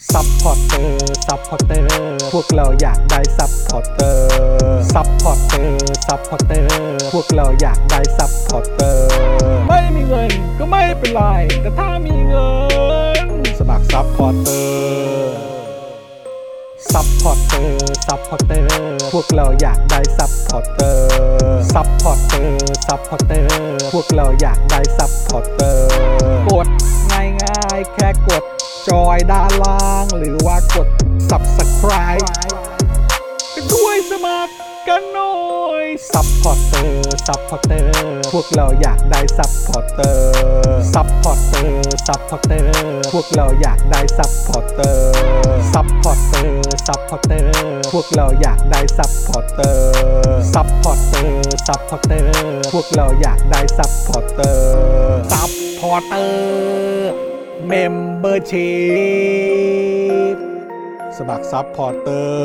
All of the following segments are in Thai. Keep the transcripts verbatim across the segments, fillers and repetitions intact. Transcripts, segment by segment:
ซัพพอร์เตอร์ซัพพอร์เตอร์พวกเราอยากได้ซัพพอร์เตอร์ซัพพอร์เตอร์ซัพพอร์เตอร์พวกเราอยากได้ซัพพอร์เตอร์ไม่มีเงินก็ไม่เป็นไรแต่ถ้ามีเงินสมัครซัพพอร์เตอร์ซัพพอร์เตอร์ซัพพอร์เตอร์พวกเราอยากได้ซัพพอร์เตอร์ซัพพอร์เตอร์ซัพพอร์เตอร์พวกเราอยากได้ซัพพอร์เตอร์กดง่ายๆแค่กดจอยด้านล่างหรือว่ากด ซับสไครบ์ ไปด้วยสมัครกันหน่อยซัพพอร์เตอร์ซัพพอร์เตอร์พวกเราอยากได้ซัพพอร์เตอร์ซัพพอร์เตอร์ซัพพอร์เตอร์พวกเราอยากได้ซัพพอร์เตอร์ซัพพอร์เตอร์ซัพพอร์เตอร์พวกเราอยากได้ซัพพอร์เตอร์ซัพพอร์เตอร์ซัพพอร์เตอร์พวกเราอยากได้ซัพพอร์เตอร์ซัพพอร์เตอร์เมมเบอร์ชีพสมัครซัพพอร์เตอร์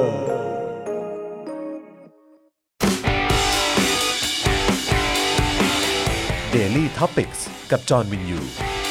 Daily Topics กับจอห์นวินยู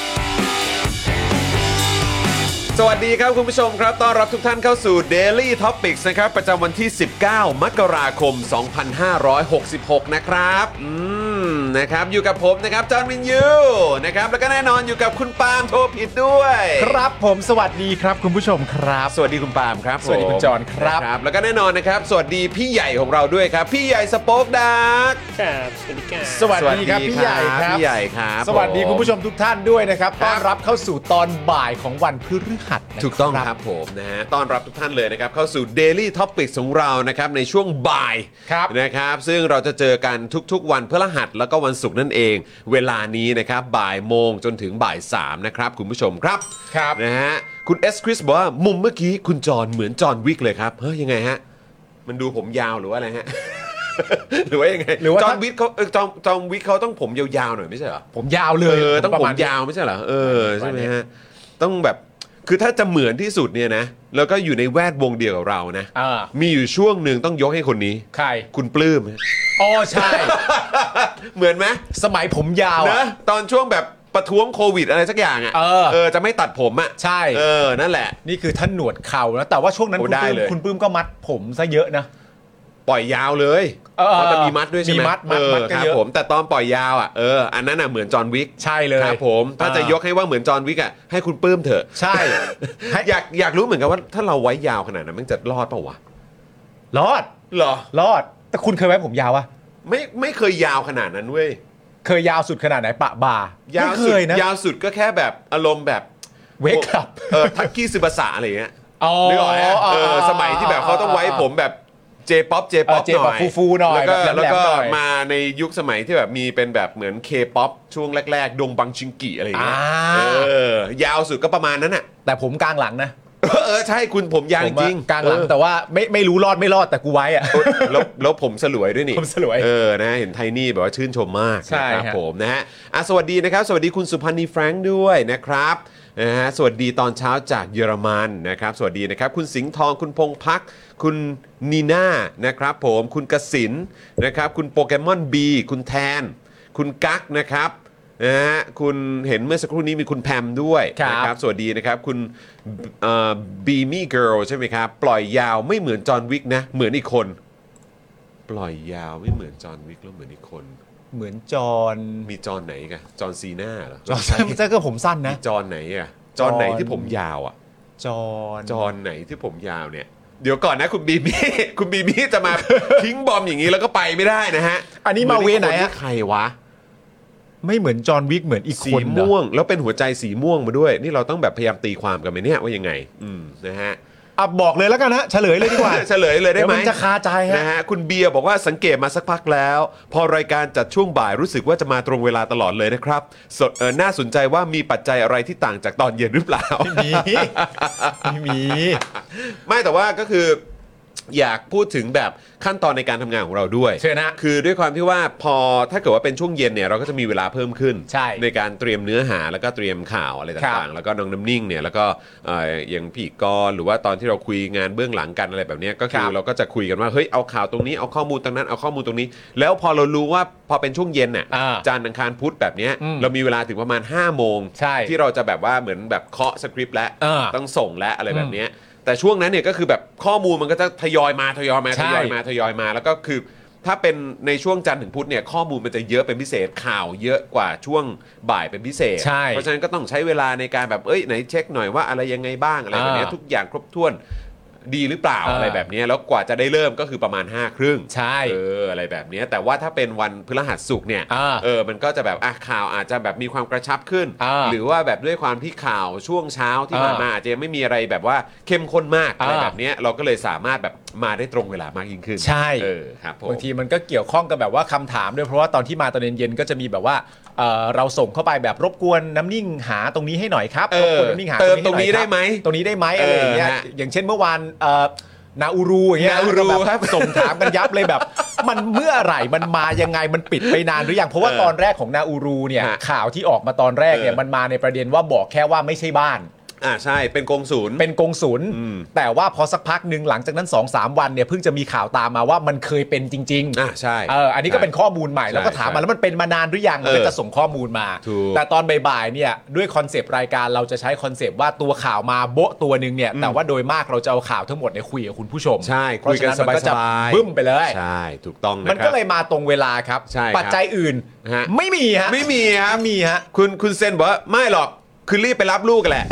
สวัสดีครับคุณผู้ชมครับต้อนรับทุกท่านเข้าสู่ Daily Topics นะครับประจำวันที่สิบเก้ามกราคมสองพันห้าร้อยหกสิบหกนะครับอืมนะครับอยู่กับผมนะครับจอห์นวินยูนะครับแล้วก็แน่นอนอยู่กับคุณปาล์มโทผิดด้วยครับผมสวัสดีครับคุณผู้ชมครับสวัสดีคุณปาล์มครับสวัสดีคุณจอห์นครับนะแล้วก็แน่นอนนะครับสวัสดีพี่ใหญ่ของเราด้วยครับพี่ใหญ่สป็อคดาร์กครับสวัสดีครับสวัสดีครับพี่ใหญ่ครับพี่ใหญ่ครับสวัสดีคุณผู้ชมทุกท่านด้วยนะครับต้อนรับเข้าสู่ตอนบ่ายของวันพฤหัสถูกต้องครับผมนะฮะต้อนรับทุกท่านเลยนะครับเข้าสู่ Daily Topics ของเรานะครับในช่วงบ่ายนะครับซึ่งเราจะเจอกันทุกๆวันพฤหัสแล้วก็วันศุกร์นั่นเองเวลานี้นะครับบ่ายโมงจนถึงบ่ายสามนะครับคุณผู้ชมครับครับนะฮะคุณเอสคริสบอกว่ามุมเมื่อกี้คุณจอห์นเหมือนจอห์นวิกเลยครับเฮ้ยยังไงฮะมันดูผมยาวหรือว่าอะไรฮะ หรือว่ายังไงจอห์นวิกเขาเออจอห์นจอห์นวิกเขาต้องผมยาวๆหน่อยไม่ใช่เหรอผมยาวเลยเออต้องผมยาวไม่ใช่เหรอเออใช่ไหมฮะต้องแบบคือถ้าจะเหมือนที่สุดเนี่ยนะแล้วก็อยู่ในแวดวงเดียวกับเรานะมีอยู่ช่วงหนึ่งต้องยกให้คนนี้ใครคุณปลื้มอ๋อใช่เหมือนไหมสมัยผมยาวนะตอนช่วงแบบประท้วงโควิดอะไรสักอย่างอ่ะเออเออจะไม่ตัดผมอ่ะใช่เออนั่นแหละนี่คือท่านหนวดเข่านะแต่ว่าช่วงนั้นคุณปลื้มคุณปลื้มก็มัดผมซะเยอะนะปล่อยยาวเลยเพราะจะมีมัดด้วยใช่ไหมมีมัดมัดมัดก็เยอะผมแต่ตอนปล่อยยาวอ่ะเอออันนั้นอ่ะเหมือนจอห์นวิกใช่เลยครับผมถ้าจะยกให้ว่าเหมือนจอห์นวิกอ่ะให้คุณปลื้มเถอะใช่อยากอยากรู้เหมือนกันว่าถ้าเราไว้ยาวขนาดนั้นมันจะรอดเปล่าวะรอดเหรอรอดแต่คุณเคยไว้ผมยาววะไม่ไม่เคยยาวขนาดนั้นเว้ยเคยยาวสุดขนาดไหนปะบ่ายาวสุดยาวสุดก็แค่แบบอารมณ์แบบเวกอัพเออทักกี้ซึบะสะอะไรเงี้ยนึกออกไหมเออสมัยที่แบบเขาต้องไว้ผมแบบเจป๊อปเจป๊อปหน่อยฟูๆหน่อยแล้วก็แล้วก็มาในยุคสมัยที่แบบมีเป็นแบบเหมือนเคป๊อปช่วงแรกๆดงบังชิงกิอะไรเงี้ยเออยาวสุดก็ประมาณนั้นน่ะแต่ผมกลางหลังนะเออใช่คุณผมยาวจริงกลางหลังแต่ว่าไม่ไม่รู้รอดไม่รอดแต่กูไว้อะแล้วแล้วผมสลวยด้วยนี่ผมสลวยเออนะเห็นไทนี่แบบว่าชื่นชมมากนะครับผมนะฮะอ่ะสวัสดีนะครับสวัสดีคุณสุพันธ์นีแฟรงค์ด้วยนะครับนะฮะสวัสดีตอนเช้าจากเยอรมันนะครับสวัสดีนะครับคุณสิงห์ทองคุณพงษ์พักคุณนีน่านะครับผมคุณกสินนะครับคุณโปเกมอนบีคุณแทนคุณกั๊กนะครับนะฮะคุณเห็นเมื่อสักครู่นี้มีคุณแพมด้วยนะครับสวัสดีนะครับคุณบีมี่เกิร์ลใช่ไหมครับปล่อยยาวไม่เหมือนจอห์นวิกนะเหมือนอีกคนปล่อยยาวไม่เหมือนจอห์นวิกแล้วเหมือนอีกคนเหมือนจอห์นมีจอห์นไหนกันจอห์นซีน่าเหรอจอห์นใช่ก็ผมสั้นนะจอห์นไหนอ่ะจอห์นไหนที่ผมยาวอ่ะจอห์นจอห์นไหนที่ผมยาวเนี่ยเดี๋ยวก่อนนะคุณบีบี้คุณบีบี้จะมาทิ้งบอมอย่างนี้แล้วก็ไปไม่ได้นะฮะอันนี้มาเวไหนฮะใครวะไม่เหมือนจอห์นวิกเหมือนอีกคนสีม่วงแล้วเป็นหัวใจสีม่วงมาด้วยนี่เราต้องแบบพยายามตีความกันไหมเนี่ยว่ายังไงอืมนะฮะอ่ะบอกเลยแล้วกันนะเฉลยเลยดีกว่าเฉลยเลยได้ไหมมันจะคาใจฮะนะฮะคุณเบียร์บอกว่าสังเกตมาสักพักแล้วพอรายการจัดช่วงบ่ายรู้สึกว่าจะมาตรงเวลาตลอดเลยนะครับสดเออน่าสนใจว่ามีปัจจัยอะไรที่ต่างจากตอนเย็นหรือเปล่าไม่มีไม่มีไม่แต่ว่าก็คืออยากพูดถึงแบบขั้นตอนในการทำงานของเราด้วยเชิญนะคือด้วยความที่ว่าพอถ้าเกิดว่าเป็นช่วงเย็นเนี่ยเราก็จะมีเวลาเพิ่มขึ้นใช่ในการเตรียมเนื้อหาแล้วก็เตรียมข่าวอะไรครัต่าบงๆแล้วก็น้องน้ำนิ่งเนี่ยแล้วก็เอ่ออย่างพี่กรณ์หรือว่าตอนที่เราคุยงานเบื้องหลังกันอะไรแบบเนี้ยก็คือครับเราก็จะคุยกันว่าเฮ้ยเอาข่าวตรงนี้เอาข้อมูลตรงนั้นเอาข้อมูลตรงนี้ แล้วพอเรารู้ว่าพอเป็นช่วงเย็นน่ะอ่าจันทร์อังคารพุธแบบเนี้ยอืมเรามีเวลาถึงประมาณห้าโมงใช่ที่เราจะแบบว่าเหมือนแบบเคาะสคริปต์แล้วอ่าต้องส่งและอะไรแบบเนี้ยแต่ช่วงนั้นเนี่ยก็คือแบบข้อมูลมันก็จะทยอยมาทยอยมาใช่ทยอยมาทยอยมาแล้วก็คือถ้าเป็นในช่วงจันทร์ถึงพุธเนี่ยข้อมูลมันจะเยอะเป็นพิเศษข่าวเยอะกว่าช่วงบ่ายเป็นพิเศษใช่เพราะฉะนั้นก็ต้องใช้เวลาในการแบบเอ้ยไหนเช็คหน่อยว่าอะไรยังไงบ้างอะไรแบบเนี้ยอ่าทุกอย่างครบถ้วนดีหรือเปล่าอ่าอะไรแบบเนี้ยแล้วกว่าจะได้เริ่มก็คือประมาณห้าครึ่งใช่เอออะไรแบบเนี้ยแต่ว่าถ้าเป็นวันพฤหัสศุกร์เนี่ยอ่าเออมันก็จะแบบอ่ะข่าวอาจจะแบบมีความกระชับขึ้นอ่าหรือว่าแบบด้วยความที่ข่าวช่วงเช้าที่ผ่านมาอ่าอาจจะยังไม่มีอะไรแบบว่าเข้มข้นมากอะไรอ่าแบบเนี้ยเราก็เลยสามารถแบบมาได้ตรงเวลามากยิ่งขึ้นใช่เออครับผมบางทีมันก็เกี่ยวข้องกับแบบว่าคำถามด้วยเพราะว่าตอนที่มาตอนเย็นๆก็จะมีแบบว่าเอ่อเราส่งเข้าไปแบบรบกวนน้ำนิ่งหาตรงนี้ให้หน่อยครับเออรบกวนน้ำนิ่งหาเติมให้น่อยตรงนี้ได้ไหมคบตรงนี้ได้ไหมอะไรอย่างเงี้ยเออฮะอย่างเช่นเมื่อวานเอ่อนาอูรูอย่างเงี้ยนาอูรูก็แบบครับส่งถามกันยับเลยแบบ มันเมื่อไหร่มันมายังไงมันปิดไปนานหรือยังเพราะว่าเออตอนแรกของนาอูรูเนี่ยฮะข่าวที่ออกมาตอนแรกเนี่ยเออมันมาในประเด็นว่าบอกแค่ว่าไม่ใช่บ้านอ่าใช่เป็นกงศูนย์เป็นกงศูนย์อืมแต่ว่าพอสักพักหนึ่งหลังจากนั้น สองสาม วันเนี่ยเพิ่งจะมีข่าวตามมาว่ามันเคยเป็นจริงๆอ่าใช่เอออันนี้ก็เป็นข้อมูลใหม่แล้วก็ถามใช่มาแล้วมันเป็นมานานหรือยังเออก็จะส่งข้อมูลมาถูกแต่ตอนบ่ายๆเนี่ยด้วยคอนเซปต์รายการเราจะใช้คอนเซปต์ว่าตัวข่าวมาโบ๊ะตัวหนึ่งเนี่ยแต่ว่าโดยมากเราจะเอาข่าวทั้งหมดเนี่ยคุยกับคุณผู้ชมใช่คุยกันเพราะฉะมัก็จะสบายๆบึ้มไปเลยใช่ถูกต้องนะมันครัก็บเลยมาตรงเวลาครับใช่ครับปัจจัยอื่นฮะไม่มีฮะไม่มีครับไม่มีฮะคุณคุณเซนบอกว่าไม่หรอกคือรีบไปรับลูกกันแหละ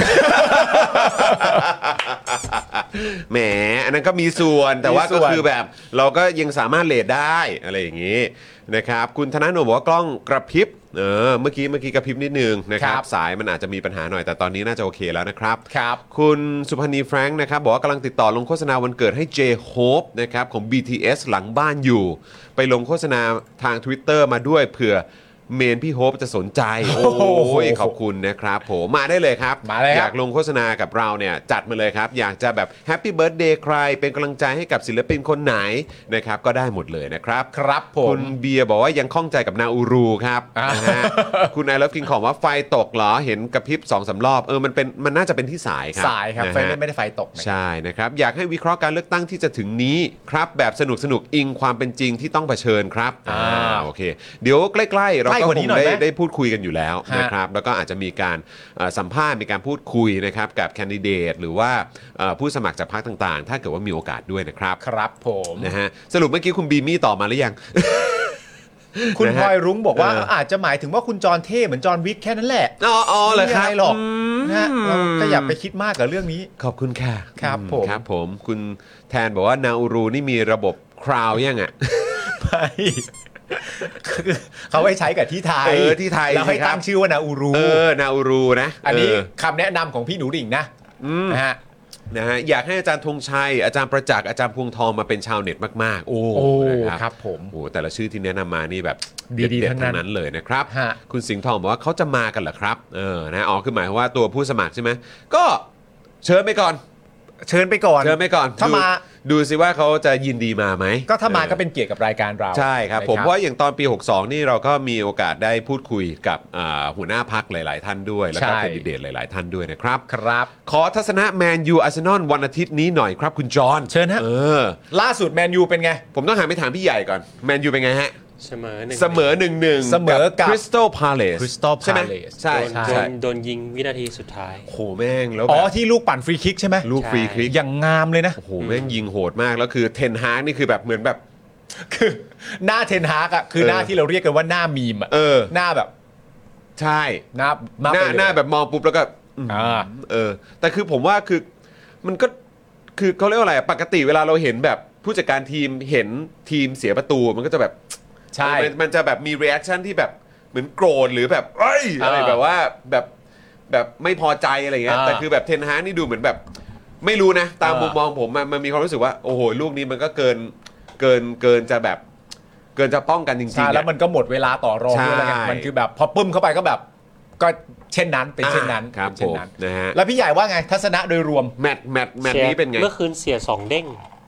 แหมอันนั้นก็มีส่วนแต่ว่ามีส่ก็วนคือแบบเราก็ยังสามารถเลทได้อะไรอย่างนี้นะครับคุณธนาโนบอกว่ากล้องกระพริบเออเมื่อกี้เมื่อกี้กระพริบนิดนึงนะครับครับสายมันอาจจะมีปัญหาหน่อยแต่ตอนนี้น่าจะโอเคแล้วนะครับครับคุณสุพันธ์นีแฟรงค์นะครับบอกว่ากำลังติดต่อลงโฆษณาวันเกิดให้ J Hope นะครับของ บี ที เอส หลังบ้านอยู่ ไปลงโฆษณาทาง Twitter มาด้วยเผื่อเมนพี่โฮปจะสนใจ โอ้ยขอบคุณนะครับผมมาได้เลยครับมาเลยครับอยากลงโฆษณากับเราเนี่ยจัดมาเลยครับ อยากจะแบบแฮปปี้เบิร์ a เดย์ใครเป็นกำลังใจให้กับศิลปินคนไหนนะครับก็ได้หมดเลยนะครับครับผคุมณเบียร์บอกว่ายังข้องใจกับนาอูรูครับอ่านนะฮะคุณไอ Love กินของว่าไฟตกเหรอเห็นกระพริบสองสามรอบเออมันเป็นมันน่าจะเป็นที่สายครับสายครับนะไฟฮะไม่ได้ไฟตกนะใช่นะครับอยากให้วิเคราะห์การเลือกตั้งที่จะถึงนี้ครับแบบสนุกสนุกอิงความเป็นจริงที่ต้องเผชิญครับอ่าโอเคเดี๋ยวใกล้ๆเราใกล้ก็กว่าคนี้งหน่อยได้ไหมได้พูดคุยกันอยู่แล้วฮะนะครับแล้วก็อาจจะมีการเอ่อสัมภาษณ์มีการพูดคุยนะครับกับแคนดิเดตหรือว่าเอ่อผู้สมัครจากพรรคต่างๆ ถ้าเกิดว่ามีโอกาสด้วยนะครับครับผมนะฮะสรุปเมื่อกี้คุณบีมี่ตอบมาหรือยังคุณนะพฮะลอยรุ้งบอกว่าเอออาจจะหมายถึงว่าคุณจรเท่เหมือนจอห์นวิกแค่นั้นแหละอ๋ออ๋อเหรอครับไม่มีะไหรอกมนะฮะเราก็อย่าไปคิดมากกับเรื่องนี้ขอบคุณค่ะครับอืผมครับผมคุณแทนบอกว่านาอูรูนี่มีระบบคราวยังอ่ะไม่คือเขาให้ใช้กับที่ไทยเออที่ไทยแล้วให้สิครับตั้งชื่อว่านาอูรูเออนาอูรูนะอันนี้เคำแนะนำของพี่หนูดิ่งนะนะฮะนะฮะอยากให้อาจารย์ธงชัยอาจารย์ประจักษ์อาจารย์พวงทองมาเป็นชาวเน็ตมากๆ โอ้โอ้นะครับผมโอ้แต่ละชื่อที่แนะนำมานี่แบบดีๆเด็ดทั้งๆนั้นทั้งนั้นเลยนะครับฮะคุณสิงห์ทองบอกว่าเขาจะมากันเหรอครับเออนะอ๋อคือหมายความว่าตัวผู้สมัครใช่ไหมก็เชิญไปก่อนเชิญไปก่อนเชิญไปก่อนถ้าดูมาดูสิว่าเขาจะยินดีมาไหมก็ถ้ามาออก็เป็นเกียรติกับรายการเราใช่ครับนะผมเพราะอย่างตอนปีหกสิบสองนี่เราก็มีโอกาสได้พูดคุยกับอ่าหัวหน้าพักหลาย ๆ ท่านด้วย แล้วก็ใช่แคนดิเดตหลาย ๆ ท่านด้วยนะครับครับขอทัศนะแมนยูอาร์เซนอลวันอาทิตย์นี้หน่อยครับคุณจอห์นเชิญฮะเออล่าสุดแมนยูเป็นไงผมต้องหาไปถามพี่ใหญ่ก่อนแมนยูเป็นไงฮะเสมอหนึ่งเสมอหนึ่งหนึ่งเสมอกับคริสตัลพาเลส Crystal ใช่ไหม Palace ใช่โดนใช่โดนโดนยิงวินาทีสุดท้ายโอ้โหแม่งแล้วอ๋แบอบ ที่ลูกปั่นฟรีคิกใช่ไหมลูกฟรีคลิกอย่างงามเลยนะโอ้โหแม่งยิงโหดมากแล้วคือเทนฮากนี่คือแบบเหมือนแบบคือหน้าเทนฮากอ่ะคือเออหน้าที่เราเรียกกันว่าหน้ามีมอ่ะเออหน้าแบบใช่หน้าหน้าไปเลยหน้าแบบมองปุ๊บแล้วก็อืมอ่าเออแต่คือผมว่าคือมันก็คือเขาเรียกว่าอะไรอะปกติเวลาเราเห็นแบบผู้จัดการทีมเห็นทีมเสียประตูมันก็จะแบบใช่มันมันจะแบบมี reaction ที่แบบเหมือนโกรธหรือแบบเอ้ยอะไรอ่าแบบว่าแบบแบบไม่พอใจอะไรเงี้ยอ่าแต่คือแบบเทนฮากนี่ดูเหมือนแบบ ไม่รู้นะ ตามอ่ามุมุมมองผมมันมันมีความรู้สึกว่าโอ้โหลูกนี้มันก็เกินเกินเกินจะแบบ เกินจะป้องกันจริงๆใช่อะแล้วมันก็หมดเวลาต่อรองด้วยแล้วไงใช่มันคือแบบพอปึ้มเข้าไปก็แบบ ก็เช่นนั้นเป็นเช่นนั้นอ่าครับเป็นเช่นนั้นผมนะฮะแล้วพี่ใหญ่ว่าไงทัศนะโดยรวมแมตช์แมตช์แมตช์เสียนี้เป็นไงเมื่อคืนเสียสองเด้ง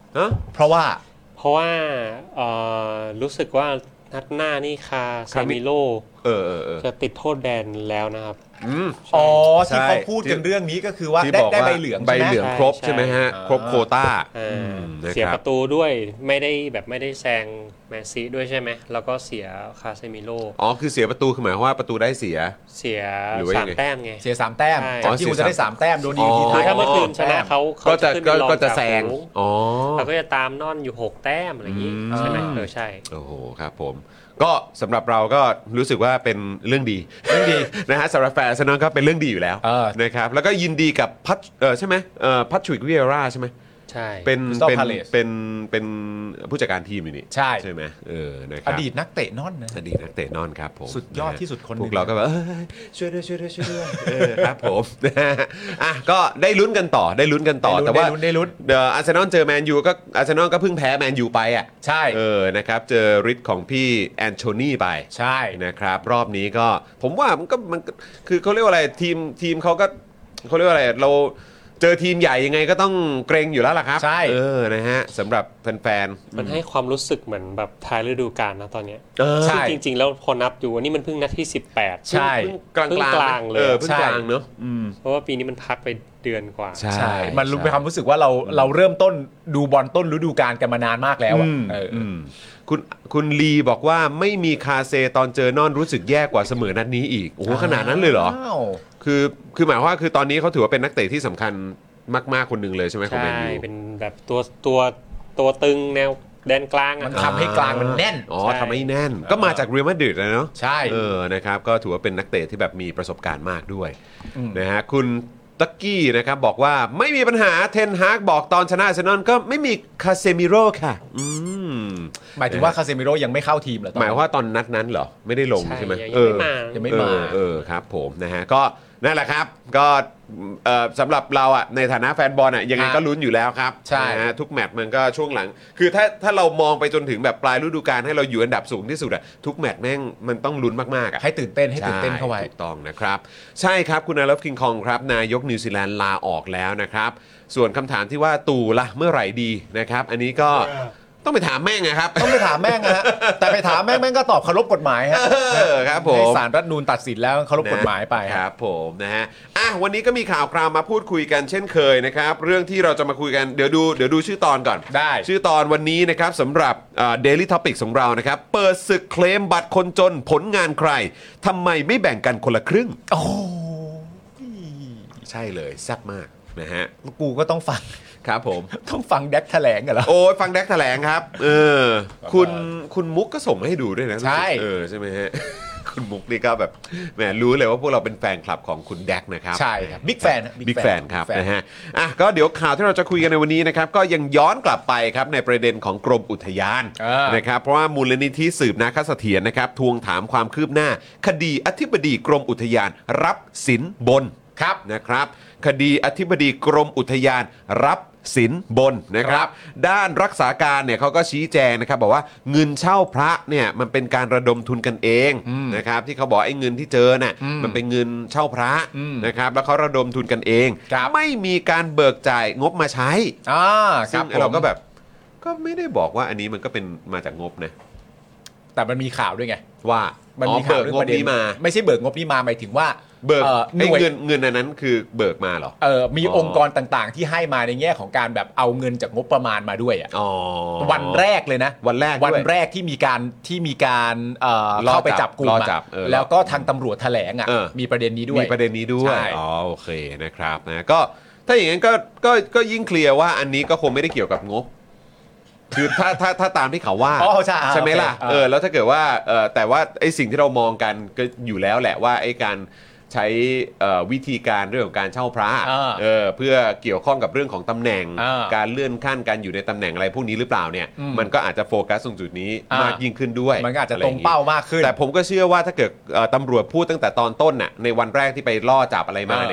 ฮะเพราะว่าเพราะว่าเอ่อรู้สึกว่านัดหน้านี่คาเซมิโลเออเออเออจะติดโทษแดนแล้วนะครับอืมอ๋อใช่ที่เขาพูดกันเรื่องนี้ก็คือว่าที่ได้บอกได้ว่าใบเหลืองใบใช่ไหมเหลืองครบใช่ใช่ไหมฮะอ่าครบโควต้าเอ่ออมนะเสียครัปบระตูด้วยไม่ได้แบบไม่ได้แซงแมนซีด้วยใช่ไหมแล้วก็เสียคาเซมิโลอ๋อคือเสียประตูคือหมายความว่าประตูได้เสียเสียหรือว่ายัสาง มไงแต้มไงเสียสามแต้มใช่จากที่คุณจะได้สามแต้มโดนดีทีอ๋อท้ายถ้าเมื่อคืนชนะเขาเขาก็จะขึ้นก็เป็นรองก็จะจากแซงฝูงอ๋อแล้วก็จะตามนอนอยู่หกแต้มอะไรอย่างงี้อืมใช่ไหมเออใช่โอ้โหครับผมก็สำหรับเราก็รู้สึกว่าเป็นเรื่องดีเรื่องดี นะฮะสำหรับแฟนอาร์เซนอลก็เป็นเรื่องดีอยู่แล้วเออนะครับแล้วก็ยินดีกับพัชเออใช่ไหมเออพัชวิกวิเอราใช่ไหมใช่เป็น Crystal เป็น Palace เป็นเป็นผู้จัดการทีมอยู่นี่ใช่ใช่ไหมเออนะคอรับดีตนักเตะนอนนะอดีตนักเตะนอนครับผมสุดยอดะฮะที่สุดคนหนึ่งพวกเราก็แบบเอ้ยช่วยด้วยช่วยด้วยช่วยด้วยเออครับผม นะฮะอ่ะก็ได้ลุ้นกันต่อได้ลุ้นกันต่อได้ลุ้นแต่ว่าได้ลุ้นได้ลุ้นเดอะอาร์เซนอลเจอแมนยูก็อาร์เซนอลก็เพิ่งแพ้แมนยูไปอ่ะใช่เออนะครับเจอฤทธิ์ของพี่แอนโทนีไปใช่นะครับรอบนี้ก็ผมว่ามันก็มันก็คือเขาเรียกว่าอะไรทีมทีมเขาก็เขาเรียกว่าอะไรเราเจอทีมใหญ่ยังไงก็ต้องเกรงอยู่แล้วล่ะครับใช่เออนะฮะสำหรับแฟนๆมันให้ความรู้สึกเหมือนแบบท้ายฤดูกาลนะตอนเนี้ยเออใช่ซึ่งจริงๆ แล้วพอนับดูอันนี้มันเพิ่งนัดที่สิบแปดใช่กลางเพิ่งกกลาลาง งเลยเออเพิ่งใช่กลางเนอะอืมเพราะว่าปีนี้มันพักไปเดือนกว่าใช่ใช่ มันรู้เป็นความรู้สึกว่าเราเราเริ่มต้นดูบอลต้นฤดูกาลกันมานานมากแล้วอ่ะอืมเออออืมคุณคุณลีบอกว่าไม่มีคาเซตอนเจอนอนรู้สึกแย่กว่าเสมอนัดนี้อีกโอ้โหขนาดนั้นเลยเหรออ้าวคือคือหมายความว่าคือตอนนี้เขาถือว่าเป็นนักเตะที่สำคัญมากๆคนหนึ่งเลยใช่ไหมของใช่แมนยูเป็นแบบตัวตัวตัวตึงแนวแดนกลางมันอะทำให้กลางมันแน่นอ๋อใช่ทำให้แน่น ก็มาจากเรอัลมาดริดนะเนาะใช่เออนะครับก็ถือว่าเป็นนักเตะที่แบบมีประสบการณ์มากด้วยอืมนะฮะคุณตักกี้นะครับบอกว่าไม่มีปัญหาเทนฮากบอกตอนชนะอาร์เซนอลก็ไม่มีคาเซมิโร่ค่ะอืมหมายถึงว่าคาเซมิโร่ยังไม่เข้าทีมเหรอตอนหมายว่าตอนนัดนั้นเหรอไม่ได้ลงใช่ใช่ไหมยังเออไม่มายังไม่เอมาอเออครับผมนะฮะก็นั่นแหละครับก็เอ่อสำหรับเราอ่ะในฐานะแฟนบอลอ่ะยังไงก็ลุ้นอยู่แล้วครับใช่นะฮะทุกแมตช์มันก็ช่วงหลัง คือถ้าถ้าเรามองไปจนถึงแบบปลายฤดูกาลให้เราอยู่อันดับสูงที่สุดอ่ะทุกแมตช์แม่งมันต้องลุ้นมากๆอ่ะให้ตื่นเต้นให้ตื่นเต้นเข้าไว้ใช่ถูกต้องนะครับ ใช่ครับคุณอาร์ฟคิงคองครับนายกนิวซีแลนด์ลาออกแล้วนะครับ ส่วนคำถามที่ว่าตู่ละเมื่อไหร่ดีนะครับ อันนี้ก็ต้องไปถามแม่งนะครับต้องไปถามแม่งนะฮะ แต่ไปถามแม่งแม่งก็ตอบเคารพกฎหมายฮะเออครับผมให้ศาลรัฐธรรมนูญตัดสินแล้วเคารพกฎหมายไปคฮะรับผมนะฮะอ่ะวันนี้ก็มีข่าวคราวมาพูดคุยกันเช่นเคยนะครับ เรื่องที่เราจะมาคุยกันเดี๋ยวดูเดี๋ยวดูชื่อตอนก่อนได้ชื่อตอนวันนี้นะครับสำหรับเดลี่ท็อปิกของเรานะครับ เปิดศึกเคลมบัตรคนจนผลงานใครทำไมไม่แบ่งกันคนละครึ่งโอ้ใช่เลยแซ่บมากนะฮะกูก็ต้องฟังครับผมต้องฟังแดกแถลงกันเหรอโอ้ยฟังแดกแถลงครับ เออ คุณคุณมุกก็ส่งมาให้ดูด้วยนะใช่เออใช่ไหมฮะ คุณมุกนี่ก็แบบแหมรู้เลยว่าพวกเราเป็นแฟนคลับของคุณแดกนะครับใช่ครับบิ๊กแฟนบิ๊กแฟนครับนะฮะอ่ะก็เดี๋ยวข่าวที่เราจะคุยกันในวันนี้นะครับก็ยังย้อนกลับไปครับในประเด็นของกรมอุทยานเออนะครับเพราะว่ามูลนิธิสืบนาคเสถียรนะครับทวงถามความคืบหน้า คดีอธิบดีกรมอุทยานรับสินบนครับนะครับคดีอธิบดีกรมอุทยานรับสินบนนะครับด้านรักษาการเนี่ยเขาก็ชี้แจงนะครับบอกว่าเงินเช่าพระเนี่ยมันเป็นการระดมทุนกันเองนะครับที่เขาบอกไอ้เงินที่เจอน่ะมันเป็นเงินเช่าพระนะครับแล้วเขาระดมทุนกันเองครับไม่มีการเบิกจ่ายงบมาใช้อ่าคซึ่รังบเราก็ผมแบบก็ไม่ได้บอกว่าอันนี้มันก็เป็นมาจากงบนะแต่มันมีข่าวด้วยไงว่ามันอ๋อมีข่าวเบิกเรื่องงปบระเด็นนี้มาไม่ใช่เบิกงบนี้มาหมายถึงว่าเบิกอ่อหไอ้น่วยเงินเงินอันนั้นคือเบิกมาเหรอเออมีอ๋อองค์กรต่างๆ ที่ให้มาในแง่ของการแบบเอาเงินจากงบประมาณมาด้วยอ่ะอ๋อวันแรกเลยนะวันแรกด้วยวันแรกที่มีการที่มีการเอ่อรอเข้าไปจัจับบกลุ่มรออะจับเออแล้วก็ทางตำรวจแถลงอ่ะเออมีประเด็นนี้ด้วยมีประเด็นนี้ด้วยใช่อ๋อโอเคนะครับนะก็ถ้าอย่างนั้นก็ก็ก็ยิ่งเคลียร์ว่าอันนี้ก็คงไม่ได้เกี่ยวกับงบ คือถ้าถ้าถ้าตามที่เขาว่าอ๋อใช่อ่าใช่ไหมล่ะโอเคเออแล้วถ้าเกิดว่าเออแต่ว่าไอ้สิ่งที่เรามองกันก็อยู่แล้วแหละว่าไอ้การใช้เอ่อวิธีการเรื่องของการเช่าพระอ่าเออเพื่อเกี่ยวข้องกับเรื่องของตำแหน่งอ่าการเลื่อนขั้นการอยู่ในตำแหน่งอะไรพวกนี้หรือเปล่าเนี่ยอืมมันก็อาจจะโฟกัสตรงจุดนี้อ่ามมากยิ่งขึ้นด้วยมันก็อาจจะไรตอรงย่งี้เป้ามากขึ้นแต่ผมก็เชื่อว่าถ้าเกิดเอ่อตำรวจพูดตั้งแต่ตอนต้นน่ะในวันแรกที่ไปล่อจับอะไรมาเนี่ย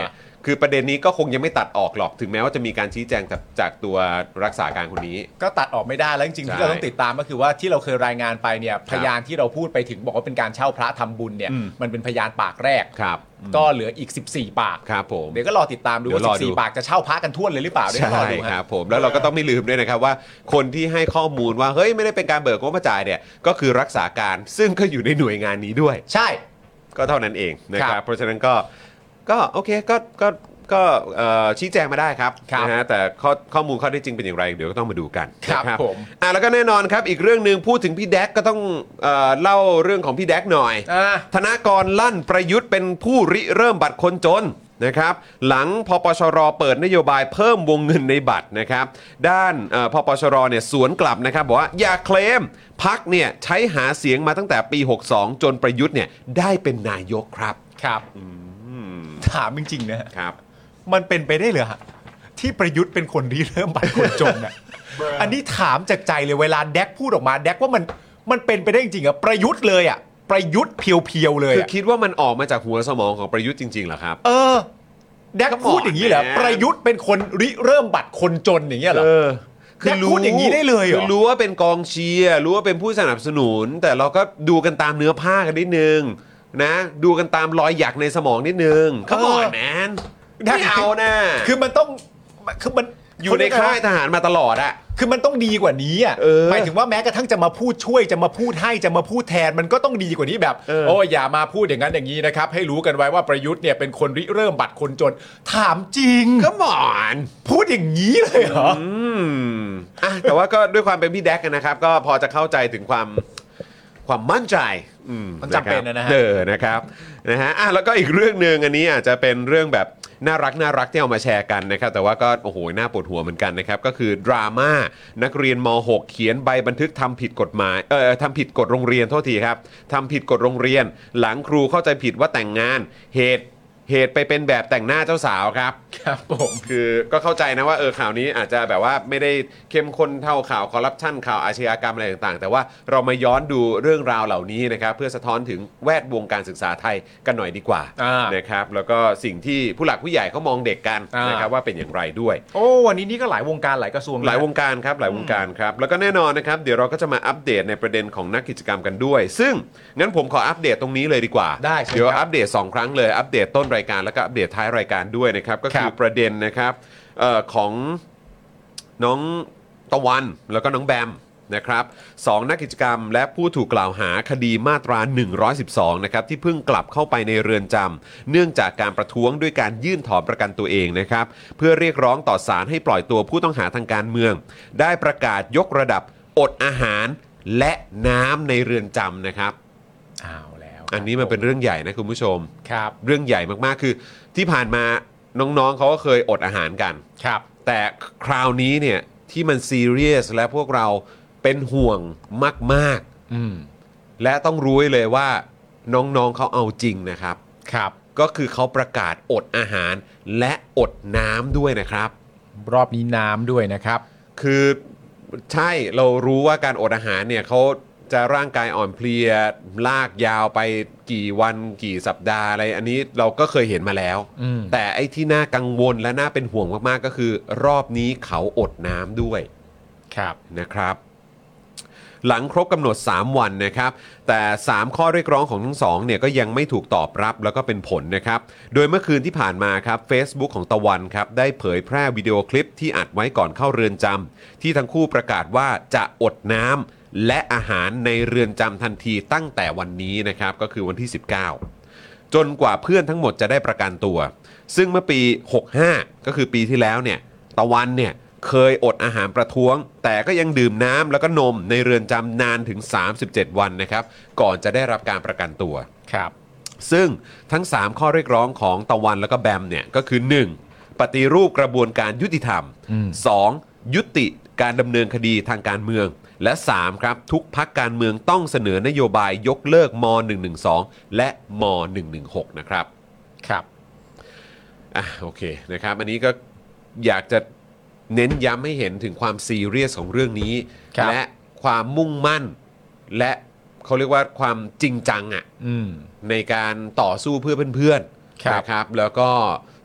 คือประเด็นนี้ก็คงยังไม่ตัดออกหรอกถึงแม้ว่าจะมีการชี้แจงจากจากตัวรักษาการคนนี้ก็ตัดออกไม่ได้แล้วจริงๆที่เราต้องติดตามก็คือว่าที่เราเคยรายงานไปเนี่ยพยานที่เราพูดไปถึงบอกว่าเป็นการเช่าพระทำบุญเนี่ยอืมมันเป็นพยานปากแรกครับก็เหลืออีกสิบสี่ปากครับผมเดี๋ยวก็รอติดตามดูเดี๋ยวว่ารอสิบสี่ดูปากจะเช่าพระกันทั่วเลยหรือเปล่าเดี๋ยวรอใช่ดูคฮะรับผมแล้วเราก็ต้องไม่ลืมด้วยนะครับว่าคนที่ให้ข้อมูลว่าเฮ้ยไม่ได้เป็นการเบิกงบประจ่ายเนี่ยก็คือรักษาการซึ่งก็อยู่ในหน่วยงานนี้ด้วยใช่ก็เท่านั้นเองนะคครัรับบ เพราะฉะนั้นก็ก็โอเคก็ก็ก็เอ่อชี้แจงมาได้ครับครับนะฮะแต่ข้อข้อมูลข้อเท็จจริงเป็นอย่างไรเดี๋ยวก็ต้องมาดูกันครับนะผมอ่ะแล้วก็แน่นอนครับอีกเรื่องหนึ่งพูดถึงพี่แดกก็ต้องเอ่อเล่าเรื่องของพี่แดกหน่อยอ่าธนากรลั่นประยุทธ์เป็นผู้ริเริ่มบัตรคนจนนะครับหลังพปชรเปิดนโยบายเพิ่มวงเงินในบัตรนะครับด้านเอ่อพปชรเนี่ยสวนกลับนะครับบอกว่าอย่าเคลมพักเนี่ยใช้หาเสียงมาตั้งแต่ปีหกสิบสองจนประยุทธ์เนี่ยได้เป็นนายกครับครับอืมถามจริงๆนะฮะครับมันเป็นไปได้เหรอฮะที่ประยุทธ์เป็นคนริเริ่มบัตรคนจนอ่ะ อันนี้ถามจากใจเลยเวลาแดกพูดออกมาแดกว่ามันมันเป็นไปได้จริงๆอ่ะประยุทธ์เลยอ่ะประยุทธ์เพียวๆเลยคืออะคิดว่ามันออกมาจากหัวสมองของประยุทธ์จริงๆเหรอครับเออแดกพูดอย่างนี้เหรอ Come on ประยุทธ์เป็นคนริเริ่มบัตรคนจนอย่างเงี้ยเหรอเออแดกพูดอย่างนี้ได้เลยเหรอคือรู้ว่าเป็นกองเชียร์รู้ว่าเป็นผู้สนับสนุน แต่เราก็ดูกันตามเนื้อผ้ากันนิดนึงนะดูกันตามรอยหยักในสมองนิดนึง Come on man ไม่เอานะคือมันต้องคือมันอยู่ในค่ายทหารมาตลอดอะคือมันต้องดีกว่านี้อ่ะเออหมายถึงว่าแม้กระทั่งจะมาพูดช่วยจะมาพูดให้จะมาพูดแทนมันก็ต้องดีกว่านี้แบบเออโอ้ยอย่ามาพูดอย่างนั้นอย่างนี้นะครับให้รู้กันไว้ว่าประยุทธ์เนี่ยเป็นคนริเริ่มบัตรคนจนถามจริง Come on พูดอย่างนี้เลยเหรออืมอ่ะแต่ว่าก็ด้วยความเป็นพี่แดกนะครับ ก็พอจะเข้าใจถึงความความมั่นใจอืมันจำเป็นนะฮะเออนะครับนะฮะอ่ะแล้วก็อีกเรื่องหนึ่งอันนี้อาจจะเป็นเรื่องแบบน่ารักน่ารักที่เอามาแชร์กันนะครับแต่ว่าก็โอ้โหน่าปวดหัวเหมือนกันนะครับก็คือดราม่านักเรียนม หก เขียนใบบันทึกทำผิดกฎหมายเอ่อทำผิดกฎโรงเรียนโทษทีครับทำผิดกฎโรงเรียน หลังครูเข้าใจผิดว่าแต่งงานเหตุเหตุไปเป็นแบบแต่งหน้าเจ้าสาวครับครับผมคือก็เข้าใจนะว่าเออข่าวนี้อาจจะแบบว่าไม่ได้เข้มข้นเท่าข่าวคอร์รัปชันข่าวอาชญากรรมอะไรต่างๆแต่ว่าเรามาย้อนดูเรื่องราวเหล่านี้นะครับเพื่อสะท้อนถึงแวดวงการศึกษาไทยกันหน่อยดีกว่าอ่านนะครับแล้วก็สิ่งที่ผู้หลักผู้ใหญ่เขามองเด็กกันอ่านนะครับว่าเป็นอย่างไรด้วยโอ้วันนี้นี่ก็หลายวงการหลายกระทรวงหลายวนะงการครับหลายวงการครับแล้วก็แน่นอนนะครับเดี๋ยวเราก็จะมาอัปเดตในประเด็นของนักกิจกรรมกันด้วย ซึ่งงั้นผมขออัปเดตตรงนี้เลยดีกว่าได้ใช่เดี๋ยวครับอัปเดตสองครั้งเลยอัปเดตต้นรายการแล้วก็อัปเดตท้ายรายการด้วยนะครับก็คือครับประเด็นนะครับเอ่อของน้องตะวันแล้วก็น้องแบมนะครับสองนักกิจกรรมและผู้ถูกกล่าวหาคดีมาตราหนึ่งร้อยสิบสองนะครับที่เพิ่งกลับเข้าไปในเรือนจำเนื่องจากการประท้วงด้วยการยื่นถอนประกันตัวเองนะครับเพื่อเรียกร้องต่อศาลให้ปล่อยตัวผู้ต้องหาทางการเมือง ได้ประกาศยกระดับอดอาหารและน้ำในเรือนจำนะครับเอาแล้วอันนี้มันเป็นเรื่องใหญ่นะคุณผู้ชมครับเรื่องใหญ่มากๆคือที่ผ่านมาน้องๆเขาก็เคยอดอาหารกันครับแต่คราวนี้เนี่ยที่มันซีเรียสและพวกเราเป็นห่วงมากอืมๆ และต้องรู้ไว้เลยว่าน้องๆเขาเอาจริงนะครับครับก็คือเขาประกาศอดอาหารและอดน้ำด้วยนะครับรอบนี้น้ำด้วยนะครับคือใช่เรารู้ว่าการอดอาหารเนี่ยเขาจะร่างกายอ่อนเพลียลากยาวไปกี่วันกี่สัปดาห์อะไรอันนี้เราก็เคยเห็นมาแล้วอืมแต่ไอ้ที่น่ากังวลและน่าเป็นห่วงมากๆก็คือ รอบนี้เขาอดน้ำด้วยครับนะครับ หลังครบกำหนดสามวันนะครับแต่สามข้อเรียกร้องของทั้งสองเนี่ยก็ยังไม่ถูกตอบรับแล้วก็เป็นผลนะครับโดยเมื่อคืนที่ผ่านมาครับ Facebook ของตะวันครับได้เผยแพร่วิดีโอคลิปที่อัดไว้ก่อนเข้าเรือนจำที่ทั้งคู่ประกาศว่าจะอดน้ำและอาหารในเรือนจำทันทีตั้งแต่วันนี้นะครับก็คือวันที่สิบเก้าจนกว่าเพื่อนทั้งหมดจะได้ประกันตัว ซึ่งเมื่อปีหกสิบห้าก็คือปีที่แล้วเนี่ยตะวันเนี่ยเคยอดอาหารประท้วงแต่ก็ยังดื่มน้ำแล้วก็นมในเรือนจำนานถึงสามสิบเจ็ดวันนะครับก่อนจะได้รับการประกันตัวครับซึ่งทั้งสามข้อเรียกร้องของตะวันแล้วก็แบมเนี่ยก็คือ หนึ่ง ปฏิรูปกระบวนการยุติธรรมอืมสอง ยุติการดำเนินคดีทางการเมืองและสามครับทุกพรรคการเมืองต้องเสนอนโยบายยกเลิกม หนึ่งหนึ่งสอง และม หนึ่งหนึ่งหก นะครับครับอ่ะโอเคนะครับอันนี้ก็อยากจะเน้นย้ำให้เห็นถึงความซีเรียสของเรื่องนี้ครับและความมุ่งมั่น และเขาเรียกว่าความจริงจังอ่ะอืมในการต่อสู้เพื่อเพื่อนครับๆนะครับแล้วก็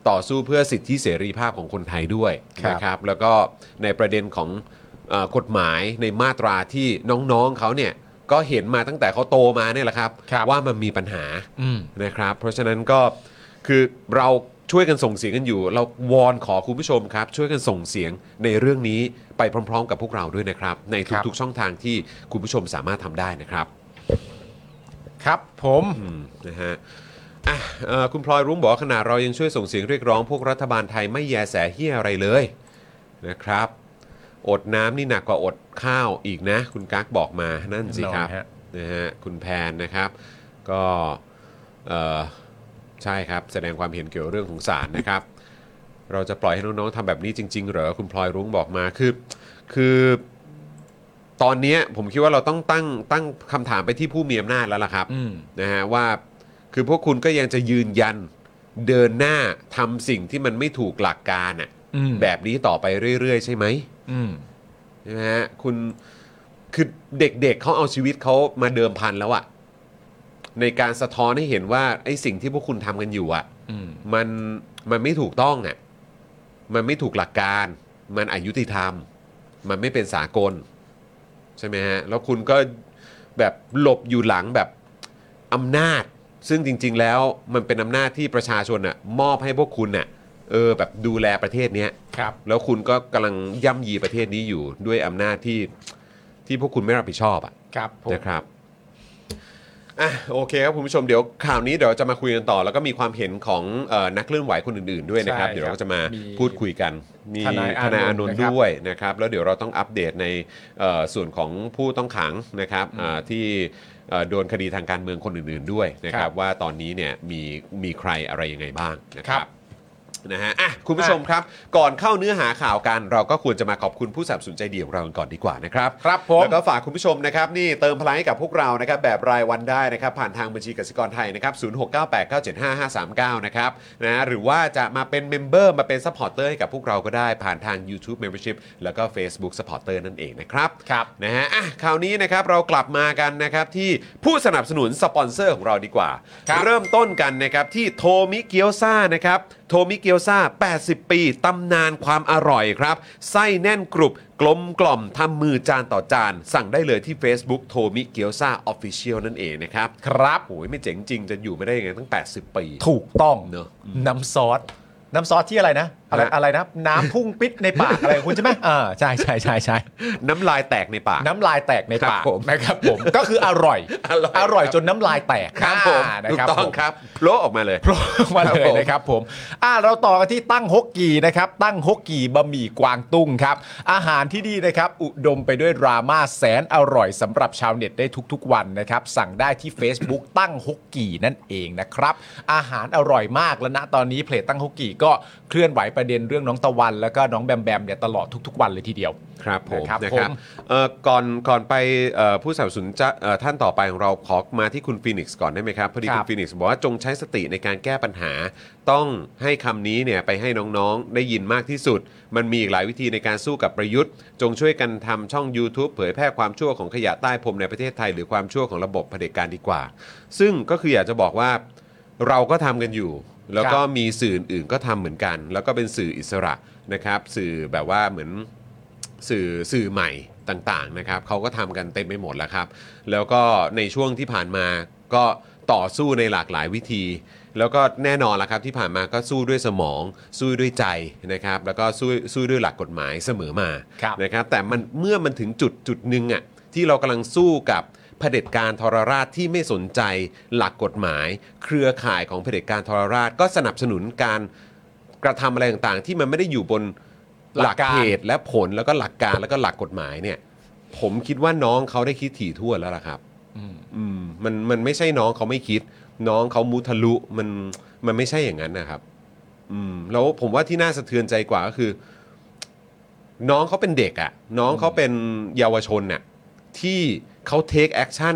ต่อสู้เพื่อสิทธิเสรีภาพของคนไทยด้วยครับนะครับแล้วก็ในประเด็นของเอ่อกฎหมายในมาตราที่น้องๆเขาเนี่ยก็เห็นมาตั้งแต่เขาโตมาเนี่ยแหละครับครับว่ามันมีปัญหาอืมนะครับเพราะฉะนั้นก็คือเราช่วยกันส่งเสียงกันอยู่ เราวอนขอคุณผู้ชมครับ ช่วยกันส่งเสียงในเรื่องนี้ไปพร้อมๆ กับพวกเราด้วยนะครับในครับทุกๆช่องทางที่คุณผู้ชมสามารถทำได้นะครับครับผมอืมนะฮะอ่ะเอ่อคุณพลอยรุ้งบอกว่าขณะเรายังช่วยส่งเสียงเรียกร้องพวกรัฐบาลไทยไม่แยแสเฮียอะไรเลยนะครับอดน้ำนี่หนักกว่าอดข้าวอีกนะ คุณกั๊กบอกมานั่นสิครับแน่นอนฮะนะฮะคุณแพนนะครับก็เอ่อใช่ครับแสดงความเห็นเกี่ยวเรื่องของศาลนะครับ เราจะปล่อยให้น้องๆทำแบบนี้จริง ๆ เหรอคุณพลอยรุ้งบอกมาคือคือตอนเนี้ยผมคิดว่าเราต้องตั้งตั้งคำถามไปที่ผู้มีอำนาจแล้วล่ะครับอืมนะฮะว่าคือพวกคุณก็ยังจะยืนยันเดินหน้าทำสิ่งที่มันไม่ถูกหลักการอ่ะอืมแบบนี้ต่อไปเรื่อยๆ ใช่ไหมอืมใช่ไหมฮะคุณคือเด็กๆเเขาเอาชีวิตเขามาเดิมพันแล้วอะในการสะท้อนให้เห็นว่าไอ้สิ่งที่พวกคุณทำกันอยู่อะอืมมันมันไม่ถูกต้องอะมันไม่ถูกหลักการ มันอยุติธรรม มันไม่เป็นสากลใช่ไหมฮะแล้วคุณก็แบบหลบอยู่หลังแบบอำนาจ ซึ่งจริง ๆ แล้วมันเป็นอำนาจที่ประชาชนอะมอบให้พวกคุณอะเออแบบดูแลประเทศเนี้ยครับแล้วคุณก็กำลังย่ำยีประเทศนี้อยู่ด้วยอำนาจที่ที่พวกคุณไม่รับผิดชอบอะครับผมนะครับอ่ะโอเคครับคุณผู้ชมเดี๋ยวข่าวนี้เดี๋ยวจะมาคุยกันต่อ แล้วก็มีความเห็นของเอ่อนักเคลื่อนไหวคนอื่นๆด้วยนะครับใช่เดี๋ยวเราก็จะมามีพูดคุยกันมีทนายทนายอานนอานนท์ท์นะครับด้วยนะครับแล้วเดี๋ยวเราต้องอัปเดตในเอ่อส่วนของผู้ต้องขังนะครับอ่าที่เอ่อโดนคดีทางการเมืองคนอื่นๆด้วยนะคครัรับบ ว่าตอนนี้เนี่ยมีมีใครอะไรยังไงบ้างนะคครัรับบ นะฮะอ่ะคุณผู้ชมครับก่อนเข้าเนื้อหาข่าวกัน เราก็ควรจะมาขอบคุณผู้สนับสนุนใจดีของเราก่อนดีกว่านะครับครับผมแล้วก็ฝากคุณผู้ชมนะครับนี่เติมพลังให้กับพวกเรานะครับแบบรายวันได้นะครับผ่านทางบัญชีกสิกรไทยนะครับศูนย์ หก เก้า แปด เก้า เจ็ด ห้า ห้า สาม เก้านะครับนะหรือว่าจะมาเป็นเมมเบอร์มาเป็นซัพพอร์เตอร์ให้กับพวกเราก็ได้ผ่านทาง YouTube Membership แล้วก็ Facebook Supporter นั่นเองนะครับครับนะฮะอ่ะคราวนี้นะครับเรากลับมากันนะครับที่ผู้สนับสนุนสปอนเซอร์ของเราดีกว่าครับเริ่มต้นกันนะครับที่โทมิเกียวซ่านะครับโทมิเกียวซ่าแปดสิบ ปีตำนานความอร่อยครับไส้แน่นกรุบกลมกล่อมทำมือจานต่อจาน สั่งได้เลยที่ Facebook โทมิเกียวซ่า Official นั่นเองนะครับครับโอ้ยไม่เจ๋งจริงจะอยู่ไม่ได้ยังไงตั้งแปดสิบ ปีถูกต้องเนอะน้ำซอส น้ำซอสที่อะไรนะอะไรฮะอะไรนะ น้ำพุ่งปิดในปากอะไรของคุณใช่ไหมอ่าใช่ใช่ใช่ใช่น้ำลายแตกในปากน้ำลายแตกในปากครับผมนะครับผม ก็คืออร่อยอร่อยอร่อยจนน้ำลายแตกครับผมอ่านะถูครักบต้องผมครับโผล่ออกมาเลยโผล่มาครับเลผยมนะครับผมอ่าเราต่อกันที่ตั้งฮกกีนะครับตั้งฮกกีบะหมี่กวางตุ้งครับอาหารที่ดีนะครับอุดมไปด้วยดราม่าแสนอร่อยสำหรับชาวเน็ตได้ทุกๆวันนะครับสั่งได้ที่ Facebook ตั้งฮกกีนั่นเองนะครับอาหารอร่อยมากแล้วนะตอนนี้เพจตั้งฮกกีก็เคลื่อนไหวประเด็นเรื่องน้องตะวันแล้วก็น้องแบมแบมเนี่ยตลอดทุกๆวันเลยทีเดียวครับผมนะครับนะครับผมเอ่อก่อนก่อนไปเอ่อผู้สนับสนุนจะเอ่อท่านต่อไปของเราขอมาที่คุณฟีนิกซ์ก่อนได้ไหมครับพอดีครัคุบณฟีนิกซ์บอกว่าจงใช้สติในการแก้ปัญหา ต้องให้คำนี้เนี่ยไปให้น้องๆได้ยินมากที่สุด มันมีอีกหลายวิธีในการสู้กับประยุทธ์ จงช่วยกันทำช่อง YouTube เผยแพร่ความชั่วของขยะใต้พรมในประเทศไทยหรือความชั่วของระบบเผด็จการดีกว่า ซึ่งก็คืออยากจะบอกว่าเราก็ทำกันอยู่ แล้วก็มีสื่ออื่นๆก็ทำเหมือนกัน แล้วก็เป็นสื่ออิสระนะครับสื่อแบบว่าเหมือน สื่อสื่อใหม่ต่างๆนะครับเขาก็ทำกันเต็มไปหมดแล้วครับ แล้วก็ในช่วงที่ผ่านมาก็ต่อสู้ในหลากหลายวิธี แล้วก็แน่นอนละครับที่ผ่านมาก็สู้ด้วยสมอง สู้ด้วยใจนะครับแล้วก็สู้สู้ด้วยหลักกฎหมายเสมอมาครับนะครับแต่มันเมื่อมันถึงจุดจุดหนึ่งอ่ะที่เรากำลังสู้กับเผด็จการทรราชที่ไม่สนใจหลักกฎหมาย เครือข่ายของเผด็จการทรราชก็สนับสนุนการกระทำอะไรต่างๆ ที่มันไม่ได้อยู่บน หหลัลักกการเหตุและผลแล้วก็หลักการแล้วก็หลักกฎหมายเนี่ย ผมคิดว่าน้องเขาได้คิดถี่ถ้วนแล้วล่ะครับอืมอืมมันมันไม่ใช่น้องเขาไม่คิด น้องเขามุทะลุมันมันไม่ใช่อย่างนั้นนะครับ อืมแล้วผมว่าที่น่าสะเทือนใจกว่าก็คือ น้องเขาเป็นเด็กอะ่ะ น้องเขาเป็นเยาวชนน่ะที่เขาเทคแอคชั่น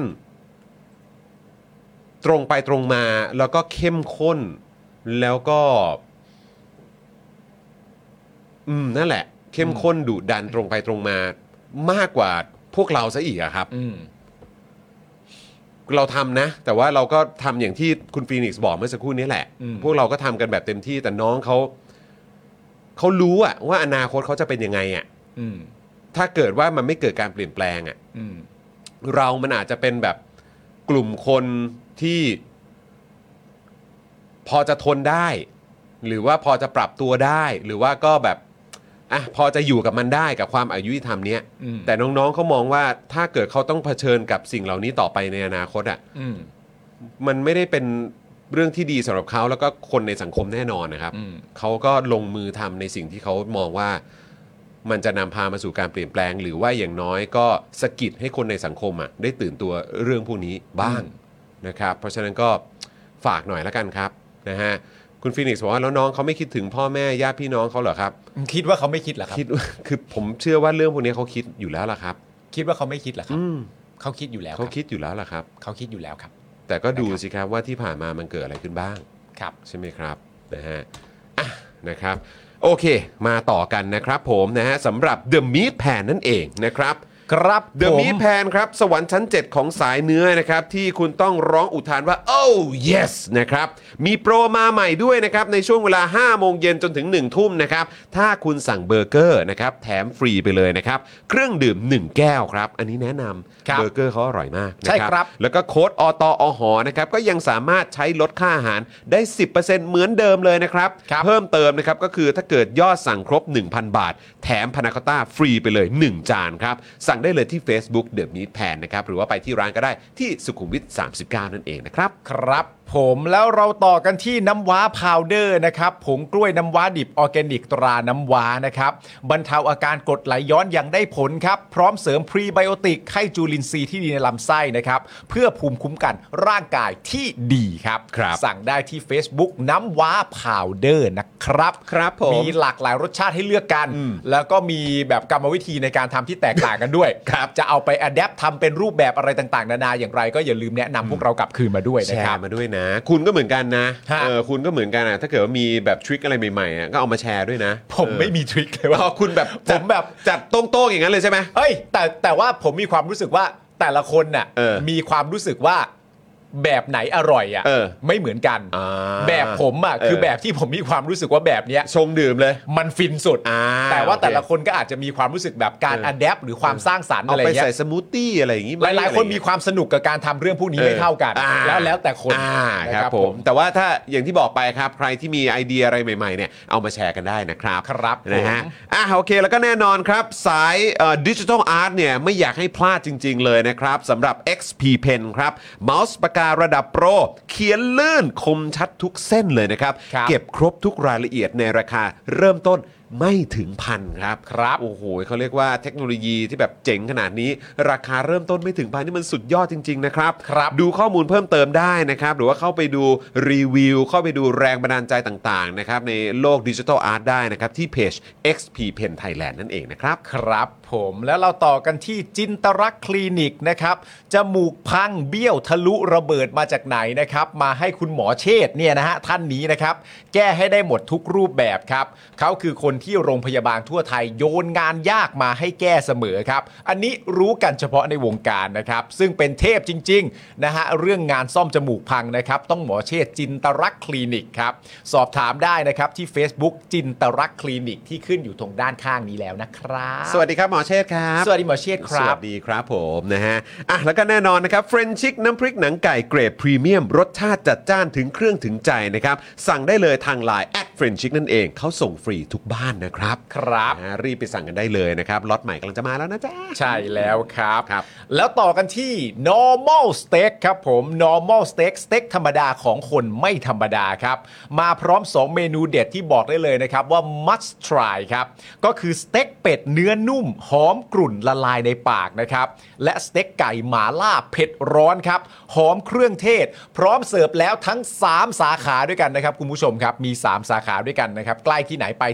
ตรงไปตรงมาแล้วก็เข้มข้น แล้วก็ อืมนั่นแหละ เข้มข้นดุดันตรงไปตรงมามากกว่าพวกเราซะอีกอะครับอืมเราทำนะ แต่ว่าเราก็ทำอย่างที่คุณฟีนิกซ์บอกเมื่อสักครู่นี้แหละ พวกเราก็ทำกันแบบเต็มที่แต่น้องเขาเขารู้อะว่าอนาคตเขาจะเป็นยังไงอะถ้าเกิดว่ามันไม่เกิดการเปลี่ยนแปลงอะเรามันอาจจะเป็นแบบกลุ่มคนที่พอจะทนได้หรือว่าพอจะปรับตัวได้หรือว่าก็แบบอ่ะพอจะอยู่กับมันได้กับความอายุธรรมเนี้ยแต่น้องๆเขามองว่าถ้าเกิดเขาต้องเผชิญกับสิ่งเหล่านี้ต่อไปในอนาคตอ่ะมันไม่ได้เป็นเรื่องที่ดีสำหรับเขาแล้วก็คนในสังคมแน่นอนนะครับเขาก็ลงมือทำในสิ่งที่เขามองว่ามันจะนำพามาสู่การเปลี่ยนแปลงหรือว่าอย่างน้อยก็สะกิดให้คนในสังคมอ่ะได้ตื่นตัวเรื่องพวกนี้บ้างนะครับเพราะฉะนั้นก็ฝากหน่อยละกันครับนะฮะคุณฟีนิกซ์บอกว่าแล้วน้องเขาไม่คิดถึงพ่อแม่ญาติพี่น้องเขาเหรอครับคิดว่าเขาไม่คิดเหรอครับคิดคือผมเชื่อว่าเรื่องพวกนี้เขาคิดอยู่แล้วล่ะครับคิดว่าเขาไม่คิดเหรอครับเขาคิดอยู่แล้วเขาคิดอยู่แล้วล่ะครับเขาคิดอยู่แล้วครับแต่ก็ดูสิครับว่าที่ผ่านมามันเกิดอะไรขึ้นบ้างครับใช่ไหมครับนะฮะอ่ะนะครับโอเคมาต่อกันนะครับผมนะฮะสำหรับ The Meat Pan นั่นเองนะครับครับ The Meat Pan ครับสวรรค์ชั้นเจ็ดของสายเนื้อนะครับที่คุณต้องร้องอุทานว่า oh yes นะครับมีโปรมาใหม่ด้วยนะครับในช่วงเวลาห้าโมงเย็นจนถึงหนึ่งทุ่มนะครับถ้าคุณสั่งเบอร์เกอร์นะครับแถมฟรีไปเลยนะครับเครื่องดื่มหนึ่งแก้วครับอันนี้แนะนำเบอร์เกอร์เขาอร่อยมากนะใช่ครับแล้วก็โค้ดอตอหนะครับก็ยังสามารถใช้ลดค่าอาหารได้ สิบเปอร์เซ็นต์ เหมือนเดิมเลยนะครับเพิ่มเติมนะครับก็คือถ้าเกิดยอดสั่งครบ หนึ่งพัน บาทแถมพานาคอตต้าฟรีไปเลยหนึ่งจานครับสั่งได้เลยที่ Facebook The Meat Pan นะครับหรือว่าไปที่ร้านก็ได้ที่สุขุมวิทสามสิบเก้านั่นเองนะครับครับผมแล้วเราต่อกันที่น้ำว้าพาวเดอร์นะครับผงกล้วยน้ำว้าดิบออร์แกนิกตราน้ำว้านะครับบรรเทาอาการกรดไหลย้อนอย่างได้ผลครับพร้อมเสริมพรีไบโอติกให้จุลินทรีย์ที่ดีในลำไส้นะครับเพื่อภูมิคุ้มกันร่างกายที่ดีครับสั่งได้ที่ Facebook น้ำว้าพาวเดอร์นะครับครับผมมีหลากหลายรสชาติให้เลือกกันแล้วก็มีแบบกรรมวิธีในการทำที่แตกต่างกันด้วยจะเอาไปอัดแอปทำเป็นรูปแบบอะไรต่างๆนานาอย่างไรก็อย่าลืมแนะนำพวกเรากลับคืนมาด้วยนะครับแชร์มาด้วยนะคุณก็เหมือนกันนะเออคุณก็เหมือนกันนะถ้าเกิดว่ามีแบบทริคอะไรใหม่ๆก็เอามาแชร์ด้วยนะผมไม่มีทริคเลยว่าคุณแบบผมแบบจัดโต้งๆอย่างนั้นเลยใช่ไหมเฮ้ยแต่แต่ว่าผมมีความรู้สึกว่าแต่ละคนน่ะมีความรู้สึกว่าแบบไหนอร่อยอ่ะไม่เหมือนกันแบบผมอ่ะคือแบบที่ผมมีความรู้สึกว่าแบบเนี้ยชงดื่มเลยมันฟินสุดแต่ว่าแต่ละคนก็อาจจะมีความรู้สึกแบบการอะแดปหรือความสร้างสรรค์อะไรเงี้ยเอาไปใส่สมูทตี้อะไรอย่างงี้หลายๆคนมีความสนุกกับการทำเรื่องพวกนี้ไม่เท่ากันแล้วแล้วแต่คนครับผมแต่ว่าถ้าอย่างที่บอกไปครับใครที่มีไอเดียอะไรใหม่ๆเนี่ยเอามาแชร์กันได้นะครับครับนะฮะอ่ะโอเคแล้วก็แน่นอนครับสายดิจิทัลอาร์ตเนี่ยไม่อยากให้พลาดจริงๆเลยนะครับสำหรับ เอ็กซ์ พี Pen ครับเมาส์ปากการะดับโปรเขียนลื่นคมชัดทุกเส้นเลยนะครับเก็บครบทุกรายละเอียดในราคาเริ่มต้นไม่ถึงพันครับครับโอ้โหเขาเรียกว่าเทคโนโลยีที่แบบเจ๋งขนาดนี้ราคาเริ่มต้นไม่ถึงพันนี่มันสุดยอดจริงๆนะครับดูข้อมูลเพิ่มเติมได้นะครับหรือว่าเข้าไปดูรีวิวเข้าไปดูแรงบันดาลใจต่างๆนะครับในโลกดิจิทัลอาร์ตได้นะครับที่เพจ เอ็กซ์ พี Pen Thailand นั่นเองนะครับครับผมแล้วเราต่อกันที่จินตรักษณ์คลินิกนะครับจมูกพังเบี้ยวทะลุระเบิดมาจากไหนนะครับมาให้คุณหมอเชษฐ์เนี่ยนะฮะท่านนี้นะครับแก้ให้ได้หมดทุกรูปแบบครับเขาคือคนที่โรงพยาบาลทั่วไทยโยนงานยากมาให้แก้เสมอครับอันนี้รู้กันเฉพาะในวงการนะครับซึ่งเป็นเทพจริงๆนะฮะเรื่องงานซ่อมจมูกพังนะครับต้องหมอเชษฐ์จินตรักษณ์คลินิกครับสอบถามได้นะครับที่ Facebook จินตรักษณ์คลินิกที่ขึ้นอยู่ตรงด้านข้างนี้แล้วนะครับสวัสดีครับหมอเชษฐ์ครับสวัสดีหมอเชษฐ์ครับสวัสดีครับผมนะฮะอ่ะแล้วก็แน่นอนนะครับเฟรนชิกน้ำพริกหนังไก่เกรดพรีเมียมรสชาติจัดจ้านถึงเครื่องถึงใจนะครับสั่งได้เลยทาง ไลน์ แอท เฟรนชิกนั่นเองเขาส่งฟรีทุกบ้านนะครับครับรีบไปสั่งกันได้เลยนะครับล็อตใหม่กำลังจะมาแล้วนะจ๊ะใช่แล้วครับครับแล้วต่อกันที่ normal steak ครับผม normal steak สเต็กธรรมดาของคนไม่ธรรมดาครับมาพร้อมสองเมนูเด็ดที่บอกได้เลยนะครับว่า must try ครับก็คือสเต็กเป็ดเนื้อนุ่มหอมกรุ่นละลายในปากนะครับและสเต็กไก่หม่าล่าเผ็ดร้อนครับหอมเครื่องเทศพร้อมเสิร์ฟแล้วทั้งสามสาขาด้วยกันนะครับคุณผู้ชมครับมีสามสาขาด้วยกันนะครับใกล้ที่ไหนไปที่นั่น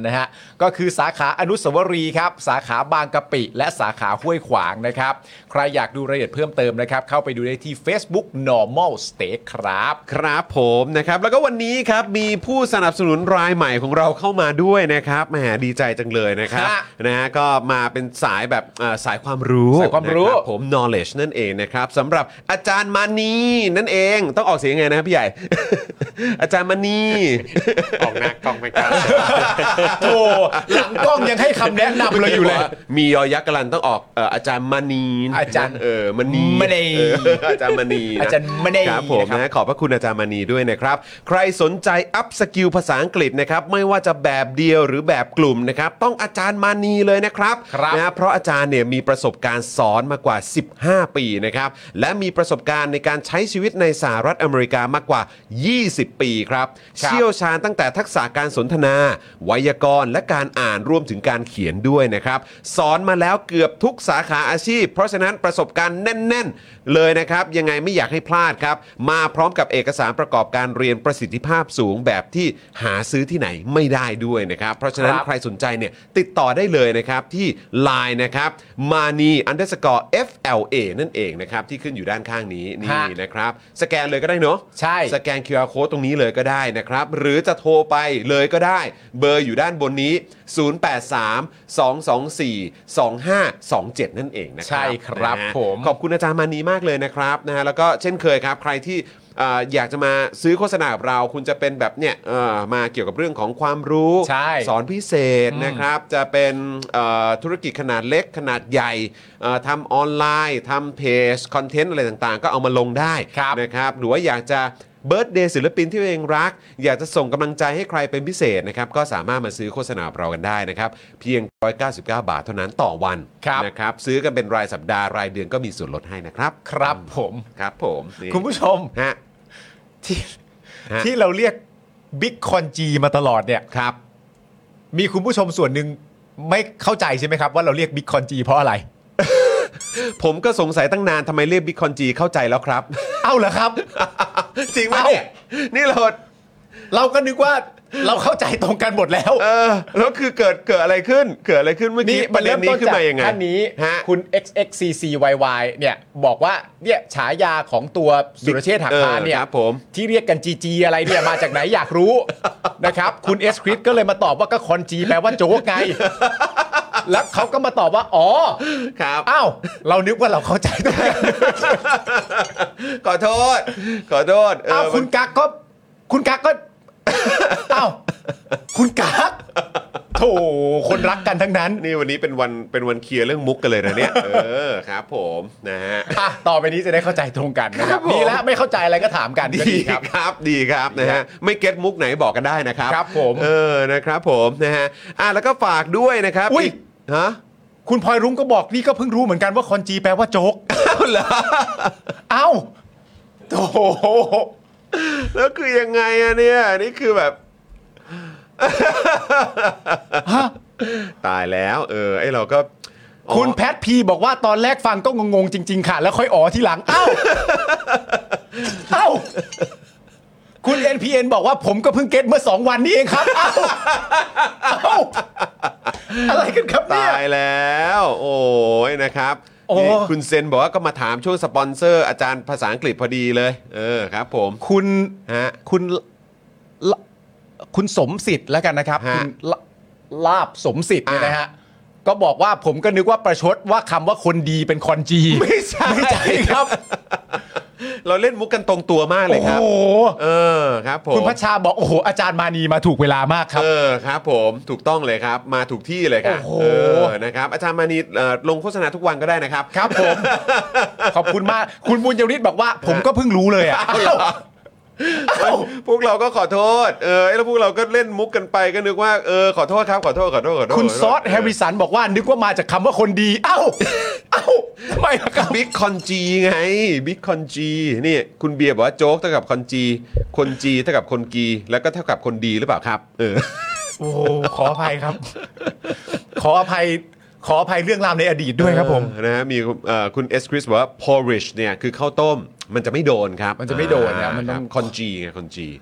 นะฮะก็คือสาขาอนุสาวรีย์ครับสาขาบางกะปิและสาขาห้วยขวางนะครับใครอยากดูรายละเอียดเพิ่มเติมนะครับเข้าไปดูได้ที่ Facebook Normal Steak ครับครับผมนะครับแล้วก็วันนี้ครับมีผู้สนับสนุนรายใหม่ของเราเข้ามาด้วยนะครับแหมดีใจจังเลยนะครับนะฮะก็มาเป็นสายแบบสายความรู้สายความรู้ผม knowledge นั่นเองนะครับสำหรับอาจารย์มานีนั่นเองต้องออกเสียงไงนะครับพี่ใหญ่ อาจารย์มานีออกหน้ากล้องไม่กล้าโธ่หลังกล้องยังให้คำแนะนำเราอยู่เลยมียอยักษ์กลันต้องออกอาจารย์มานีอาจารย์เออมานีมานีอาจารย์มานีอาจารย์มานีครับผมนะขอบพระคุณอาจารย์มานีด้วยนะครับใครสนใจอัพสกิลภาษาอังกฤษนะครับไม่ว่าจะแบบเดียวหรือแบบกลุ่มนะครับต้องอาจารย์มานีเลยนะครับนะเพราะอาจารย์เนี่ยมีประสบการณ์สอนมากว่าสิบห้าปีนะครับและมีประสบการณ์ในการใช้ชีวิตในสหรัฐอเมริกามากกว่ายี่สิบปีครับเชี่ยวชาญตั้งแต่ทักษะการสนทนาไวยากรณ์และการอ่านรวมถึงการเขียนด้วยนะครับสอนมาแล้วเกือบทุกสาขาอาชีพเพราะฉะนั้นประสบการณ์แน่นๆเลยนะครับยังไงไม่อยากให้พลาดครับมาพร้อมกับเอกสารประกอบการเรียนประสิทธิภาพสูงแบบที่หาซื้อที่ไหนไม่ได้ด้วยนะครับเพราะฉะนั้นใครสนใจเนี่ยติดต่อได้เลยนะครับที่ ไลน์ นะครับ mani underscore fla นั่นเองนะครับที่ขึ้นอยู่ด้านข้างนี้นี่นะครับสแกนเลยก็ได้เนาะใช่สแกน คิว อาร์ Code ตรงนี้เลยก็ได้นะครับหรือจะโทรไปเลยก็ได้เบอร์อยู่ด้านบนนี้ศูนย์ แปด สาม สอง สอง สี่ สอง ห้า สอง เจ็ดนั่นเองนะครับใช่ครับผมขอบคุณอาจารย์มานีมากเลยนะครับนะฮะแล้วก็เช่นเคยครับใครที่อยากจะมาซื้อโฆษณากับเราคุณจะเป็นแบบเนี่ยมาเกี่ยวกับเรื่องของความรู้สอนพิเศษนะครับจะเป็นธุรกิจขนาดเล็กขนาดใหญ่ทำออนไลน์ทำเพจคอนเทนต์อะไรต่างๆก็เอามาลงได้นะครับหรือว่าอยากจะเบิร์ธเดย์ศิลปินที่ตัวเองรักอยากจะส่งกำลังใจให้ใครเป็นพิเศษนะครับก็สามารถมาซื้อโฆษณาเรากันได้นะครับเพียงหนึ่งร้อยเก้าสิบเก้าบาทเท่านั้นต่อวันนะครับซื้อกันเป็นรายสัปดาห์รายเดือนก็มีส่วนลดให้นะครับครับผมครับผมคุณผู้ชมฮะที่ที่เราเรียกบิ๊กคอนจีมาตลอดเนี่ยครับมีคุณผู้ชมส่วนหนึ่งไม่เข้าใจใช่ไหมครับว่าเราเรียกบิ๊กคอนจีเพราะอะไรผมก็สงสัยตั้งนานทำไมเรียกบิ๊กคอนจีเข้าใจแล้วครับเอ้าเหรอครับจริงไหมเนี่ยนี่เราเราก็นึกว่าเราเข้าใจตรงกันหมดแล้วเออแล้วคือเกิดเกิดอะไรขึ้นเกิดอะไรขึ้นเมื่อกี้ประเด็นนี้ขึ้นมายังไงท่านนี้คุณ เอ็กซ์ เอ็กซ์ ซี ซี วาย วาย เนี่ยบอกว่าเนี่ยฉายาของตัวสุรเชษฐ์หักพานเนี่ยที่เรียกกันจีจีอะไรเนี่ยมาจากไหนอยากรู้นะครับคุณเอสคริสก็เลยมาตอบว่าก็คอนจีแปลว่าโจ๊กไงแล้วเขาก็มาตอบว่าอ๋อครับอ้าวเรานึกว่าเราเข้าใจตรงกันขอโทษขอโทษอ้าวคุณกั๊กก็คุณกั๊กก็อ้าวคุณกั๊กโธ่คนรักกันทั้งนั้นนี่วันนี้เป็นวันเป็นวันเคลียร์เรื่องมุกกันเลยนะเนี่ยเออครับผมนะฮะต่อไปนี้จะได้เข้าใจตรงกันนะครับดีแล้วไม่เข้าใจอะไรก็ถามกันดีครับดีครับนะฮะไม่เก็ตมุกไหนบอกกันได้นะครับครับผมเออนะครับผมนะฮะอ่ะแล้วก็ฝากด้วยนะครับอุ้ยฮะคุณพลอยรุ้งก็บอกนี่ก็เพิ่งรู้เหมือนกันว่าคอนจีแปลว่าโจ๊กอ้าวเหรอเอ้าโธ่แล้วคือยังไงอะเนี่ยนี่คือแบบตายแล้วเออไอเราก็คุณแพทพีบอกว่าตอนแรกฟังก็งงๆจริงๆค่ะแล้วค่อยอ๋อทีหลังเอ้าเอ้าคุณ เอ็น พี เอ็น บอกว่าผมก็เพิ่งเก็ตเมื่อสองวันนี้เองครับเอ้าเอ้าอะไรกันครับเนี่ยตายแล้วโอ้ยนะครับคุณเซนบอกว่าก็มาถามช่วงสปอนเซอร์อาจารย์ภาษาอังกฤษพอดีเลยเออครับผมคุณฮะคุณคุณสมสิทธิ์แล้วกันนะครับคุณลาบสมสิทธิ์เนี่ยนะฮะก็บอกว่าผมก็นึกว่าประชดว่าคำว่าคนดีเป็นคอนจีไม่ใช่ไม่ใช่ครับเราเล่นมุกกันตรงตัวมากเลยครับโอ้โหเออครับผมคุณพัชชาบอกโอ้โหอาจารย์มานีมาถูกเวลามากครับเออครับผมถูกต้องเลยครับมาถูกที่เลยครับเออนะครับอาจารย์มานีลงโฆษณาทุกวันก็ได้นะครับครับผมขอบคุณมากคุณบุญยฤทธิ์บอกว่าผมก็เพิ่งรู้เลยอ่ะพวกเราก็ขอโทษเออแล้วพวกเราก็เล่นมุกกันไปก็นึกว่าเออขอโทษครับขอโทษขอโทษขอโทษคุณซอสแฮร์ริสันบอกว่านึกว่ามาจากคำว่าคนดีเอ้าเอ้าทำไมครับบิ๊กคอนจีไงบิ๊กคอนจีนี่คุณเบียร์บอกว่าโจ๊กเท่ากับคอนจีคนจีเท่ากับคนกีแล้วก็เท่ากับคนดีหรือเปล่าครับเออโอ้ขออภัยครับขออภัยขออภัยเรื่องราวในอดีตด้วยครับผมนะฮะมีคุณเอสคริสบอกว่า porridge เนี่ยคือข้าวต้มมันจะไม่โดนครับมันจะไม่โดนครับมันต้องคอนจีไงคอนจี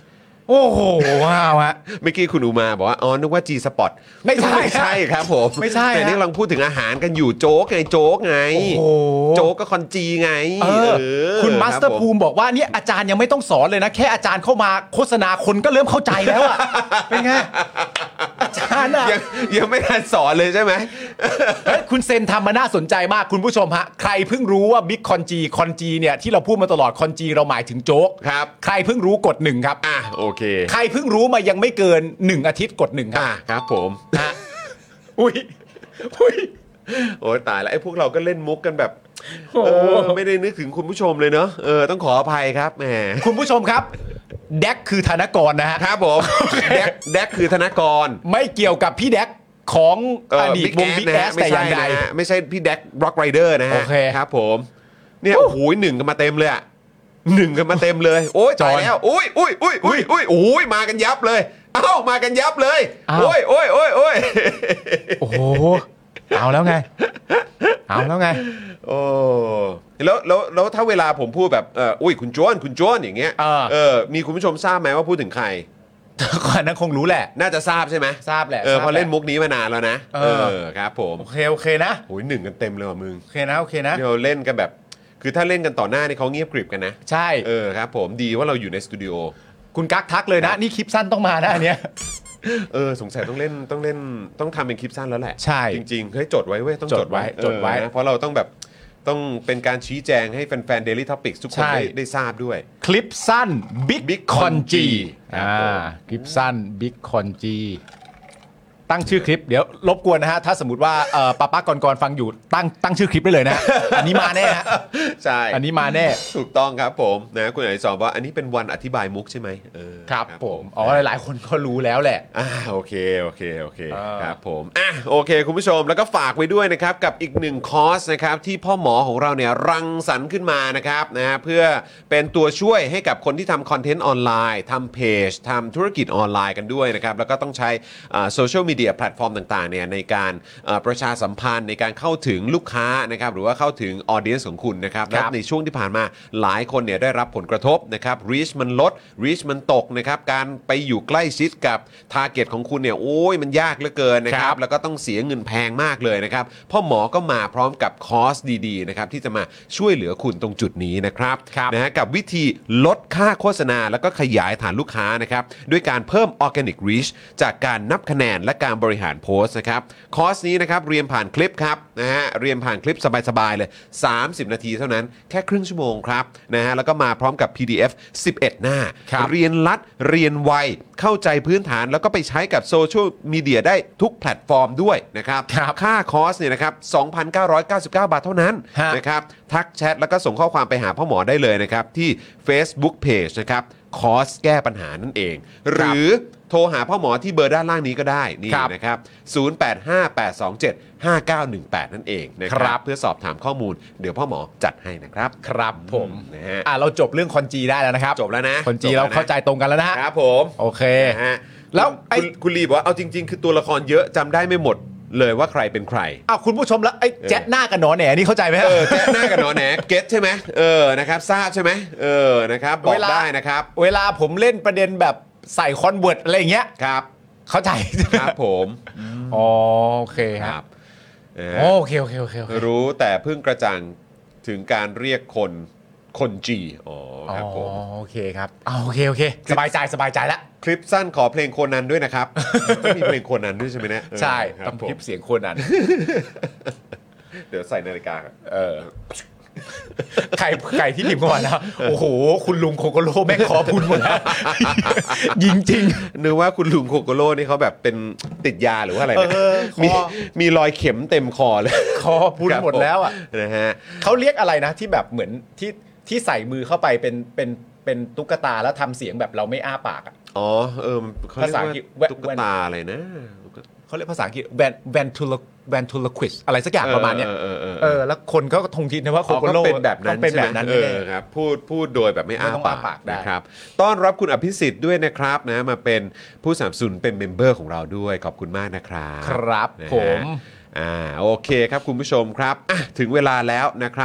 โอ้โหว้าวฮะเมื่อกี้คุณอุมาบอกว่าอ๋อนึกว่า G Spot ไม่ใช่ไม่ใช่ครับผมไม่ใช่แต่นี่ฮะกำลังพูดถึงอาหารกันอยู่โจ๊กไงโจ๊กไงโอ้โหโจ๊กก็คอนจีไงเออเออคุณมาสเตอร์บผภูมิบอกว่าเนี่ยอาจารย์ยังไม่ต้องสอนเลยนะ แค่อาจารย์เข้ามาโฆษณาคนก็เริ่มเข้าใจแล้วอะเป็นไงอาจารย์อะยังยังไม่ทันสอนเลยใช่ไหมเฮ้ยคุณเซนทำมาน่าสนใจมากคุณผู้ชมฮะใครเพิ่งรู้ว่าบิ๊กคอนจีคอนจีเนี่ยที่เราพูดมาตลอดคอนจีเราหมายถึงโจ๊กครับใครเพิ่งรู้กดหนึ่งครับอ่ะโอเคใครเพิ่งรู้มายังไม่เกินหนึ่งอาทิตย์กดหนึ่งครับอ่ะครับผมฮะอุ้ยอุ้ยโอ้ยตายแล้วไอ้พวกเราก็เล่นมุกกันแบบโอ้เออไม่ได้นึกถึงคุณผู้ชมเลยเนอะเออต้องขออภัยครับแหมคุณผู้ชมครับแดกคือธนกรนะฮะครับผมแดกแดกคือธนกรไม่เกี่ยวกับพี่แดกของเอออดีตบิ๊กวงแอบิ๊กนะแอฮะสไม่แต่อใช่ย่างใดนะฮะไม่ใช่พี่แดกร็อกไรเดอร์นะฮะโอเคครับผมเนี่ยโอ้โหหนึ่งกันมาเต็มเลยอะหนึ่งกันมาเต็มเลย โอ้ยจตาอย ยแล้วอุ้ยอุ้ยอุ้ยอุ้ยอุ้ยโอ้ยมากันยับเลยเอ้ามากันยับเลยอ้าวโอ้ยโอ้ยโอ้ยโอ้ยโอ้โหเอาแล้วไง เอาแล้วไงโอ้แล้วแล้วแล้วถ้าเวลาผมพูดแบบเอออุ้ยคุณโจนคุณโจนอย่างเงี้ยเออเออมีคุณผู้ชมทราบไหมว่าพูดถึงใครก่อนนั้นคงรู้แหละน่าจะทราบใช่ไหมทราบแหละเออทราบเพอเล่นแหละมุกนี้มานานแล้วนะเออครับผมโอเคโอเคนะโอ้ยหนึ่งกันเต็มเลยว่ะมึงโอเคนะโอเคนะเดี๋ยวเล่นกันแบบ คือถ้าเล่นกันต่อหน้านี่เขาเงียบกริบกันนะใช่เออครับผมดีว่าเราอยู่ในสตูดิโอคุณกั๊กทักเลยนะ นี่คลิปสั้นต้องมานะอันเนี้ยเออสงสัยต้องเล่นต้องเล่นต้องทำเป็นคลิปสั้นแล้วแหละใช่จริงๆเฮ้ยจดไว้เว้ยต้องจดไว้จดไว้เออนะเพราะเราต้องแบบต้องเป็นการชี้แจงให้แฟนๆ Daily Topics ทุกคนใช่ได้ได้ทราบด้วยคลิปสั้นบิ๊ก Big คอนจีครับอ่าผมคลิปสั้นบิ๊กคอนจีตั้งชื่อคลิปเดี๋ยวรบกวนนะฮะถ้าสมมติว่าเอ่อป้าป้าก่อนก่อนฟังอยู่ตั้งตั้งชื่อคลิปได้เลยนะ อันนี้มาแน่ฮะใช่อันนี้มาแน่ถูกต้องครับผมนะคุณอดิศรว่าอันนี้เป็นวันอธิบายมุกใช่ไหมเออครับผมอ๋อหลายๆคนก็รู้แล้วแหละอ่าโอเคโอเคโอเคอ่าครับผมอ่ะโอเค คุณผู้ชมแล้วก็ฝากไว้ด้วยนะครับกับอีกหนึ่งคอร์สนะครับที่พ่อหมอของเราเนี่ยรังสรรค์ขึ้นมานะครับนะฮะเพื่อเป็นตัวช่วยให้กับคนที่ทำคอนเทนต์ออนไลน์ทำเพจทำธุรกิจออนไลน์กันด้วยนะครับแล้วก็ต้องใช้โซเชียลมีเดียแพลตฟอร์มต่างๆเนี่ยในการเอ่อประชาสัมพันธ์ในการเข้าถึงลูกค้านะครับหรือว่าเข้าถึงออเดียนของคุณนะครับและในช่วงที่ผ่านมาหลายคนเนี่ยได้รับผลกระทบนะครับรีชมันลดรีชมันตกนะครับการไปอยู่ใกล้ชิดกับทาร์เก็ตของคุณเนี่ยโอ้ยมันยากเหลือเกินนะคครัรับบ แล้วก็ต้องเสียเงินแพงมากเลยนะครับพ่อหมอก็มาพร้อมกับคอร์สดีๆนะครับที่จะมาช่วยเหลือคุณตรงจุดนี้นะครับครับนะฮะกับวิธีลดค่าโฆษณาแล้วก็ขยายฐานลูกค้านะครับด้วยการเพิ่ม Organic Reach จากการนับคะแนนและการบริหารโพสต์นะครับคอร์สนี้นะครับเรียนผ่านคลิปครับนะฮะเรียนผ่านคลิปสบายๆเลยสามสิบนาทีเท่านั้นแค่ครึ่งชั่วโมงครับนะฮะแล้วก็มาพร้อมกับ พี ดี เอฟ สิบเอ็ด หน้าครับเรียนลัดเรียนไวเข้าใจพื้นฐานแล้วก็ไปใช้กับโซเชียลมีเดียได้ทุกแพลตฟอร์มด้วยนะครับครับค่าคอร์สเนี่ยนะครับ สองพันเก้าร้อยเก้าสิบเก้า บาทเท่านั้นฮะนะครับทักแชทแล้วก็ส่งข้อความไปหาพ่อหมอได้เลยนะครับที่ Facebook Page นะครับคอร์สแก้ปัญหานั่นเอง หรือโทรหาพ่อหมอที่เบอร์ด้านล่างนี้ก็ได้นี่ครับนะครับศูนย์ แปด ห้า แปด สอง เจ็ด ห้า เก้า หนึ่ง แปด นั่นเองนะคครัรับบ เพื่อสอบถามข้อมูลเดี๋ยวพ่อหมอจัดให้นะครับครับผมนะฮะอ่ะเราจบเรื่องคอนจีได้แล้วนะครับจบแล้วนะคอนจีจบแล้วเรานะเข้าใจตรงกันแล้วนะฮะครับผมโอเคนะฮะแล้วไอ้คุณคุณลีบอกว่าเอาจริง ๆ คือตัวละครเยอะจำได้ไม่หมดเลยว่าใครเป็นใครอ้าวคุณผู้ชมแล้วไอ้แจ๊ดหน้ากับหนอแหนนี่เข้าใจไหมฮะเออแจ๊หน้ากับหนอแหนเก็ตใช่ไหมเออนะครับทราบใช่ไหมเออนะครับบอกเวลาได้นะครับเวลาผมเล่นประเด็นแบบใส่คอนเวิร์ตอะไรอย่างเงี้ยครับเข้าใจใช่ไหมครับผมอ๋อโอเคคครัรับบ นะฮะโอเคโอเคโอเคโอเครู้แต่เพิ่งกระจ่างถึงการเรียกคนคนจีอ๋ออ๋อครับผมโอเคครับอ๋อโอเคโอเคสบายใจสบายใจแล้วคลิปสั้นขอเพลงโคนันด้วยนะครับ ต้องมีเพลงโคนันด้วยใช่ไหมเนี่ยเออใช่รับต้องผมคลิปเสียงคนนั้นเดี๋ยวใส่นาฬิกาก่อนเออใครใครที่พิมพ์เข้ามานะโอ้โห คุณลุงโคโกโร่แม่งขอพูดหมดแล้ว ยิงจริงนึกว่าคุณลุงโคโกโร่นี่เขาแบบเป็นติดยาหรือว่าอะไรนะเออคอมีมีรอยเข็มเต็มคอเลยคอพูดหมดแล้วอ่ะนะฮะเขาเรียกอะไรนะที่แบบเหมือนที่ที่ใส่มือเข้าไปเป็นเป็นเป็นตุ๊กตาแล้วทำเสียงแบบเราไม่อ้าปากอ่ะอ๋อเออเขาเรียกภาษาอังว่ากฤษแว่นตุ๊กตาอะไรนะเขาเรียกภาษาอังกฤษแวนแวนทูลแวนทูลควิสอะไรสักอย่างประมาณเนี้ยเออเออเออเออแล้วคนก็ทงทิศนะว่าโคเขาโกก็โร่เป็นแบบนั้นต้องเป็นใช่ไหแบมบนั้นเอแน่อครับพูดพูดโดยแบบไม่อ้าไม่ต้องปาอ้าปากกได้นะครับต้อนรับคุณอภิสิทธิ์ด้วยนะครับนะมาเป็นผู้สนับสนุนเป็นเมมเบอร์ของเราด้วยขอบคุณมากนะครับครับนะฮะผมอ่าโอเคครับคุณผู้ชมครับอ่ะถึงเวลาแล้วนะครับ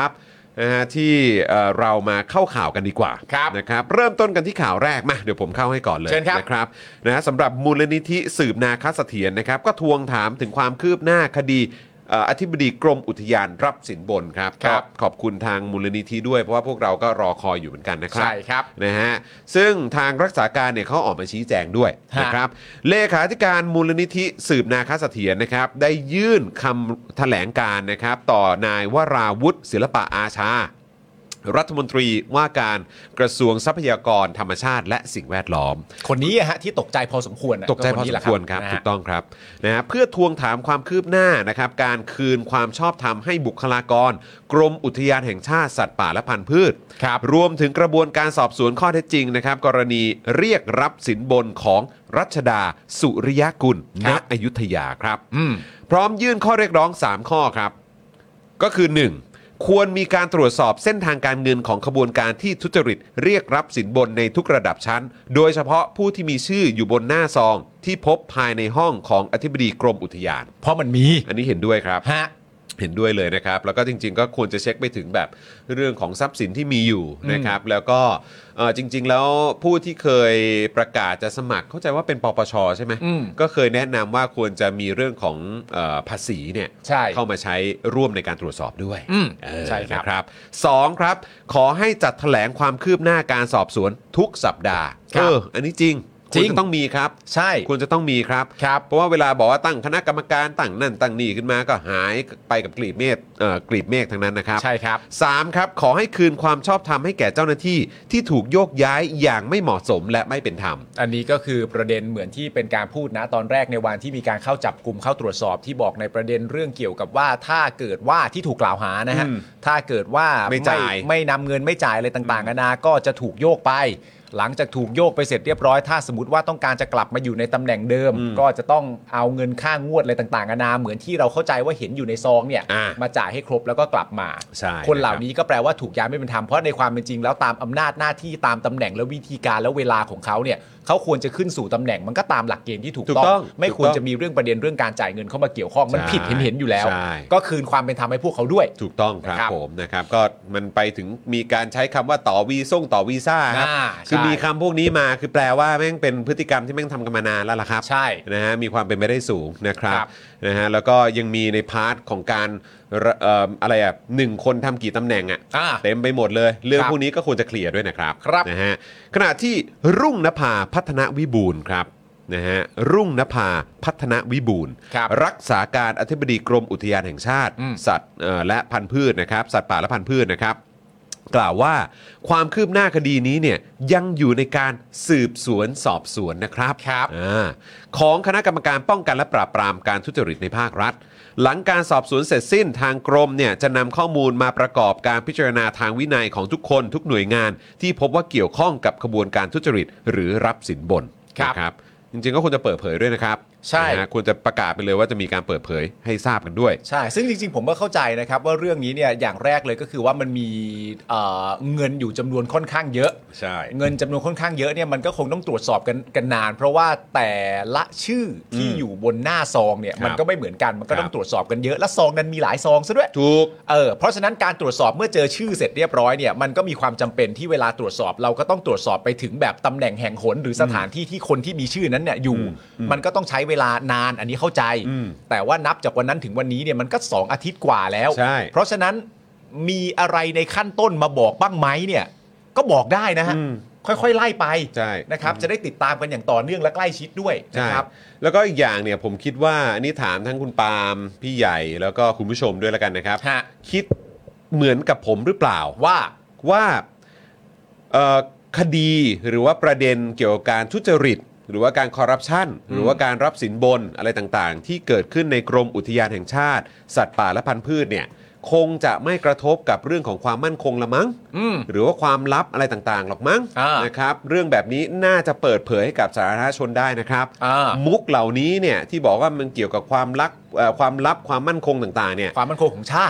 นะฮะที่เอ่อเรามาเข้าข่าวกันดีกว่าครับนะครับเริ่มต้นกันที่ข่าวแรกมาเดี๋ยวผมเข้าให้ก่อนเลยเชิญครับนะครับนะฮะสำหรับมูลนิธิสืบนาคเสถียรนะครับก็ทวงถามถึงความคืบหน้าคดีเอ่ออธิบดีกรมอุทยานรับสินบนครับครับก็ขอบคุณทางมูลนิธิด้วยเพราะว่าพวกเราก็รอคอยอยู่เหมือนกันนะครับใช่ครับนะฮะซึ่งทางรักษาการเนี่ยเขาออกมาชี้แจงด้วยฮะนะครับเลขาธิการมูลนิธิสืบนาคเสถียรนะครับได้ยื่นคำแถลงการนะครับต่อนายวราวุฒิศิลปะอาชา รัฐมนตรีว่าการกระทรวงทรัพยากรธรรมชาติและสิ่งแวดล้อมคนนี้อะฮะที่ตกใจพอสมควรนะตกใจพอสมควรครับนะฮะถูกต้องครับนะฮะเพื่อทวงถามความคืบหน้านะครับการคืนความชอบธรรมให้บุคลากร กรมอุทยานแห่งชาติสัตว์ป่าและพันธุ์พืชครับรวมถึงกระบวนการสอบสวนข้อเท็จจริงนะครับกรณีเรียกรับสินบนของรัชดาสุริยกุลณอยุธยาครับอืมพร้อมยื่นข้อเรียกร้องสามข้อครับก็คือหนึ่งควรมีการตรวจสอบเส้นทางการเงินของขบวนการที่ทุจริตเรียกรับสินบนในทุกระดับชั้น โดยเฉพาะผู้ที่มีชื่ออยู่บนหน้าซองที่พบภายในห้องของอธิบดีกรมอุทยานเพราะมันมีอันนี้เห็นด้วยครับฮะเห็นด้วยเลยนะครับแล้วก็จริงๆก็ควรจะเช็คไปถึงแบบเรื่องของทรัพย์สินที่มีอยู่นะครับแล้วก็เอ่อจริงๆแล้วผู้ที่เคยประกาศจะสมัครเข้าใจว่าเป็นปปชใช่ไหมอืมก็เคยแนะนำว่าควรจะมีเรื่องของเอ่อภาษีเนี่ยใช่เข้ามาใช้ร่วมในการตรวจสอบด้วยอืมเออใช่ครับนะครับสองครับขอให้จัดแถลงความคืบหน้าการสอบสวนทุกสัปดาห์ครับเอออันนี้จริงจริควรง จะต้องมีครับใช่ควรจะต้องมีครับครับเพราะว่าเวลาบอกว่าตั้งคณะกรรมการตั้งนั่นตั้งนี่ขึ้นมาก็หายไปกับกลีบเมฆเอ่อกลีบเมฆทั้งนั้นนะครับใช่ครับสามครับขอให้คืนความชอบธรรมให้แก่เจ้าหน้าที่ที่ถูกโยกย้ายอย่างไม่เหมาะสมและไม่เป็นธรรมอันนี้ก็คือประเด็นเหมือนที่เป็นการพูดนะตอนแรกในวันที่มีการเข้าจับกลุ่มเข้าตรวจสอบที่บอกในประเด็นเรื่องเกี่ยวกับว่าถ้าเกิดว่าที่ถูกกล่าวหานะฮะอืมถ้าเกิดว่าไม่จ่ายไม่นำเงินไม่จ่ายอะไรต่างๆนานาก็จะถูกโยกไป หลังจากถูกโยกไปเสร็จเรียบร้อยถ้าสมมติว่าต้องการจะกลับมาอยู่ในตำแหน่งเดิม ก็จะต้องเอาเงินค่างวดอะไรต่างๆนานาเหมือนที่เราเข้าใจว่าเห็นอยู่ในซองเนี่ยอ่ามาจ่ายให้ครบแล้วก็กลับมาใช่คนเหล่านะครับนี้ก็แปลว่าถูกย้ายไม่เป็นธรรมเพราะในความเป็นจริงแล้วตามอำนาจหน้าที่ตามตำแหน่งและวิธีการและเวลาของเขาเนี่ยเขาควรจะขึ้นสู่ตำแหน่งมันก็ตามหลักเกณฑ์ที่ถูกถูกต้ต้ออง งไม่ควรถูกต้องจะมีเรื่องประเด็นเรื่องการจ่ายเงินเข้ามาเกี่ยวข้องมันใช่ผิดเห็นเห็นอยู่แล้วใช่ก็คืนความเป็นธรรมให้พวกเขาด้วยถูกต้องครับนะครับผมนะครับก็มันไปถึงมีการใช้คำว่าต่อวีซ่งต่อวีซ่าครับอ่าคือใช่มีคำพวกนี้มาคือแปลว่าแม่งเป็นพฤติกรรมที่แม่งทำกันมานานแล้วล่ะครับใช่นะฮะมีความเป็นไปได้สูงนะครับครับนะฮะแล้วก็ยังมีในพาร์ทของการระเอ่ออะไรอ่ะหนึ่งคนทำกี่ตำแหน่งอ่ะอ่าเต็มไปหมดเลย เรื่องครับพวกนี้ก็ควรจะเคลียร์ด้วยนะครับครับนะฮะขณะที่รุ่งนภาพัฒนวิบูลย์ครับนะฮะรุ่งนภาพัฒนวิบูลย์ครับรักษาการอธิบดีกรมอุทยานแห่งชาติอืมสัตว์เอ่อและพันธุ์พืชนะครับสัตว์ป่าและพันธุ์พืชนะครับ กล่าวว่าความคืบหน้าคดีนี้เนี่ยยังอยู่ในการสืบสวนสอบสวนนะครับครับอาของคณะกรรมการป้องกันและปราบปรามการทุจริตในภาครัฐ หลังการสอบสวนเสร็จสิ้นทางกรมเนี่ยจะนำข้อมูลมาประกอบการพิจารณาทางวินัยของทุกคนทุกหน่วยงาน ที่พบว่าเกี่ยวข้องกับขบวนการทุจริตหรือรับสินบนครับนะครับจริงๆก็ควรจะเปิดเผยด้วยนะครับใช่นะฮะควรจะประกาศไปเลยว่าจะมีการเปิดเผยให้ทราบกันด้วยใช่ ซึ่งจริงๆ ผมก็เข้าใจนะครับว่าเรื่องนี้เนี่ยอย่างแรกเลยก็คือว่ามันมีเอ่อเงินอยู่จำนวนค่อนข้างเยอะใช่เงินจำนวนค่อนข้างเยอะเนี่ยมันก็คงต้องตรวจสอบกันกันนาน เพราะว่าแต่ละชื่อที่อยู่บนหน้าซองเนี่ยครับมันก็ไม่เหมือนกันมันก็ต้อครังบตรวจสอบกันเยอะและซองนั้นมีหลายซองซะด้วยถูกเออเพราะฉะนั้นการตรวจสอบเมื่อเจอชื่อเสร็จเรียบร้อยเนี่ยมันก็มีความจำเป็นที่เวลาตรวจสอบเราก็ต้องตรวจสอบไปถึงแบบตำแหน่งแห่งหนหรือสถานที่ที่คนที่มีชื่อนั้นเนี่ยอยู่ มันก็ต้องใช้เวลานานอันนี้เข้าใจอืมแต่ว่านับจากวันนั้นถึงวันนี้เนี่ยมันก็สองอาทิตย์กว่าแล้วใช่เพราะฉะนั้นมีอะไรในขั้นต้นมาบอกบ้างไหมเนี่ยก็บอกได้นะฮะอืมค่อยๆ ไล่ไปใช่นะครับจะได้ติดตามกันอย่างต่อเนื่องและใกล้ชิดด้วยใช่นะครับแล้วก็อีกอย่างเนี่ยผมคิดว่าอันนี้ถามทั้งคุณปาล์มพี่ใหญ่แล้วก็คุณผู้ชมด้วยแล้วกันนะครับฮะคิดเหมือนกับผมหรือเปล่าว่าว่าเอ่อคดีหรือว่าประเด็นเกี่ยวกับการทุจริต หรือว่าการคอร์รัปชันหรือว่าการรับสินบนอะไรต่างๆ ที่เกิดขึ้นในกรมอุทยานแห่งชาติ สัตว์ป่าและพันธุ์พืชเนี่ยคงจะไม่กระทบกับเรื่องของความมั่นคงละมั้งอืมหรือว่าความลับอะไรต่างๆหรอกมั้งอ่านนะครับเรื่องแบบนี้น่าจะเปิดเผยให้กับสาธารณชนได้นะครับอ่ามุกเหล่านี้เนี่ยที่บอกว่ามันเกี่ยวกับความลับเอ่อความลับความมั่นคงต่างๆเนี่ยความมั่นคงของชาติ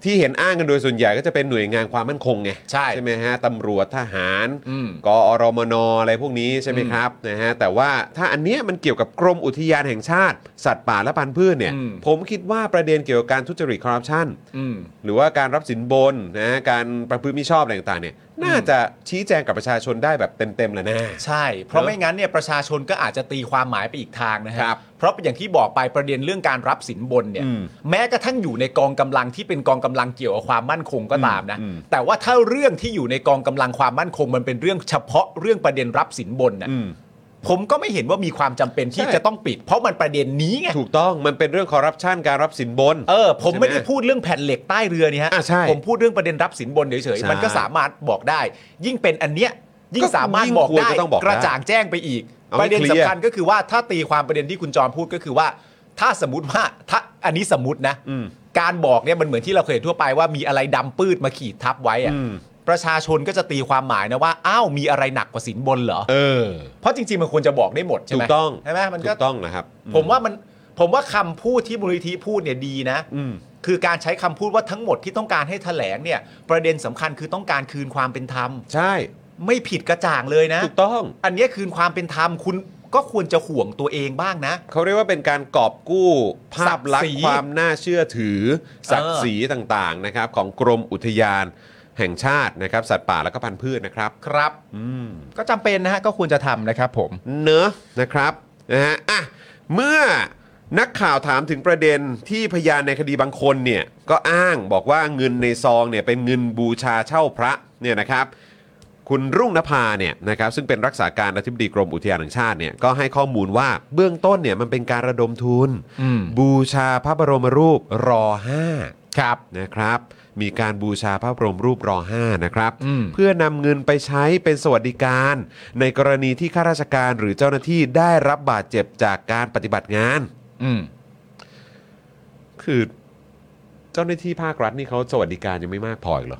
ที่เห็นอ้างกันโดยส่วนใหญ่ก็จะเป็นหน่วยงานความมั่นคงไงใช่ใช่ไหมฮะตำรวจทหารอืมกอรมนอะไรพวกนี้ใช่ไหมครับนะฮะแต่ว่าถ้าอันเนี้ยมันเกี่ยวกับกรมอุทยานแห่งชาติสัตว์ป่าและพันธุ์พืชเนี่ยอืมผมคิดว่าประเด็นเกี่ยวกับการทุจริตคอร์รัปชันอืมหรือว่าการรับสินบนนะการประพฤติมิชอบอะไรต่างๆเนี่ยน่าจะชี้แจงกับประชาชนได้แบบเต็มๆแล้วนะใช่ เพราะไม่งั้นเนี่ยประชาชนก็อาจจะตีความหมายไปอีกทางนะฮะครับเพราะอย่างที่บอกไปประเด็นเรื่องการรับสินบนเนี่ยอืมแม้กระทั่งอยู่ในกองกำลังที่เป็นกองกำลังเกี่ยวกับความมั่นคงก็ตามนะอืมแต่ว่าถ้าเรื่องที่อยู่ในกองกำลังความมั่นคงมันเป็นเรื่องเฉพาะเรื่องประเด็นรับสินบนน่ะอืมผมก็ไม่เห็นว่ามีความจำเป็นที่ใช่จะต้องปิด เพราะมันประเด็นนี้ไงถูกต้องมันเป็นเรื่องคอร์รัปชันการรับสินบนเออผมไม่ได้ใช่หพูดเรื่องแผ่นเหล็กใต้เรือนี่ฮะอ่ะใช่ผมพูดเรื่องประเด็นรับสินบนเฉยใช่ๆมันก็สามารถบอกได้ ยิ่งเป็นอันเนี้ยยิ่งสามารถยิ่งบอกควรได้จะต้องบอกได้กระจ่างแจ้งไปอีกเอาให้ประเด็นเคลีสำยร์คัญก็คือว่าถ้าตีความประเด็นที่คุณจรพูดก็คือว่า ถ้าสมมติว่าถ้าอันนี้สมมตินะอืมการบอกเนี่ยมันเหมือนที่เราเคยเห็นทั่วไปว่ามีอะไรดำปื้ดมาขีดทับไว้อะอืมประชาชนก็จะตีความหมายนะว่าอ้าวมีอะไรหนักกว่าสินบนเหรอเออเพราะจริงๆมันควรจะบอกได้หมดใช่ไหมถูกต้องใช่ไหมมันถูก็กต้องนะครับผมว่ามันผมว่าคำพูดที่มูลนิธิพูดเนี่ยดีนะอืมคือการใช้คำพูดว่าทั้งหมดที่ต้องการให้แถลงเนี่ย ประเด็นสำคัญคือต้องการคืนความเป็นธรรมใช่ไม่ผิดกระจ่างเลยนะถูกต้องอันเนี้ยคืนความเป็นธรรมคุณก็ควรจะห่วงตัวเองบ้างนะเขาเรียกว่าเป็นการกอบกู้ภาพลักศักดิ์ษศรีณ์ความน่าเชื่อถือศักดิ์ศรีต่างๆนะครับของกรมอุทยานแห่งชาตินะครับสัตว์ป่าและก็พันธุ์พืชนะครับครับอืมก็จำเป็นนะฮะก็ควรจะทำนะครับผมเนอะนะครับนะฮะอ่ะเมื่อนักข่าวถามถึงประเด็นที่พยานในคดีบางคนเนี่ยก็อ้างบอกว่าเงินในซองเนี่ยเป็นเงินบูชาเช่าพระเนี่ยนะครับคุณรุ่งนภาเนี่ยนะครับซึ่งเป็นรักษาการอธิบดีกรมอุทยานแห่งชาติเนี่ยก็ให้ข้อมูลว่าเบื้องต้นเนี่ยมันเป็นการระดมทุนอืมบูชาพระบรมรูปรอห้าครับนะครับมีการบูชาพระบรมรูปรอห้านะครับอืมเพื่อนำเงินไปใช้เป็นสวัสดิการ ในกรณีที่ข้าราชการหรือเจ้าหน้าที่ได้รับบาดเจ็บจากการปฏิบัติงานอืมคือเจ้าหน้าที่ภาครัฐนี่เขาสวัสดิการยังไม่มากพออีกเหรอ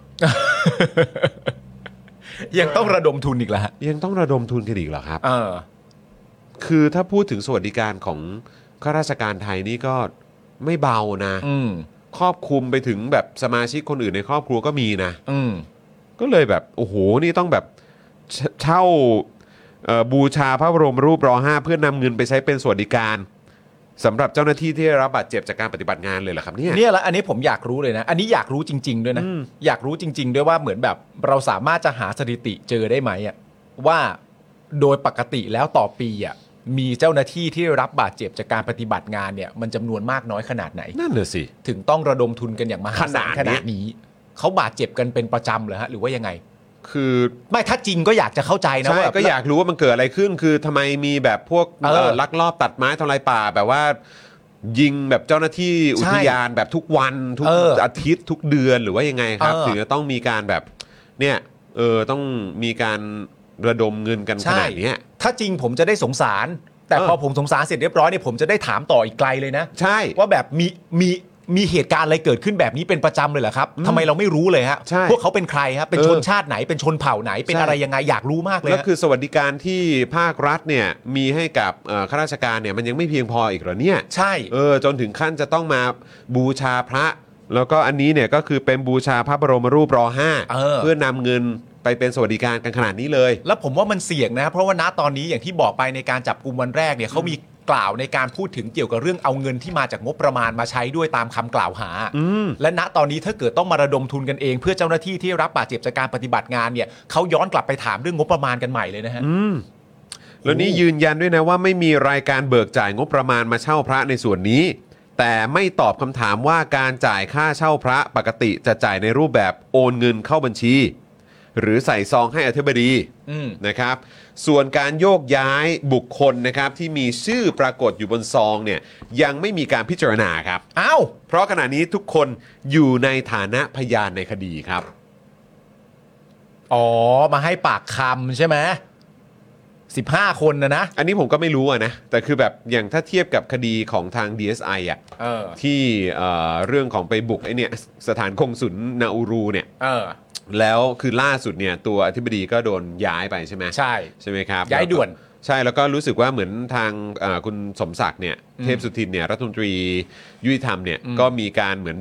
ยังต้องระดมทุนอีกแล้วฮะยังต้องระดมทุนกันอีกเหรอครับเออคือถ้าพูดถึงสวัสดิการของข้าราชการไทยนี่ก็ไม่เบานะอืมครอบคลุมไปถึงแบบสมาชิกคนอื่นในครอบครัวก็มีนะอืมก็เลยแบบโอ้โหนี่ต้องแบบเชเช่าเอ่อบูชาพระบรมรูปรอห้าเพื่อนำเงินไปใช้เป็นสวัสดิการสำหรับเจ้าหน้าที่ที่ได้รับบาดเจ็บจากการปฏิบัติงานเลยเหรอครับเนี่ยเนี่ยแหละอันนี้ผมอยากรู้เลยนะ อันนี้อยากรู้จริง ๆ ด้วยนะอืมอยากรู้จริง ๆ ด้วยว่าเหมือนแบบเราสามารถจะหาสถิติเจอได้ไหมอะว่าโดยปกติแล้วต่อปีอะมีเจ้าหน้าที่ที่รับบาดเจ็บจากการปฏิบัติงานเนี่ยมันจำนวนมากน้อยขนาดไหนนั่นน่ะสิถึงต้องระดมทุนกันอย่างมหาศาลขขนาดนี้นาดนี้เขาบาดเจ็บกันเป็นประจำเหรอฮะหรือว่ายังไงคือไม่ถ้าจริงก็อยากจะเข้าใจนะใช่ว่าแบบก็อยากรู้ว่ามันเกิดอะไรขึ้น คือทำไมมีแบบพวกเออเอ่อลักลอบตัดไม้ทำลายป่าแบบว่า ยิงแบบเจ้าหน้าที่อุทยานแบบทุกวันทุกเอออาทิตย์ทุกเดือนหรือว่ายังไงครับเออถึงจะต้องมีการแบบเนี่ยเออต้องมีการระดมเงินกันขนาดเนี้ยถ้าจริงผมจะได้สงสาร แต่เออพอผมสงสารเสร็จเรียบร้อยเนี่ยผมจะได้ถามต่ออีกไกลเลยนะใช่ว่าแบบมีมีมีเหตุการณ์อะไรเกิดขึ้นแบบนี้เป็นประจำเลยเหรอครับทำไมเราไม่รู้เลยฮะใช่พวกเขาเป็นใครครับเป็นเออชนชาติไหนเป็นชนเผ่าไหนเป็นใช่อะไรยังไงอยากรู้มากเลยแล้วฮะคือสวัสดิการที่ภาครัฐเนี่ยมีให้กับเอ่อข้าราชการเนี่ยมันยังไม่เพียงพออีกเหรอเนี่ยใช่เออจนถึงขั้นจะต้องมาบูชาพระ แล้วก็อันนี้เนี่ยก็คือเป็นบูชาพระบรมรูปรอห้าเออเพื่อนำเงินไปเป็นสวัสดิการกันขนาดนี้เลยแล้วผมว่ามันเสี่ยงนะเพราะว่าณตอนนี้อย่างที่บอกไปในการจับกลุ่มวันแรกเนี่ยเขามีกล่าวในการพูดถึงเกี่ยวกับเรื่องเอาเงินที่มาจากงบประมาณมาใช้ด้วยตามคำกล่าวหา และณตอนนี้ถ้าเกิดต้องมาระดมทุนกันเองเพื่อเจ้าหน้าที่ที่รับบาดเจ็บจากการปฏิบัติงานเนี่ยเขาย้อนกลับไปถามเรื่องงบประมาณกันใหม่เลยนะฮะแล้วนี่ยืนยันด้วยนะว่าไม่มีรายการเบิกจ่ายงบประมาณมาเช่าพระในส่วนนี้ แต่ไม่ตอบคำถามว่าการจ่ายค่าเช่าพระปกติจะจ่ายในรูปแบบโอนเงินเข้าบัญชี หรือใส่ซองให้อธิบดีอืมนะครับ ส่วนการโยกย้ายบุคคลนะครับที่มีชื่อปรากฏอยู่บนซองเนี่ยยังไม่มีการพิจารณาครับอ้าวเพราะขณะนี้ทุกคนอยู่ในฐานะพยานในคดีครับอ๋อมาให้ปากคำใช่ไหมสิบห้าคนนะนะอันนี้ผมก็ไม่รู้อะนะแต่คือแบบอย่างถ้าเทียบกับคดีของทาง ดี เอส ไอ อ่ะเออที่เอ่อเรื่องของไปบุกไอเนี่ยสถานกงสุลนาอูรูเนี่ยเออแล้วคือล่าสุดเนี่ยตัวอธิบดีก็โดนย้ายไปใช่ไหมใช่ใช่ไหมครับย้ายด่วนใช่แล้วก็รู้สึกว่าเหมือนทางเอ่อคุณสมศักดิ์เนี่ยเทพสุทินเนี่ยรัฐมนตรียุติธรรมเนี่ยก็มีการเหมือนแบบ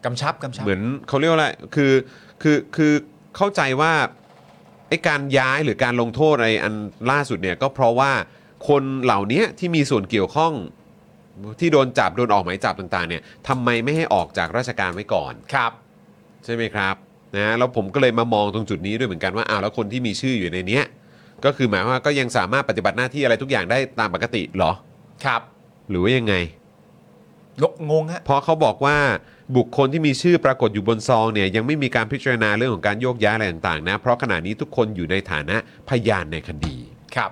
กำชับกำชับเหมือนเขาเรียกว่าอะไรคือคือคือเข้าใจว่าไอ้การย้ายหรือการลงโทษอะไรอันล่าสุดเนี่ยก็เพราะว่าคนเหล่านี้ที่มีส่วนเกี่ยวข้องที่โดนจับโดนออกหมายจับต่างๆเนี่ยทำไมไม่ให้ออกจากราชการไว้ก่อนครับใช่ไหมครับนะแล้วผมก็เลยมามองตรงจุดนี้ด้วยเหมือนกันว่าอ้าวแล้วคนที่มีชื่ออยู่ในเนี้ยก็คือหมายว่าก็ยังสามารถปฏิบัติหน้าที่อะไรทุกอย่างได้ตามปกติเหรอครับหรือว่ายังไงงงงฮะเพราะเขาบอกว่าบุคคลที่มีชื่อปรากฏอยู่บนซองเนี่ยยังไม่มีการพิจารณาเรื่องของการโยกย้ายอะไรต่างๆนะเพราะขณะนี้ทุกคนอยู่ในฐานะพยานในคดีครับ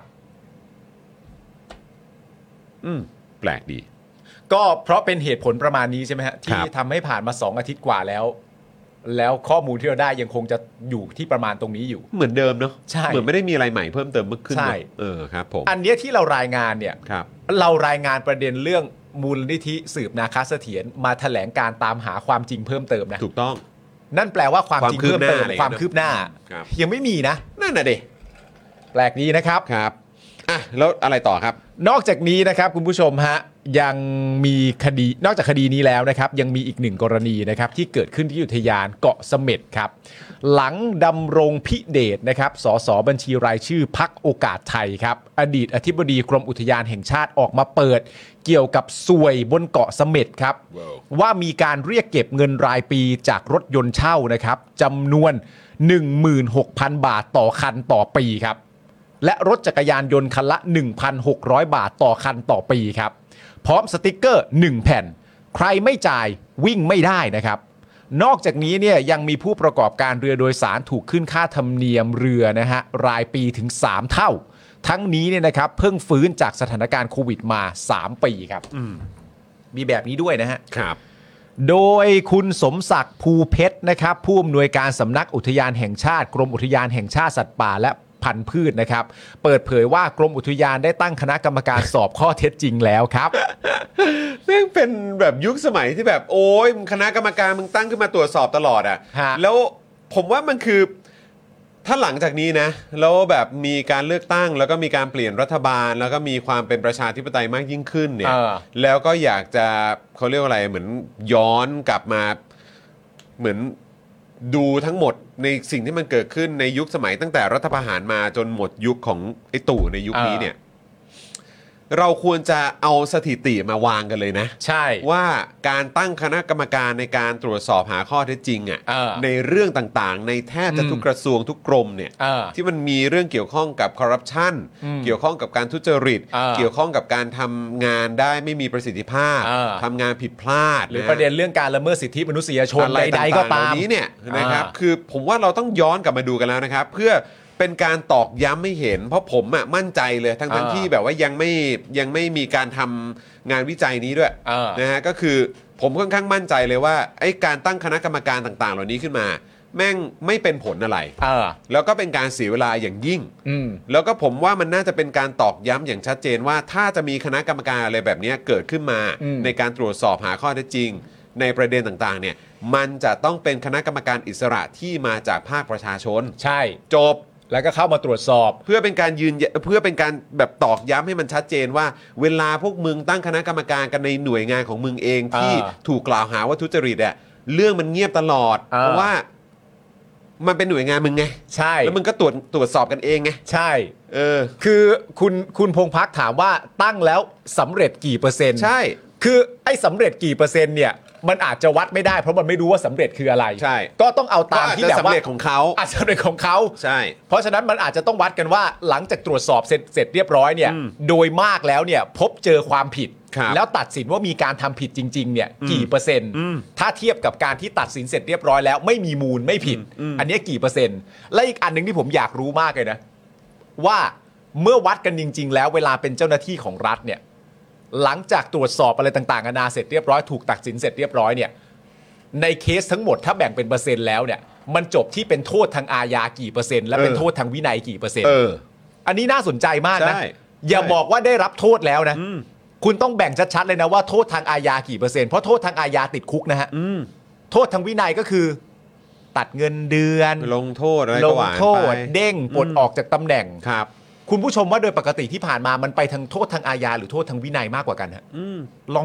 อืมแปลกดีก็เพราะเป็นเหตุผลประมาณนี้ใช่ไหมฮะคที่รับทำให้ผ่านมาสองอาทิตย์กว่าแล้ว แล้วข้อมูลที่เราได้ยังคงจะอยู่ที่ประมาณตรงนี้อยู่เหมือนเดิมเนาะใช่เหมือนไม่ได้มีอะไรใหม่เพิ่มเติมมากขึ้นใช่เนอะเออครับผมอันเนี้ยที่เรารายงานเนี่ยครับเรารายงานประเด็นเรื่องมูลนิธิสืบนาคเสถียรมาแถลงการตามหาความจริงเพิ่มเติมนะถูกต้องนั่นแปลว่าความจริงเพิ่มเติมความคืบหน้าอะไรความคืบหน้าครับยังไม่มีนะนั่นน่ะเด็แปลกดีนะครับครับอ่ะแล้วอะไรต่อครับนอกจากนี้นะครับคุณผู้ชมฮะยังมีคดีนอกจากคดีนี้แล้วนะครับยังมีอีกหนึ่งกรณีนะครับที่เกิดขึ้นที่อุทยานเกาะเสม็ดครับหลังดำรงพิเดชนะครับสสบัญชีรายชื่อพรรคโอกาสไทยครับอดีตอธิบดีกรมอุทยานแห่งชาติออกมาเปิด เกี่ยวกับสวยบนเกาะเสม็ดครับ wow. ว่ามีการเรียกเก็บเงินรายปีจากรถยนต์เช่านะครับจำนวน หนึ่งหมื่นหกพัน บาทต่อคันต่อปีครับและรถจักรยานยนต์คันละ หนึ่งพันหกร้อย บาทต่อคันต่อปีครับพร้อมสติกเกอร์หนึ่งแผ่นใครไม่จ่ายวิ่งไม่ได้นะครับนอกจากนี้เนี่ยยังมีผู้ประกอบการเรือโดยสารถูกขึ้นค่าธรรมเนียมเรือนะฮะรายปีถึงสามเท่าทั้งนี้เนี่ยนะครับเพิ่งฟื้นจากสถานการณ์โควิดมาสามปีครับมีแบบนี้ด้วยนะฮะครับโดยคุณสมศักดิ์ภูเพชรนะครับผู้อำนวยการสำนักอุทยานแห่งชาติกรมอุทยานแห่งชาติสัตว์ป่าและพันธุ์พืชนะครับเปิดเผยว่ากรมอุทยานได้ตั้งคณะกรรมการสอบข้อเท็จจริงแล้วครับแม่งเป็นแบบยุคสมัยที่แบบโอ้ยคณะกรรมการมึงตั้งขึ้นมาตรวจสอบตลอดอ่ะฮะแล้วผมว่ามันคือถ้าหลังจากนี้นะแล้วแบบมีการเลือกตั้งแล้วก็มีการเปลี่ยนรัฐบาล แล้วก็มีความเป็นประชาธิปไตยมากยิ่งขึ้นเนี่ยเออแล้วก็อยากจะเขาเรียกว่าอะไรเหมือนย้อนกลับมาเหมือนดูทั้งหมดในสิ่งที่มันเกิดขึ้นในยุคสมัยตั้งแต่รัฐประหารมาจนหมดยุคของไอ้ตู่ในยุคนี้เนี่ยเราควรจะเอาสถิติมาวางกันเลยนะใช่ว่าการตั้งคณะกรรมการในการตรวจสอบหาข้อเท็จจริงอ่ะเออในเรื่องต่างๆ ในแทบจะอืมทุกกระทรวงทุกกรมเนี่ยเออที่มันมีเรื่องเกี่ยวข้องกับคอร์รัปชันอืมเกี่ยวข้องกับการทุจริตเออเกี่ยวข้องกับการทำงานได้ไม่มีประสิทธิภาพเออทำงานผิดพลาดหรือะ ประเด็นเรื่องการละเมิดสิทธิมนุษยชนอะไรใดๆก็ตามเหล่นี้เนี่ยนะครับอ่าคือผมว่าเราต้องย้อนกลับมาดูกันแล้วนะครับ เพื่อเป็นการตอกย้ำให้เห็น เพราะผมอ่ะมั่นใจเลยทั้งทั้งอ่าที่แบบว่ายังไม่ยังไม่มีการทำงานวิจัยนี้ด้วยอ่านนะฮะก็คือผมค่อนข้างมั่นใจเลยว่าไอ้การตั้งคณะกรรมการต่าง ๆ เหล่านี้ขึ้นมา แม่งไม่เป็นผลอะไรเออแล้วก็เป็นการเสียเวลาอย่างยิ่งอืมแล้วก็ผมว่ามันน่าจะเป็นการตอกย้ำอย่างชัดเจนว่าถ้าจะมีคณะกรรมการอะไรแบบนี้เกิดขึ้นมาอืมในการตรวจสอบหาข้อเท็จจริง ในประเด็นต่างๆเนี่ยมันจะต้องเป็นคณะกรรมการอิสระที่มาจากภาคประชาชนใช่จบแล้วก็เข้ามาตรวจสอบเพื่อเป็นการยืนยันเพื่อเป็นการแบบตอกย้ำให้มันชัดเจนว่า เวลาพวกมึงตั้งคณะกรรมการกันในหน่วยงานของมึงเองที่อ่าถูกกล่าวหาว่าทุจริตอะเรื่องมันเงียบตลอดอ่าเพราะว่ามันเป็นหน่วยงานมึงไงใช่แล้วมึงก็ตรวจตรวจสอบกันเองไงใช่เออคือคุณคุณพงษ์พักถามว่าตั้งแล้วสำเร็จกี่เปอร์เซ็นต์ใช่คือไอ้สำเร็จกี่เปอร์เซ็นต์เนี่ยมันอาจจะวัดไม่ได้เพราะมันไม่รู้ว่าสำเร็จคืออะไรใช่ก็ต้องเอาก็ตามอาจที่จะแบบสำว่าเร็จของเขาอาจจะสำเร็จของเขาใช่เพราะฉะนั้นมันอาจจะต้องวัดกันว่าหลังจากตรวจสอบเสร็จเสร็จเรียบร้อยเนี่ยอืมโดยมากแล้วเนี่ยพบเจอความผิดครับแล้วตัดสินว่ามีการทำผิดจริงๆเนี่ยกี่เปอร์เซ็นต์อืมถ้าเทียบกับการที่ตัดสินเสร็จเรียบร้อยแล้วไม่มีมูลไม่ผิดอืมอันนี้กี่เปอร์เซ็นต์และอีกอันหนึงที่ผมอยากรู้มากเลยนะว่าเมื่อวัดกันจริง ๆ แล้วเวลาเป็นเจ้าหน้าที่ของรัฐเนี่ยหลังจากตรวจสอบอะไรต่างๆนานาเสร็จเรียบร้อยถูกตัดสินเสร็จเรียบร้อยเนี่ยในเคสทั้งหมดถ้าแบ่งเป็นเปอร์เซ็นต์แล้วเนี่ยมันจบที่เป็นโทษทางอาญากี่เปอร์เซ็นต์และเป็นเออโทษทางวินัยกี่เปอร์เซ็นต์เอออันนี้น่าสนใจมากนะใช่อย่าใช่บอกว่าได้รับโทษแล้วนะอืมคุณต้องแบ่งชัดๆเลยนะว่าโทษทางอาญากี่เปอร์เซ็นต์เพราะโทษทางอาญาติดคุกนะฮะอืมโทษทางวินัยก็คือ ตัดเงินเดือนลงโทษอะไรลก็งว่ากันโทไปษเด้งปลดอืมออกจากตำแหน่งครับคุณผู้ชมว่าโดยปกติที่ผ่านมามันไปทางโทษทางอาญาหรือโทษทางวินัยมากกว่ากันฮะอืมลองแบบ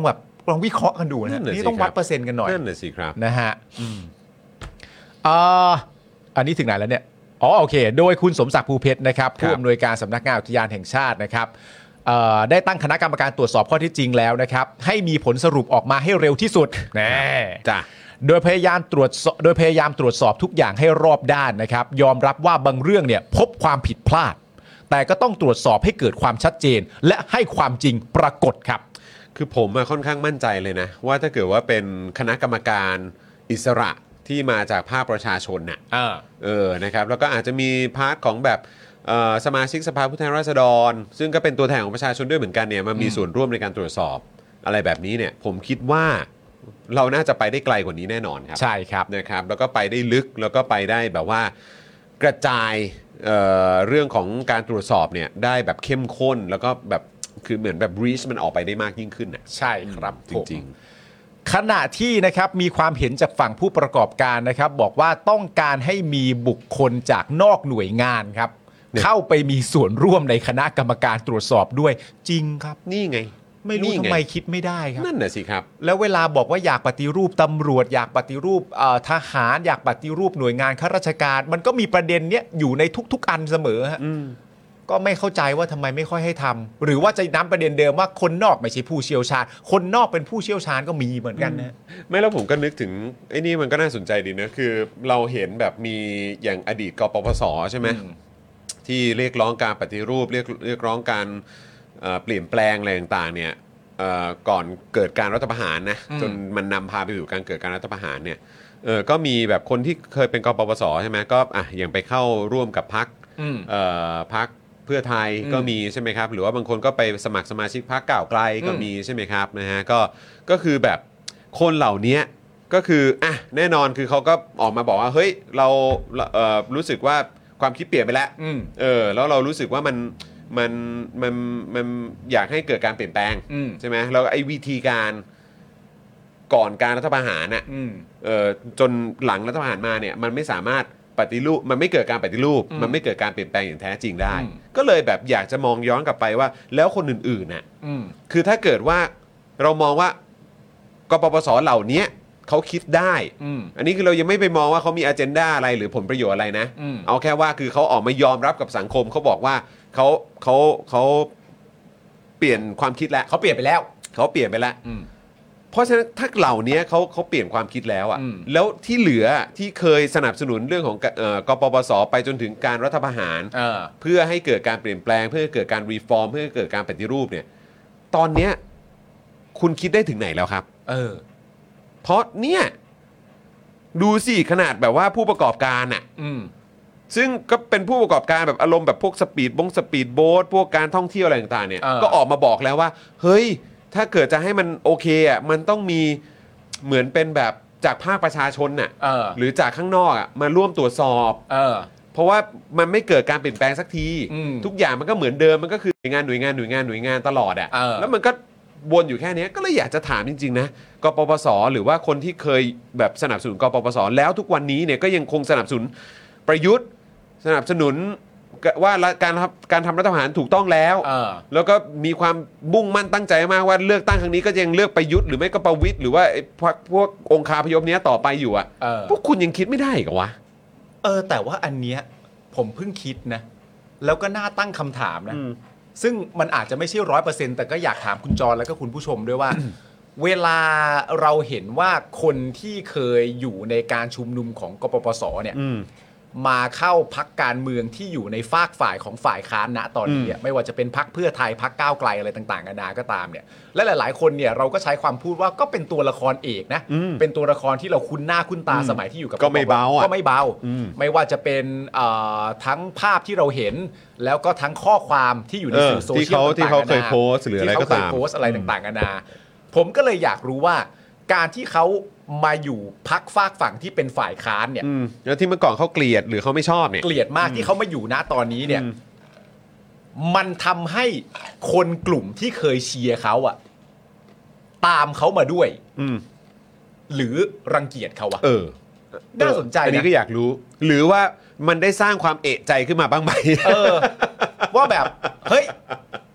ลองวิเคราะห์กันดูนะนั่นน่ะสินี่ต้องวัดครับเปอร์เซ็นต์กันหน่อยนั่นน่ะสิครับนะฮะอ่าอันนี้ถึงไหนแล้วเนี่ยอ๋อโอเคโดยคุณสมศักดิ์ภูเพชรนะครับผู้อำนวยการสำนักงานอุทยานแห่งชาตินะครับเอ่อได้ตั้งคณะกรรมการตรวจสอบข้อเท็จจริงแล้วนะครับให้มีผลสรุปออกมาให้เร็วที่สุดแน่จ้ะโดยพยายามตรวจสอบโดยพยายามตรวจสอบทุกอย่างให้รอบด้านนะครับยอมรับว่าบางเรื่องเนี่ยพบความผิดพลาด แต่ก็ต้องตรวจสอบให้เกิดความชัดเจน และให้ความจริงปรากฏครับคือผมอะค่อนข้างมั่นใจเลยนะว่าถ้าเกิดว่าเป็นคณะกรรมการอิสระที่มาจากภาคประชาชนน่ะอ่าเออนะครับแล้วก็อาจจะมีพาร์ทของแบบเอ่อสมาชิกสภาผู้แทนราษฎร ซึ่งก็เป็นตัวแทนของประชาชนด้วยเหมือนกันเนี่ยมามีส่วนร่วมในการตรวจสอบอะไรแบบนี้เนี่ยผมคิดว่าเราน่าจะไปได้ไกลกว่านี้แน่นอนครับใช่ครับนะครับแล้วก็ไปได้ลึกแล้วก็ไปได้แบบว่ากระจายเอ่อเรื่องของการตรวจสอบเนี่ยได้แบบเข้มข้นแล้วก็แบบคือเหมือนแบบ reach มันออกไปได้มากยิ่งขึ้นน่ะใช่ครับจริงขณะที่นะครับมีความเห็นจากฝั่งผู้ประกอบการนะครับบอกว่าต้องการให้มีบุคคลจากนอกหน่วยงานครับเข้าไปมีส่วนร่วมในคณะกรรมการตรวจสอบด้วยจริงครับๆนี่ไงไม่รู้นี่ทำงไมคิดไม่ได้ครับนั่นน่ะสิครับแล้วเวลาบอกว่าอยากปฏิรูปตำรวจอยากปฏิรูปเอ่อทหารอยากปฏิรูปหน่วยงานข้าราชการ มันก็มีประเด็นเนี้ยอยู่ในทุกๆอันเสมอฮะก็ไม่เข้าใจว่าทำไมไม่ค่อยให้ทำหรือว่าจะน้ำประเด็นเดิมว่าคนนอกไม่ใช่ผู้เชี่ยวชาญ คนนอกเป็นผู้เชี่ยวชาญก็มีเหมือนกันนะไม่แล้วผมก็นึกถึงไอ้นี่มันก็น่าสนใจดีนะคือเราเห็นแบบมีอย่างอดีตกปปสใช่ไหมที่เรียกร้องการปฏิรูปเรียกเรียกร้องการเอ่อเปลี่ยนแปลงอะไรต่างๆเนี่ยเอ่อก่อนเกิดการรัฐประหารนะจนมันนำพาไปสู่การเกิดการรัฐประหารเนี่ยเออก็มีแบบคนที่เคยเป็นกปปสใช่ไหมก็อ่ะอย่างไปเข้าร่วมกับพรรคเอ่อพรรคเพื่อไทยก็มีใช่ไหมครับหรือว่าบางคนก็ไปสมัครสมาชิกพรรคก้าวไกลก็มีใช่ไหมครับนะฮะก็ก็คือแบบคนเหล่านี้ก็คืออ่ะแน่นอนคือเขาก็ออกมาบอกว่าเฮ้ยเราเอ่อรู้สึกว่าความคิดเปลี่ยนไปแล้วเออแล้วเรารู้สึกว่ามันมันมันมันอยากให้เกิดการเปลี่ยนแปลงใช่ไหมแล้วไอ้วิธีการก่อนการรัฐประหารน่ะเออจนหลังรัฐประหารมาเนี่ยมันไม่สามารถปฏิรูปมันไม่เกิดการปฏิรูปมันไม่เกิดการเปลี่ยนแปลงอย่างแท้จริงได้ก็เลยแบบอยากจะมองย้อนกลับไปว่าแล้วคนอื่นๆน่ะคือถ้าเกิดว่าเรามองว่ากปปสเหล่านี้เขาคิดได้อันนี้คือเรายังไม่ไปมองว่าเขามีอเจนดาอะไรหรือผลประโยชน์อะไรนะเอาแค่ว่าคือเขาออกมายอมรับกับสังคมเขาบอกว่าเขาเขาเขาเปลี่ยนความคิดแล้วเขาเปลี่ยนไปแล้วเขาเปลี่ยนไปแล้วเพราะฉะนั้นถ้าเหล่านี้เขาเขาเปลี่ยนความคิดแล้วอ่ะแล้วที่เหลือที่เคยสนับสนุนเรื่องของเอ่อกปปสไปจนถึงการรัฐประหารเพื่อให้เกิดการเปลี่ยนแปลงเพื่อให้เกิดการรีฟอร์มเพื่อให้เกิดการปฏิรูปเนี่ยตอนเนี้ยคุณคิดได้ถึงไหนแล้วครับเออเพราะเนี่ยดูสิขนาดแบบว่าผู้ประกอบการอ่ะซึ่งก็เป็นผู้ประกอบการแบบอารมณ์แบบพวกสปีดบงสปีดโบ๊ทพวกการท่องเที่ยวอะไรต่างๆเนี่ยก็ออกมาบอกแล้วว่าเฮ้ยถ้าเกิดจะให้มันโอเคอ่ะมันต้องมีเหมือนเป็นแบบจากภาคประชาชนน่ะหรือจากข้างนอกอ่ะมาร่วมตรวจสอบเพราะว่ามันไม่เกิดการเปลี่ยนแปลงสักทีทุกอย่างมันก็เหมือนเดิมมันก็คือหน่วยงานหน่วยงานหน่วยงานหน่วยงานตลอดอ่ะแล้วมันก็วนอยู่แค่นี้ก็เลยอยากจะถามจริงๆนะกปปสหรือว่าคนที่เคยแบบสนับสนุนกปปสแล้วทุกวันนี้เนี่ยก็ยังคงสนับสนุนประยุทธ์สนับสนุนว่าการการทำรัฐประหารถูกต้องแล้วแล้วก็มีความมุ่งมั่นตั้งใจมากว่าเลือกตั้งครั้งนี้ก็ยังเลือกประยุทธ์หรือไม่ก็ประวิตรหรือว่าพวกพวกองคาพยพนี้ต่อไปอยู่อ่ะพวกคุณยังคิดไม่ได้เหรอวะเออแต่ว่าอันเนี้ยผมเพิ่งคิดนะแล้วก็น่าตั้งคำถามนะซึ่งมันอาจจะไม่ใช่ร้อยเปอร์เซ็นต์แต่ก็อยากถามคุณจรแล้วก็คุณผู้ชมด้วยว่า เวลาเราเห็นว่าคนที่เคยอยู่ในการชุมนุมของกปปสเนี่ยมาเข้าพักการเมืองที่อยู่ในฝากฝ่ายของฝ่ายค้านณตอนนี้ไม่ว่าจะเป็นพรรคเพื่อไทยพรรคก้าวไกลอะไรต่างๆนานาก็ตามเนี่ยและหลายๆคนเนี่ยเราก็ใช้ความพูดว่าก็เป็นตัวละครเอกนะเป็นตัวละครที่เราคุ้นหน้าคุ้นตาสมัยที่อยู่กับก็ไม่เบาก็ไม่เบาไม่ว่าจะเป็นทั้งภาพที่เราเห็นแล้วก็ทั้งข้อความที่อยู่ในสื่อโซเชียลที่เขาเคยโพสหรืออะไรก็ตามโพสอะไรต่างๆนานาผมก็เลยอยากรู้ว่าการที่เขามาอยู่พักฝากฝั่งที่เป็นฝ่ายค้านเนี่ยแล้วที่เมื่อก่อนเขาเกลียดหรือเขาไม่ชอบเนี่ยเกลียดมากที่เขามาอยู่ณตอนนี้เนี่ยมันทำให้คนกลุ่มที่เคยเชียร์เขาอะตามเขามาด้วยหรือรังเกียจเขาอะเออน่าสนใจนะอันนี้ก็อยากรู้หรือว่ามันได้สร้างความเอะใจขึ้นมาบ้างไหมเออว่าแบบเฮ้ย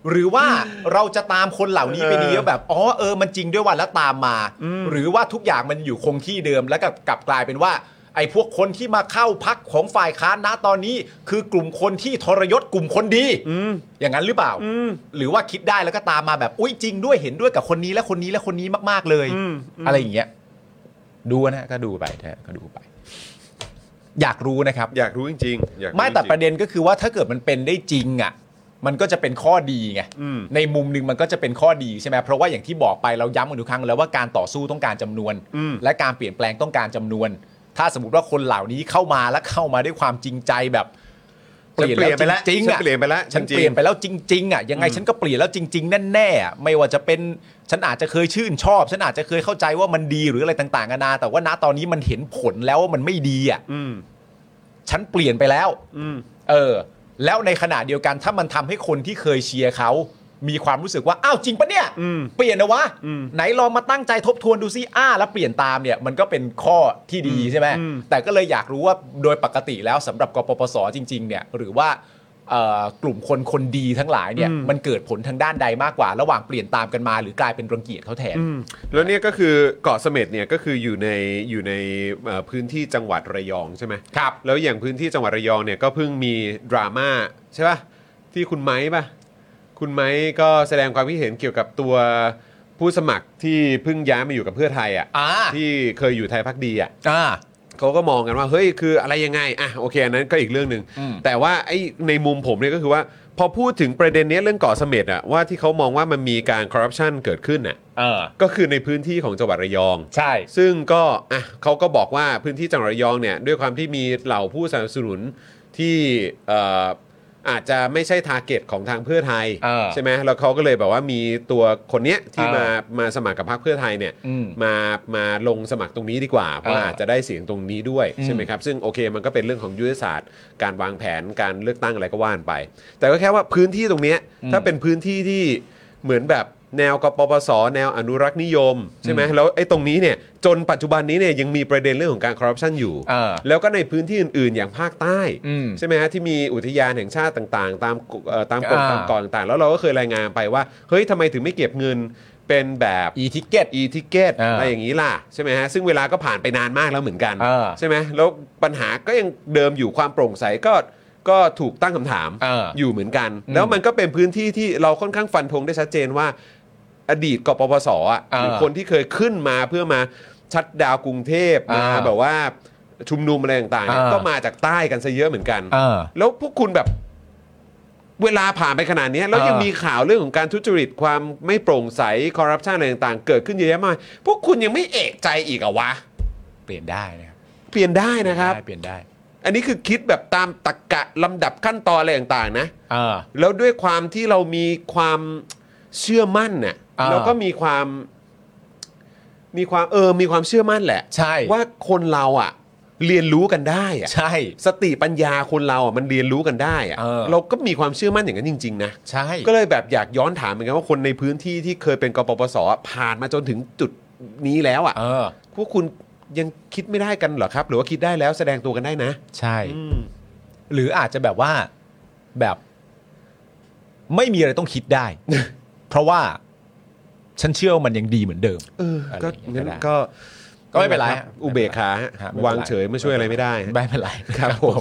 หรือว่าเราจะตามคนเหล่านี้ไปดีแล้วแบบอ๋อเออมันจริงด้วยวันแล้วตามมาหรือว่าทุกอย่างมันอยู่คงที่เดิมแล้วก็กลับกลายเป็นว่าไอ้พวกคนที่มาเข้าพักของฝ่ายค้านณตอนนี้คือกลุ่มคนที่ทรยศกลุ่มคนดีอย่างนั้นหรือเปล่าหรือว่าคิดได้แล้วก็ตามมาแบบอุ้ยจริงด้วยเห็นด้วยกับคนนี้และคนนี้และคนนี้มากๆเลยอะไรอย่างเงี้ยดูนะก็ดูไปนะก็ดูไปอยากรู้นะครับอยากรู้จริงๆอยากรู้ไม่แต่จงๆประเด็นก็คือว่าถ้าเกิดมันเป็นได้จริงอ่ะมันก็จะเป็นข้อดีไงในมุมนึงมันก็จะเป็นข้อดีใช่ไหมเพราะว่าอย่างที่บอกไปเราย้ำกันทุกครั้งแล้วว่าการต่อสู้ต้องการจำนวนและการเปลี่ยนแปลงต้องการจำนวนถ้าสมมติว่าคนเหล่านี้เข้ามาแล้วเข้ามาด้วยความจริงใจแบบเปลี่ยนแล้วจริงๆอ่ะเปลี่ยนไปแล้วฉันเปลี่ยนไปแล้วจริงๆอ่ะยังไงฉันก็เปลี่ยนแล้วจริงๆแน่ๆไม่ว่าจะเป็นฉันอาจจะเคยชื่นชอบฉันอาจจะเคยเข้าใจว่ามันดีหรืออะไรต่างๆนานาแต่ว่าณตอนนี้มันเห็นผลแล้วว่ามันไม่ดีอ่ะฉันเปลี่ยนไปแล้วเออแล้วในขณะเดียวกันถ้ามันทำให้คนที่เคยเชียร์เขามีความรู้สึกว่าอ้าวจริงปะเนี่ยเปลี่ยนนะวะไหนลองมาตั้งใจทบทวนดูซิอ้าแล้วเปลี่ยนตามเนี่ยมันก็เป็นข้อที่ดีใช่ไหมแต่ก็เลยอยากรู้ว่าโดยปกติแล้วสำหรับกปปสจริงๆเนี่ยหรือว่ากลุ่มคนคนดีทั้งหลายเนี่ยมันเกิดผลทางด้านใดมากกว่าระหว่างเปลี่ยนตามกันมาหรือกลายเป็นรังเกียจเขาแทนแล้วเนี่ยก็คือเกาะเสม็ดเนี่ยก็คืออยู่ในอยู่ในพื้นที่จังหวัดระยองใช่ไหมครับแล้วอย่างพื้นที่จังหวัดระยองเนี่ยก็เพิ่งมีดราม่าใช่ป่ะที่คุณไม้ป่ะคุณไม้ก็แสดงความคิดเห็นเกี่ยวกับตัวผู้สมัครที่เพิ่งย้ายมาอยู่กับเพื่อไทยอ่ะที่เคยอยู่ไทยพักดีอ่ะเขาก็มองกันว่าเฮ้ยคืออะไรยังไงอ่ะโอเคอันนั้นก็อีกเรื่องนึงแต่ว่าไอ้ในมุมผมเนี่ยก็คือว่าพอพูดถึงประเด็นนี้เรื่องเกาะเสม็ดอ่ะว่าที่เขามองว่ามันมีการคอร์รัปชันเกิดขึ้นน่ะก็คือในพื้นที่ของจังหวัดระยองใช่ซึ่งก็อ่ะเขาก็บอกว่าพื้นที่จังหวัดระยองเนี่ยด้วยความที่มีเหล่าผู้สนับสนุนที่เอ่ออาจจะไม่ใช่ทาร์เก็ตของทางเพื่อไทยใช่ไหมแล้วเขาก็เลยแบบว่ามีตัวคนเนี้ยที่มามาสมัครกับพรรคเพื่อไทยเนี่ยมามาลงสมัครตรงนี้ดีกว่าเพราะอาจจะได้เสียงตรงนี้ด้วยใช่ไหมครับซึ่งโอเคมันก็เป็นเรื่องของยุทธศาสตร์การวางแผนการเลือกตั้งอะไรก็ว่านไปแต่ก็แค่ว่าพื้นที่ตรงนี้ถ้าเป็นพื้นที่ที่เหมือนแบบแนวกปปสแนวอนุรักษ์นิยมใช่ไหมแล้วไอ้ตรงนี้เนี่ยจนปัจจุบันนี้เนี่ยยังมีประเด็นเรื่องของการคอร์รัปชันอยู่แล้วก็ในพื้นที่อื่นๆอย่างภาคใต้ใช่ไหมฮะที่มีอุทยานแห่งชาติต่างๆตามตามกฎตามก่อนต่างๆแล้วเราก็เคยรายงานไปว่าเฮ้ยทำไมถึงไม่เก็บเงินเป็นแบบ e-ticket e-ticket อะไรอย่างนี้ล่ะใช่ไหมฮะซึ่งเวลาก็ผ่านไปนานมากแล้วเหมือนกันใช่ไหมแล้วปัญหาก็ยังเดิมอยู่ความโปร่งใสก็ก็ถูกตั้งคำถามอยู่เหมือนกันแล้วมันก็เป็นพื้นที่ที่เราค่อนข้างฟันธงได้ชัดเจนว่าอดีตกปปสอ่ะหรือคนที่เคยขึ้นมาเพื่อมาชัดดาวกรุงเทพมาแบบว่าชุมนุมอะไรต่างๆก็มาจากใต้กันซะเยอะเหมือนกันแล้วพวกคุณแบบเวลาผ่านไปขนาดนี้แล้วยังมีข่าวเรื่องของการทุจริตความไม่โปร่งใสคอร์รัปชันอะไรต่างๆเกิดขึ้นเยอะแยะมากพวกคุณยังไม่เอกใจอีกอะวะเปลี่ยนได้นะครับเปลี่ยนได้นะครับเปลี่ยนได้อันนี้คือคิดแบบตามตรรกะลำดับขั้นตอนอะไรต่างๆนะแล้วด้วยความที่เรามีความเชื่อมั่นเนี่ยเราก็มีความมีความเออมีความเชื่อมั่นแหละใช่ว่าคนเราอ่ะเรียนรู้กันได้อ่ะใช่สติปัญญาคนเราอ่ะมันเรียนรู้กันได้อ่ะเออเราก็มีความเชื่อมั่นอย่างนั้นจริงๆนะใช่ก็เลยแบบอยากย้อนถามเหมือนกันว่าคนในพื้นที่ที่เคยเป็นกปปสผ่านมาจนถึงจุดนี้แล้วอ่ะพวกคุณยังคิดไม่ได้กันเหรอครับหรือว่าคิดได้แล้วแสดงตัวกันได้นะใช่หรืออาจจะแบบว่าแบบไม่มีอะไรต้องคิดได้ เพราะว่าฉันเชื่อว่ามันยังดีเหมือนเดิมเออก็งั้นก็ก็ไม่เป็นไรอุเบกขาวางเฉยไม่ช่วยอะไรไม่ได้ไม่เป็นไรครับผม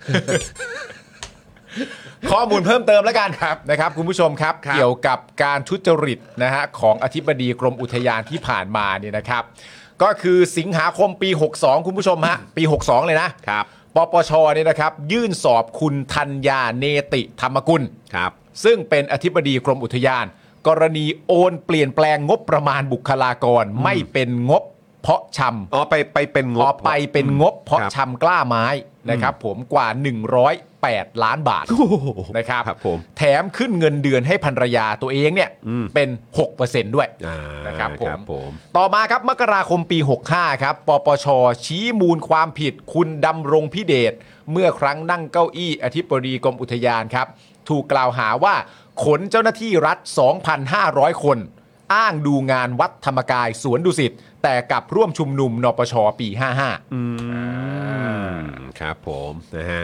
ข้อมูลเพิ่มเติมแล้วกันครับนะครับคุณผู้ชมครับเกี่ยวกับการทุจริตนะฮะของอธิบดีกรมอุทยานที่ผ่านมาเนี่ยนะครับก็คือสิงหาคมปีหกสิบสองคุณผู้ชมฮะปีหกสิบสองเลยนะครับปปชเนี่ยนะครับยื่นสอบคุณธัญญาเนติธรรมกุลครับซึ่งเป็นอธิบดีกรมอุทยานกรณีโอนเปลี่ยนแปลงงบประมาณบุคลากรไม่เป็นงบเพาะชำอ๋อไปไปเป็นงบไปเป็นงบเพาะชำกล้าไม้นะครับผมกว่าหนึ่งร้อยแปดล้านบาทนะครับผมแถมขึ้นเงินเดือนให้ภรรยาตัวเองเนี่ยเป็น หกเปอร์เซ็นต์ ด้วยนะครับผมต่อมาครับมกราคมปีหกสิบห้าครับปปชชี้มูลความผิดคุณดำรงพิเดชเมื่อครั้งนั่งเก้าอี้อธิบดีกรมอุทยานครับถูกกล่าวหาว่าขนเจ้าหน้าที่รัฐ สองพันห้าร้อย คนอ้างดูงานวัดธรรมกายสวนดุสิตแต่กลับร่วมชุมนุมนปชปีห้าสิบห้าอืมครับผมนะฮะ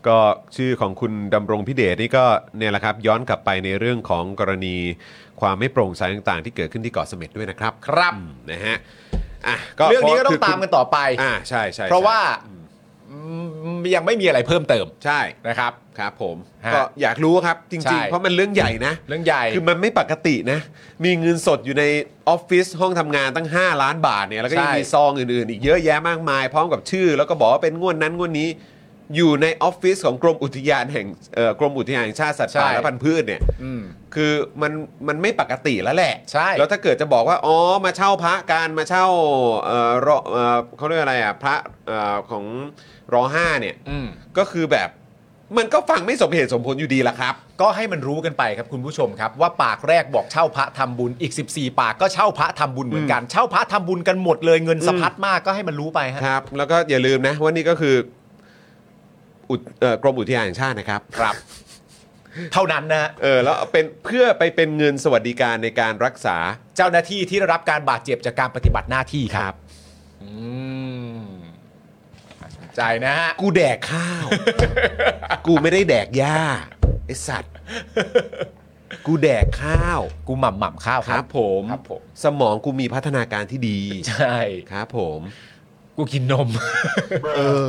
ก็ชื่อของคุณดำรงพิเดชนี่ก็เนี่ยแหละครับย้อนกลับไปในเรื่องของกรณีความไม่โปร่งใสต่างๆที่เกิดขึ้นที่เกาะเสม็ดด้วยนะครับครับอืมนะฮะอ่ะเรื่องนี้ก็ต้อคืงตามกันต่อไปอ่าใช่ใช่เพราะว่ายังไม่มีอะไรเพิ่มเติมใช่นะครับครับผมฮะก็อยากรู้ครับจใช่ริงๆ เพราะมันเรื่องใหญ่นะเรื่องใหญ่คือมันไม่ปกตินะ มีเงินสดอยู่ในออฟฟิศห้องทำงานตั้งห้าล้านบาทเนี่ยแล้วก็ยังใช่มีซองอื่นๆ อีกเยอะแยะมากมาย พร้อมกับชื่อ แล้วก็บอกว่าเป็นงวดนั้นงวดนี้ อยู่ในออฟฟิศของกรมอุทยานแห่งเอ่อกรมอุทยานแห่งชาติสัตว์ป่าและพันธุ์พืชเนี่ยอืมคือมันมันไม่ปกติแล้วแหละใช่แล้วถ้าเกิดจะบอกว่าอ๋อมาเช่าพระการมาเช่าเอ่อรอเอ่อเขาเรียกอะไรอ่ะพระเอ่อของรอห้าเนี่ยอืมก็คือแบบมันก็ฟังไม่สมเหตุสมผลอยู่ดีละครับก็ให้มันรู้กันไปครับคุณผู้ชมครับ ว่าปากแรกบอกเช่าพระทำบุญอีกสิบสี่ปากก็เช่าพระทำบุญเหมือนกัน เช่าพระทำบุญกันหมดเลยเงินสะพัดมากก็ให้มันรู้ไปฮะครับ แล้วก็อย่าลืมนะว่านี่ก็คืออุทเอ่อกรมอุทยานแห่งชาตินะครับครับ เท่านั้นนะฮะเออแล้วเอาเป็นเพื่อไปเป็นเงินสวัสดิการในการรักษาเจ้าหน้าที่ที่ได้รับการบาดเจ็บจากการปฏิบัติหน้าที่ครับอืมน่าสนใจนะฮะกูแดกข้าว กูไม่ได้แดกหญ้าไอสัตว์ กูแดกข้าวกูหม่ำหม่ำข้าวคครัรับบ ผมครับผมสมองกูมีพัฒนาการที่ดีใช่ครับผมกูกินนมเออ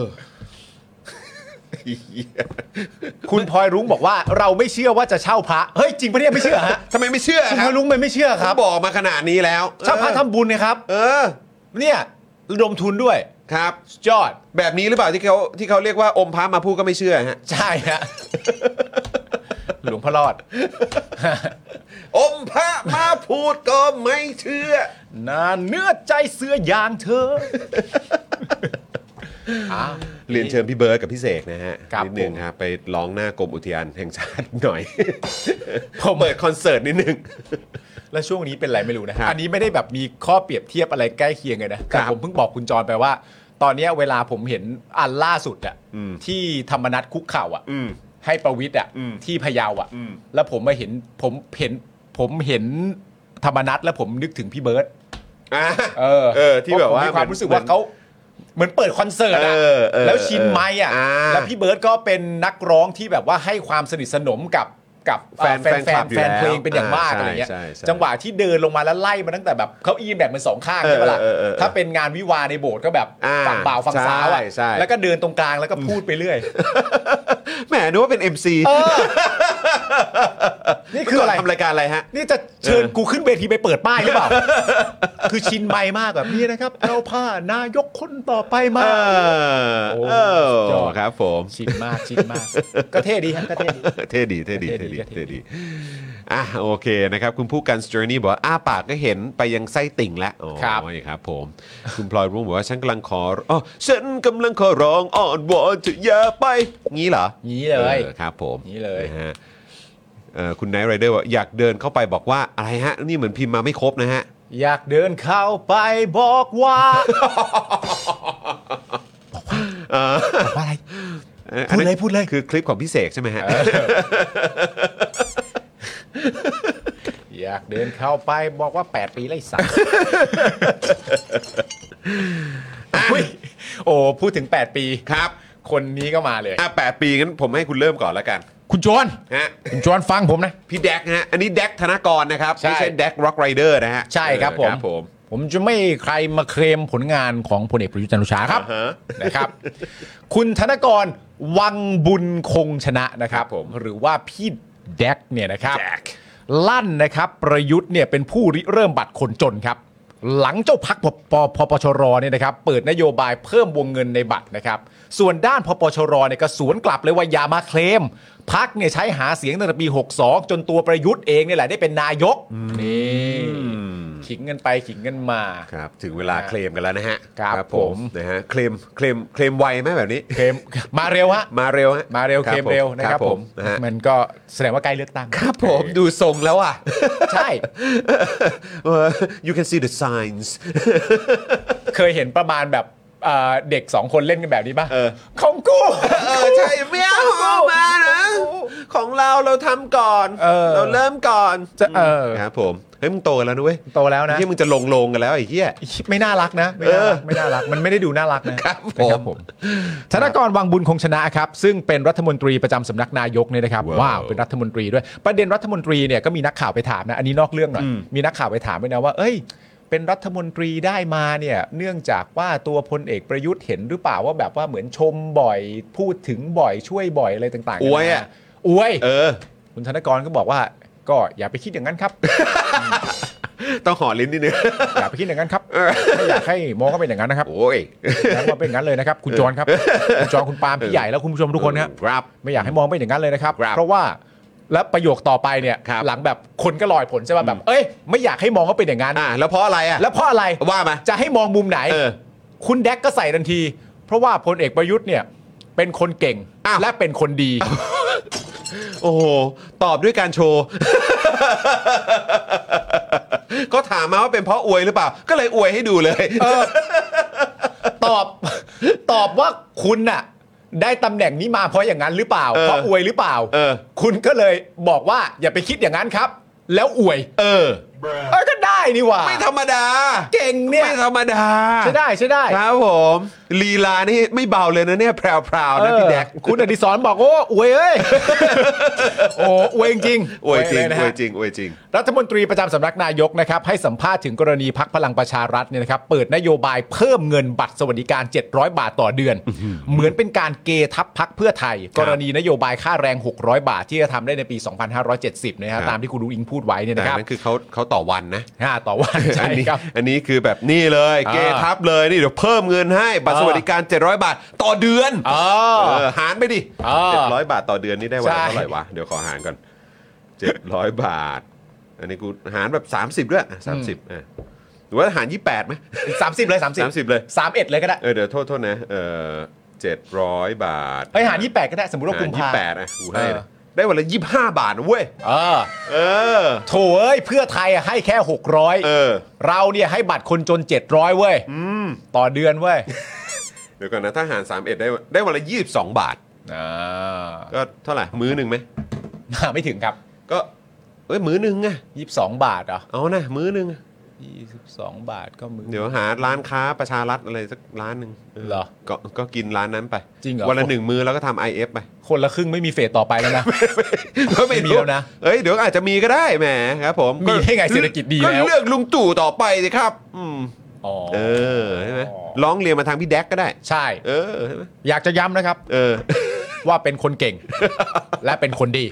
คุณพลอยรุ้งบอกว่าเราไม่เชื่อว่าจะเช่าพระเฮ้ยจริงปะเนี่ยไม่เชื่อฮะทำไมไม่เชื่อคุณคพลรัอบ ยรุ้งไม่ไม่เชื่อครับบอกมาขนาดนี้แล้วเช่าพระทำบุญนะครับเออเนี่ยระดมทุนด้วยครับสุดยอดแบบนี้หรือเปล่าที่เขาที่เขาเรียกว่าอมพระมาพูดก็ไม่เชื่อฮะใช่ฮะ หลวงพ่อรอดอมพระมาพูดก็ไม่เชื่อนาเนื้อใจเสื้อยางเธออ่ะเรียนเชิญพี่เบิร์ดกับพี่เสกนะฮะครับนิดนึงผมครับไปร้องหน้ากรมอุทยานแห่งชาติหน่อยผมเปิดคอนเสิร์ตนิดนึงแล้วช่วงนี้เป็นไรไม่รู้นะครับอันนี้ไม่ได้แบบมีข้อเปรียบเทียบอะไรใกล้เคียงเลยนะ แต่ครับผมเพิ่งบอกคุณจรไปว่า ตอนเนี้ยเวลาผมเห็นอันล่าสุดอะอืมที่ธรรมนัตคุกเข่าอะอืมให้ประวิทย์อะอืมที่พะเยาอะอืมแล้วผมมาเห็นผมเห็นผมเห็นธรรมนัตแล้วผมนึกถึงพี่เบิร์ตอ่ะเออเออที่แบบว่าผมมีความรู้สึกเหมืว่าอนเขาเหมือนเปิดคอนเสิร์ตอะเออเออแล้วชินไมค์อะอ่าแล้วพี่เบิร์ตก็เป็นนักร้องที่แบบว่าให้ความสนิทสนมกับกับแฟนเอ่อแฟนคลับอยู่แฟนเพลงแล้วเป็นอย่างมากอ่าอะไรเงี้ยใช่ใช่จังหวะที่เดินลงมาแล้วไล่มาตั้งแต่แบบเขาอีแบ่งเป็นสองข้างใช่ปะล่ะเออเออเออเออถ้าเป็นงานวิวาในโบสถ์ก็แบบอ่าฝั่งบ่าวฝั่งสาวอะใช่ใช่แล้วก็เดินตรงกลางแล้วก็พูดไปเรื่อยแหมนึกว่าเป็น เอ็ม ซีเออ นี่คืออะไรทำรายการอะไรฮะนี่จะเชิญกูขึ้นเวทีไปเปิดป้ายหรือเปล่า คือชินไมค์มากแบบนี้นะครับเราผ้านายกคนต่อไปมาเออโอ้เอสุดยออดครับผมชินมากชินมาก ก็เท่ดีฮะก็เท่ดีเท่ดีเท่ดีเท่เท่ดีดีเท่ดีเท่ดีอ่ะโอเคนะครับ คุณผู้กัน Journey บอกว่าอ้าปากก็เห็นไปยังไส้ติ่งแล้วอ๋อครับครับผม คุณพลอยรุ่งบอกว่าฉันกำลังขออ๋อฉันกำลังขอร้องอ้อนวอนจะอย่าไปงี้เหรองี้เลยออครับผมงี้เลยนะฮะเอ่อคุณไนท์ไรเดอร์บอกอยากเดินเข้าไปบอกว่าอะไรฮะ นี่เหมือนพิมพ์มาไม่ครบนะฮะอยากเดินเข้าไปบอกว่าเอ่อบอกว่าอะไรอันนั้นพูดเลยพูดเลยคือคลิปของพี่เสกใช่ไหมฮะอยากเดินเข้าไปบอกว่าแปดปีไล่สัตว์อุ๊ยโอ้พูดถึงแปดปีครับคนนี้ก็มาเลยอ่ะแปดปีงั้นผมให้คุณเริ่มก่อนแล้วกันคุณจวนฮะคุณจวนฟังผมนะพี่แดกฮะ อันนี้แดกธนกรนะครับใช่ไม่ใช่แดกร็อกไรเดอร์นะฮะใช่ครับเอผอมครับผมผมจะไม่ใครมาเคลมผลงานของพลเอกประยุทธ์จันทร์โอชาครับอ่าฮะนะครับ คุณธนกรวังบุญคงชนะนะครับครับผมหรือว่าพี่แดกเนี่ยนะครับแดกลั่นนะครับประยุทธ์เนี่ยเป็นผู้ริเริ่มบัตรคนจนครับ หลังเจ้าพักปปพปชรเนี่ยนะครับเปิดนโยบายเพิ่มวงเงินในบัตรนะครับส่วนด้านพปชรเนี่ยก็สวนกลับเลยว่าอย่ามาเคลมพักเนี่ยใช้หาเสียงตั้งแต่ปีหกสิบสองจนตัวประยุทธ์เองเนี่ยแหละได้เป็นนายกนี่ขิงกันไปขิงกันมาครับถึงเวลาเคลมกันแล้วนะฮะครับผมนะฮะเคลมเคลมเคลมไวไหมแบบนี้เคลมมาเร็วฮะมาเร็วฮะมาเร็วเคลมเร็วนะครับผมนะฮะมันก็แสดงว่าใกล้เลือกตั้งครับผมดูทรงแล้วอ่ะใช่เออ you can see the signs เคยเห็นประมาณแบบเอ่อเด็กสองคนเล่นกันแบบนี้ป่ะเออของกูเออใช่ไม่เอาเอามานะ ของเราเราทำก่อนเออเราเริ่มก่อนจะเออครับผมเฮ้ยมึงโตกันแล้วนะเว้ยโตแล้วนะที่มึงจะลงโลงกันแล้วไอ้เหี้ยไม่น่ารักนะไม่น่ารักไม่น่ารักมันไม่ได้ดูน่ารักนะครับผมนะครับผมธนกรวังบุญคงชนะครับซึ่งเป็นรัฐมนตรีประจำสำนักนายกเนี่ยนะครับว้าวว้าวเป็นรัฐมนตรีด้วยประเด็นรัฐมนตรีเนี่ยก็มีนักข่าวไปถามนะอันนี้นอกเรื่องหน่อยอืมมีนักข่าวไปถามด้วยนะว่าเอ้ยเป็นรัฐมนตรีได้มาเนี่ยเนื่องจากว่าตัวพลเอกประยุทธ์เห็นหรือเปล่าว่าแบบว่าเหมือนชมบ่อยพูดถึงบ่อยช่วยบ่อยอะไรต่างๆอวยอะอวยเออคุณธนกรก็บอกว่าก็อย่าไปคิดอย่างนั้นครับต้องห่อลิ้นนิดนึงอย่าไปคิดอย่างนั้นครับไม่อยากให้มองก็เป็นอย่างนั้นนะครับโอ้ยแล้วว่าเป็นอย่างนั้นเลยนะครับคุณจรครับคุณจรคุณปาล์มพี่ใหญ่แล้วคุณผู้ชมทุกคนครับครับไม่อยากให้มองเป็นอย่างนั้นเลยนะครับครับเพราะว่าแล้วประโยคต่อไปเนี่ยครับหลังแบบคนก็ลอยผลใช่ป่ะแบบเอ้ยไม่อยากให้มองว่าเป็นอย่างนั้นอ่าแล้วเพราะอะไรอ่ะแล้วเพราะอะไรว่ามาจะให้มองมุมไหนเออคุณแดกก็ใส่ทันที เพราะว่าพลเอกประยุทธ์เนี่ยเป็นคนเก่งอ้าวและเป็นคนดีโอ้โหตอบด้วยการโชว์ ก็ถามมาว่าเป็นเพราะอวยหรือเปล่า ก็เลยอวยให้ดูเลยตอบตอบว่าคุณน่ะได้ตำแหน่งนี้มาเพราะอย่างนั้นหรือเปล่าเออเพราะอวยหรือเปล่าเออคุณก็เลยบอกว่าอย่าไปคิดอย่างนั้นครับ แล้วอวยเออเออก็ได้นี่หว่าไม่ธรรมดาเก่งเนี่ยไม่ธรรมดาใช่ได้ใช่ได้ครับผมลีลานี่ไม่เบาเลยนะเนี่ยแพรวๆนะพี่แดกเออคุณอดิศรบอกโอ้อวยเอ้ย โอ้อวยจริงอวยจริงเลนะอฮะวยจริงอวยจริงรัฐมนตรีประจำสำนักนายกนะครับให้สัมภาษณ์ถึงกรณีพักพลังประชารัฐเนี่ยนะครับเปิดนโยบายเพิ่มเงินบัตรสวัสดิการเจ็ดร้อยบาทต่อเดือน เหมือนเป็นการเกทับพักเพื่อไทยครับกรณีนโยบายค่าแรงหกร้อยบาทที่จะทำได้ในปี สองพันห้าร้อยเจ็ดสิบนะครัครับบตามที่คุณลุงอิงพูดไว้เนี่ยแต่นะครับนั่นคือเขาเขาต่อวันนะห้าต่อวันใช่อันนี้ครับอันนี้คือแบบนี่เลยอ่าเกทับเลยนี่เดี๋ยวเพิ่มเงินให้บัตรสวัสดิการเจ็ดร้อยบาทต่อเดือนเออเออหารไปดิเออเจ็ดร้อยบาทต่อเดือนนี่ได้วันละใช่เท่าไหร่วะ เดี๋ยวขอหารก่อนเจ็ดร้อยบาท อันนี้กูหารแบบสามสิบด้วยสามสิบอ่ะหรือว่าหารยี่สิบแปดไหมสามสิบเลยสามสิบสามสิบเลยสามเอ็ดเลยก็ได้เออเดี๋ยวโทษโทษนะเออเจ็ดร้อยบาทเฮ้ยหารยี่แปดก็ได้สมมติว่ากุมยี่ภาสิบแปดนะกูให้เออนะได้วันละยี่สิบห้าบาทนะเว้ยเออเออโถเอ้ยเพื่อไทยอะให้แค่หกร้อยเออเราเนี่ยให้บัตรคนจนเจ็ดร้อยเว้ยต่อเดือนเว้ยเดี๋ยวก่อนนะถ้าหารสามเอ็ดได้ได้วันละยี่สิบสองบาทอ่าก็เท่าไหร่มื้อหนึ่งไหมไม่ถึงครับก็เอ้ยมื้อหนึ่งไงยี่สิบสองบาทเหรอเอานะมื้อหนึ่งยี่สิบสองบาทก็มือเดี๋ยวหาร้านค้าประชารัฐอะไรสักร้านหนึ่งเหรอก็ก็กินร้านนั้นไปจริงเหรอวันละหนึ่งมื้อแล้วก็ทำ ไอ เอฟ ไปคนละครึ่งไม่มีเฟสต่อไปแล้วนะก็ไม่ไม่มีรู้แล้วนะเอ้ยเดี๋ยวอาจจะมีก็ได้แหมครับผมมีให้ไงเศรษฐกิจดีแล้วก็เลือกลุงตู่ต่อไปสิครับ อืมอ๋อเออใช่ไหมร้องเรียนมาทางพี่แดกก็ได้ใช่เออใช่ไหมอยากจะย้ำนะครับเออว่าเป็นคนเก่ง และเป็นคนดี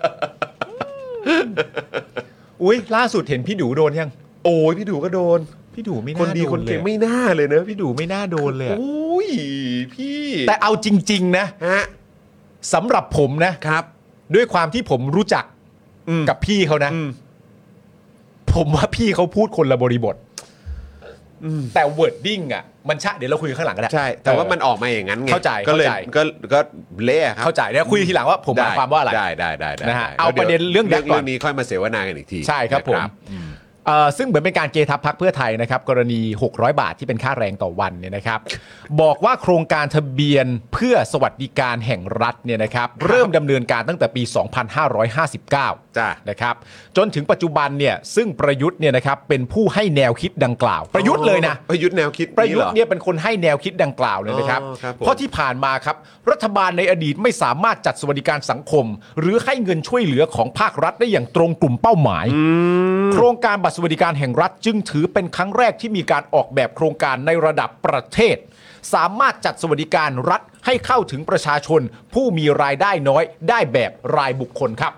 อุ้ยล่าสุดเห็นพี่ดูโดนยังโอ้ยพี่ดูก็โดนพี่ดูไม่คนน่าดีโดคนนเลเก่ยงไม่น่าเลยเนอะพี่ดูไม่น่าโดนเลยอะโอ้ยพี่แต่เอาจริง ๆ นะฮะสำหรับผมนะครับด้วยความที่ผมรู้จักอืมกับพี่เขานะอืมผมว่าพี่เขาพูดคนละบริบท แต่ wording อ่ะมันชะเดี๋ยวเราคุยกันข้างหลังก็ได้ใช่ แต่ว่าเออมันออกมาอย่างนั้นไงเข้าใจก็เลยเข้าใจก็ก็เละครับเข้าใจเดี๋ยวคุยทีหลังว่าผมหมายความว่าอะไรได้ได้ได้ได้นะฮะได้เอาประเด็นเรื่องแดกก่อนเรื่องนี้ค่อยมาเสวนากันอีกทีใช่ครับผมนะเอ่อซึ่งเหมือนเป็นการเกทับพักเพื่อไทยนะครับกรณีหกร้อยบาทที่เป็นค่าแรงต่อวันเนี่ยนะครับ บอกว่าโครงการทะเบียนเพื่อสวัสดิการแห่งรัฐเนี่ยนะครับเริ่มดำเนินการตั้งแต่ปี สองพันห้าร้อยห้าสิบเก้าจ้ะนะครับจนถึงปัจจุบันเนี่ยซึ่งประยุทธ์เนี่ยนะครับเป็นผู้ให้แนวคิดดังกล่าว ประยุทธ์เลยนะประยุทธ์แนวคิดประยุทธ์หอเนี่ยเป็นคนให้แนวคิดดังกล่าวเลยนะครับอ๋อครับผมเพราะที่ผ่านมาครับรัฐบาลในอดีตไม่สามารถจัดสวัสดิการสังคม หรือให้เงินช่วยเหลือของภาครัฐได้อย่างตรงกลุ่มเป้าหมาย โครงการบัตรสวัสดิการแห่งรัฐจึงถือเป็นครั้งแรกที่มีการออกแบบโครงการในระดับประเทศ สามารถจัดสวัสดิการรัฐให้เข้าถึงประชาชน ผู้มีรายได้น้อยได้แบบรายบุคคลครับ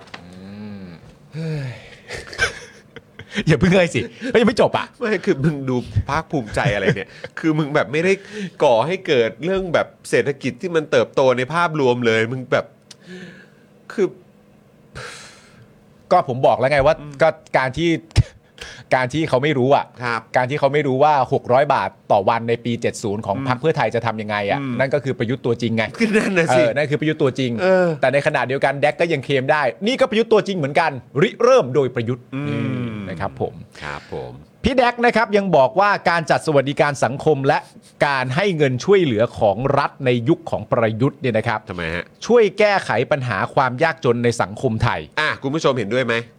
อย่าเพิ่งเลยสิก็ยังไม่จบอ่ะไม่คือมึงดูภาคภูมิใจอะไรเนี่ย คือมึงแบบไม่ได้ก่อให้เกิดเรื่องแบบเศรษฐกิจที่มันเติบโตในภาพรวมเลย มึงแบบคือก็ผมบอกแล้วไงว่าก็การที่ การที่เขาไม่รู้อ่ะครับการที่เขาไม่รู้ว่าหกร้อยบาทต่อวันในปีเจ็ดสิบของพรรคเพื่อไทยจะทำยังไงอ่ะนั่นก็คือประยุทธ์ตัวจริงไงคือนั่นนะเอสิอนั่นคือประยุทธ์ตัวจริงเออแต่ในขณะเดียวกันแดกก็ยังเคลมได้ นี่ก็ประยุทธ์ตัวจริงเหมือนกัน ริเริ่มโดยประยุทธ์นะครับผมครับผมพี่แดกนะครับยังบอกว่าการจัดสวัสดิการสังคมและการให้เงินช่วยเหลือของรัฐในยุคของประยุทธ์เนี่ยนะครับทำไมฮะช่วยแก้ไขปัญหาความยากจนในสังคมไทยอ่ะคุณผู้ชมเห็นด้วยไหม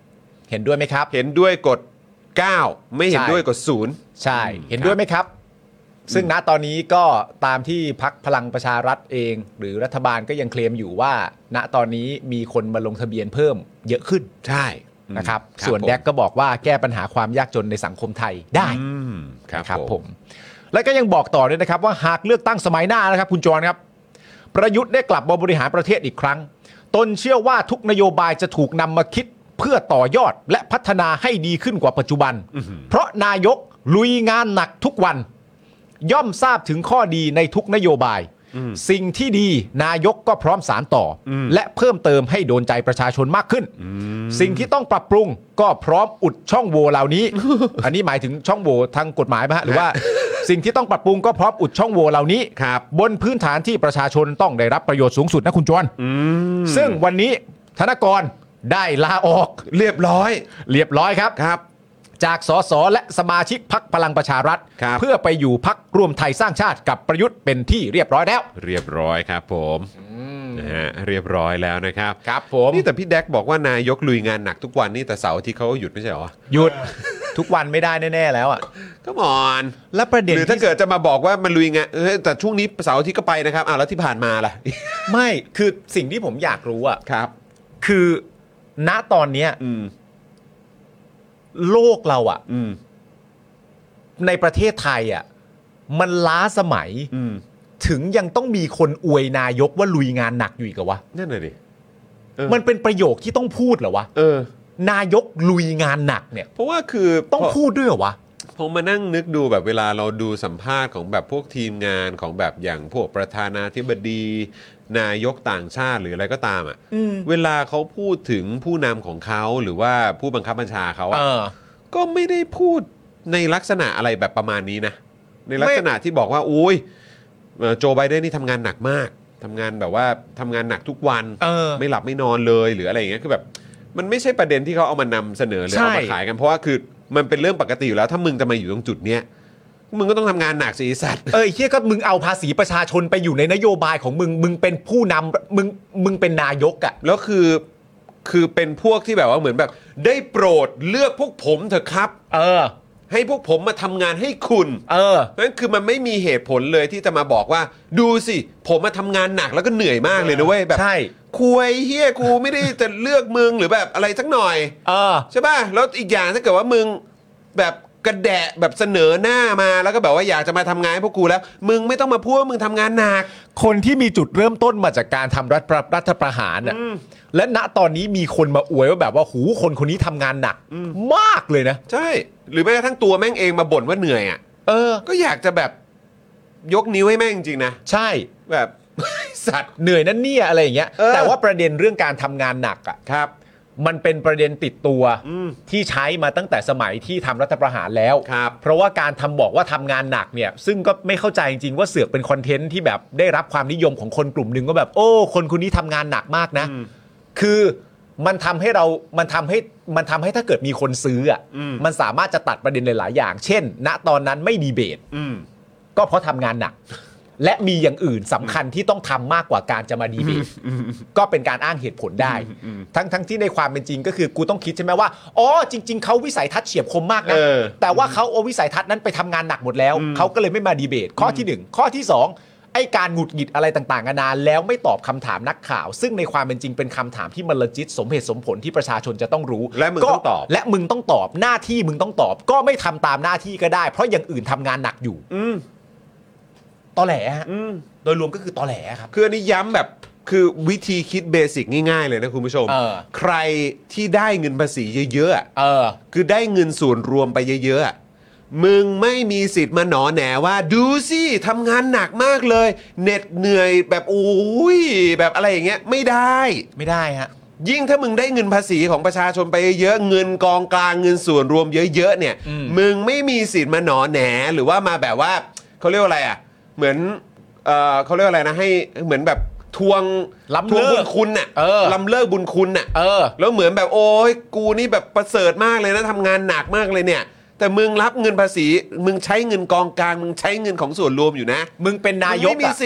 เห็นด้วยไหมครับเห็นด้วยกดเก้าไม่เห็นใช่ด้วยกดศูนย์ใช่เห็นด้วยไหมครับ ซึ่งณตอนนี้ก็ตามที่พรรคพลังประชารัฐเอง หรือรัฐบาลก็ยังเคลมอยู่ว่า ณตอนนี้มีคนมาลงทะเบียนเพิ่มเยอะขึ้นใช่นะครับครับส่วนผมแดกก็บอกว่าแก้ปัญหาความยากจนในสังคมไทยได้อืมครับนะครับผผม มและก็ยังบอกต่อด้วยนะครับว่าหากเลือกตั้งสมัยหน้านะครับคุณจรครับประยุทธ์ได้กลับมาบริหารประเทศอีกครั้งตนเชื่อว่าทุกนโยบายจะถูกนำมาคิดเพื่อต่อยอดและพัฒนาให้ดีขึ้นกว่าปัจจุบัน เพราะนายกลุยงานหนักทุกวัน ย่อมทราบถึงข้อดีในทุกนโยบาย สิ่งที่ดีนายกก็พร้อมสารต่ออและเพิ่มเติมให้โดนใจประชาชนมากขึ้น สิ่งที่ต้องปรับปรุงก็พร้อมอุดช่องโหว่เหล่านี้ อันนี้หมายถึงช่องโหว่ทางกฎหมายไหมฮะหรือว่า สิ่งที่ต้องปรับปรุงก็พร้อมอุดช่องโหว่เหล่านี้ครับบนพื้นฐานที่ประชาชนต้องได้รับประโยชน์สูงสุดนะคุณจวนซึ่งวันนี้ธนกรได้ลาออกเรียบร้อยเรียบร้อยครับครับจากสสและสมาชิกพรรคพลังประชารัฐครับเพื่อไปอยู่พรรครวมไทยสร้างชาติกับประยุทธ์เป็นที่เรียบร้อยแล้วเรียบร้อยครับผมนะฮะเรียบร้อยแล้วนะครับครับผมนี่แต่พี่แดกบอกว่านายกลุยงานหนักทุกวันนี่แต่เสาร์อาที่เขาหยุดไม่ใช่เหรอหยุด ทุกวันไม่ได้แน่ๆแล้วอ่ะก็มอนและประเด็นหรือถ้าที่เกิดจะมาบอกว่ามันลุยงานเออแต่ช่วงนี้เสาร์อาที่ก็ไปนะครับอ้าวแล้วที่ผ่านมาล่ะไม่คือสิ่งที่ผมอยากรู้อ่ะครับคือณตอนเนี้ยอืมโลกเราอ่ะอืมในประเทศไทยอ่ะมันล้าสมัยอืมถึงยังต้องมีคนอวยนายกว่าลุยงานหนักอยู่อีกเหรอวะนั่นน่ะดิเออมันเป็นประโยคที่ต้องพูดเหรอวะเออนายกลุยงานหนักเนี่ยเพราะว่าคือต้องพพูดด้วยเหรอวะผมมานั่งนึกดูแบบเวลาเราดูสัมภาษณ์ของแบบพวกทีมงานของแบบอย่างพวกประธานาธิบดี นายกต่างชาติหรืออะไรก็ตามอ่ะอืมเวลาเขาพูดถึงผู้นำของเขาหรือว่าผู้บังคับบัญชาเขาเออะอก็ไม่ได้พูดในลักษณะอะไรแบบประมาณนี้นะ ในลักษณะที่บอกว่าอุ้ยเอ่อโจไบเดนนี่ทำงานหนักมากทำงานแบบว่าทำงานหนักทุกวันเออไม่หลับไม่นอนเลยหรืออะไรอย่างเงี้ยคือแบบมันไม่ใช่ประเด็นที่เขาเอามานำเสนอหรือใช่เอามาขายกันเพราะว่าคือมันเป็นเรื่องปกติอยู่แล้วถ้ามึงจะมาอยู่ตรงจุดเนี้ยมึงก็ต้องทำงานหนักสิไอ้สัตว์เออไอ้เฮียก็มึงเอาภาษีประชาชนไปอยู่ในนโยบายของมึง มึงเป็นผู้นำมึงมึงเป็นนายกอ่ะแล้วคือคือเป็นพวกที่แบบว่าเหมือนแบบได้โปรดเลือกพวกผมเถอะครับเออให้พวกผมมาทำงานให้คุณเออเพราะฉะนั้นคือมันไม่มีเหตุผลเลยที่จะมาบอกว่า ดูสิผมมาทำงานหนักแล้วก็เหนื่อยมากเลยนะเว้ยแบบใช่คุยเฮียกูไม่ได้จะเลือกมึงหรือแบบอะไรสักหน่อยเออใช่ป่ะแล้วอีกอย่างถ้าเกิดว่ามึงแบบกระแดะแบบเสนอหน้ามาแล้วก็แบบว่าอยากจะมาทำงานให้พวกกูแล้ว มึงไม่ต้องมาพูดว่ามึงทำงานหนักคนที่มีจุดเริ่มต้นมาจากการทำรัฐประรัฐประหารน่ะและณตอนนี้มีคนมาอวยว่าแบบว่าหูคนคนนี้ทำงานหนักมากเลยนะใช่ หรือแม้กระทั่งตัวแม่งเองมาบ่นว่าเหนื่อยอ่ะเออก็อยากจะแบบยกนิ้วให้แม่งจริงๆนะใช่แบบ สัตว์เหนื่อยนั่นเนี่ยอะไรอย่างเงี้ยเออแต่ว่าประเด็นเรื่องการทำงานหนักอ่ะครับมันเป็นประเด็นติดตัวอืมที่ใช้มาตั้งแต่สมัยที่ทำรัฐประหารแล้วครับเพราะว่าการทำบอกว่าทำงานหนักเนี่ย ซึ่งก็ไม่เข้าใจจริงๆว่าเสือกเป็นคอนเทนต์ที่แบบได้รับความนิยมของคนกลุ่มหนึ่งว่าแบบ โอ้ คนคนนี้ทำงานหนักมากนะ คือมันทำให้เรา มันทำให้ มันทำให้ถ้าเกิดมีคนซื้ออ่ะอืมมันสามารถจะตัดประเด็นหลายๆอย่าง เช่น ณ ตอนนั้นไม่ดีเบตอืมก็เพราะทำงานหนัก และมีอย่างอื่นสำคัญที่ต้องทำมากกว่าการจะมาดีเบต ก็เป็นการอ้างเหตุผลได้ ทั้งทั้งที่ในความเป็นจริงก็คือกูต้องคิดใช่ไหมว่า อ๋อ จริง ๆ เขาวิสัยทัศน์เฉียบคมมากนะเออแต่ว่าเขาเอาวิสัยทัศน์นั้นไปทำงานหนักหมดแล้ว เขาก็เลยไม่มาดีเบต ข้อที่หนึ่งข้อที่สองไอ้การหงุดหงิดอะไรต่างๆนานาแล้วไม่ตอบคำถามนักข่าว ซึ่งในความเป็นจริงเป็นคำถามที่มันlegitสมเหตุสมผลที่ประชาชนจะต้องรู้และมึงก็ต้องตอบและมึงต้องตอบหน้าที่มึงต้องตอบ ก็ไม่ทำตามหน้าที่ก็ได้ เพราะอย่างอื่นทำงานหนักอยู่อืมตอแหลฮะอืมโดยรวมก็คือตอแหลครับคืออันนี้ย้ำแบบคือวิธีคิดเบสิกง่ายๆเลยนะคุณผู้ชมเออใครที่ได้เงินภาษีเยอะๆอะเออคือได้เงินส่วนรวมไปเยอะๆอะมึงไม่มีสิทธิ์มาหนอแหนว่า ดูสิทำงานหนักมากเลยเหน็ดเหนื่อยแบบโอ้ยแบบอะไรอย่างเงี้ยไม่ได้ไม่ได้ฮะยิ่งถ้ามึงได้เงินภาษีของประชาชนไปเยอะๆเงินกองกลางเงินส่วนรวมเยอะๆเนี่ยอืมมึงไม่มีสิทธิ์มาหนอแหนหรือว่ามาแบบว่าเขาเรียกว่าอะไรอ่ะเหมือนเออเขาเรียกว่าอะไรนะให้เหมือนแบบทวงล้ำทวงเลิบุกญคุณน่ะเออล้ำเลิกบุญคุณน่ะเออแล้วเหมือนแบบโอ้ยกูนี่แบบประเสริฐมากเลยนะทำงานหนักมากเลยเนี่ย แต่มึงรับเงินภาษีมึงใช้เงินกองกลางมึงใช้เงินของส่วนรวมอยู่นะมึงเป็นนายกมึงไม่มีอะสิทธิ์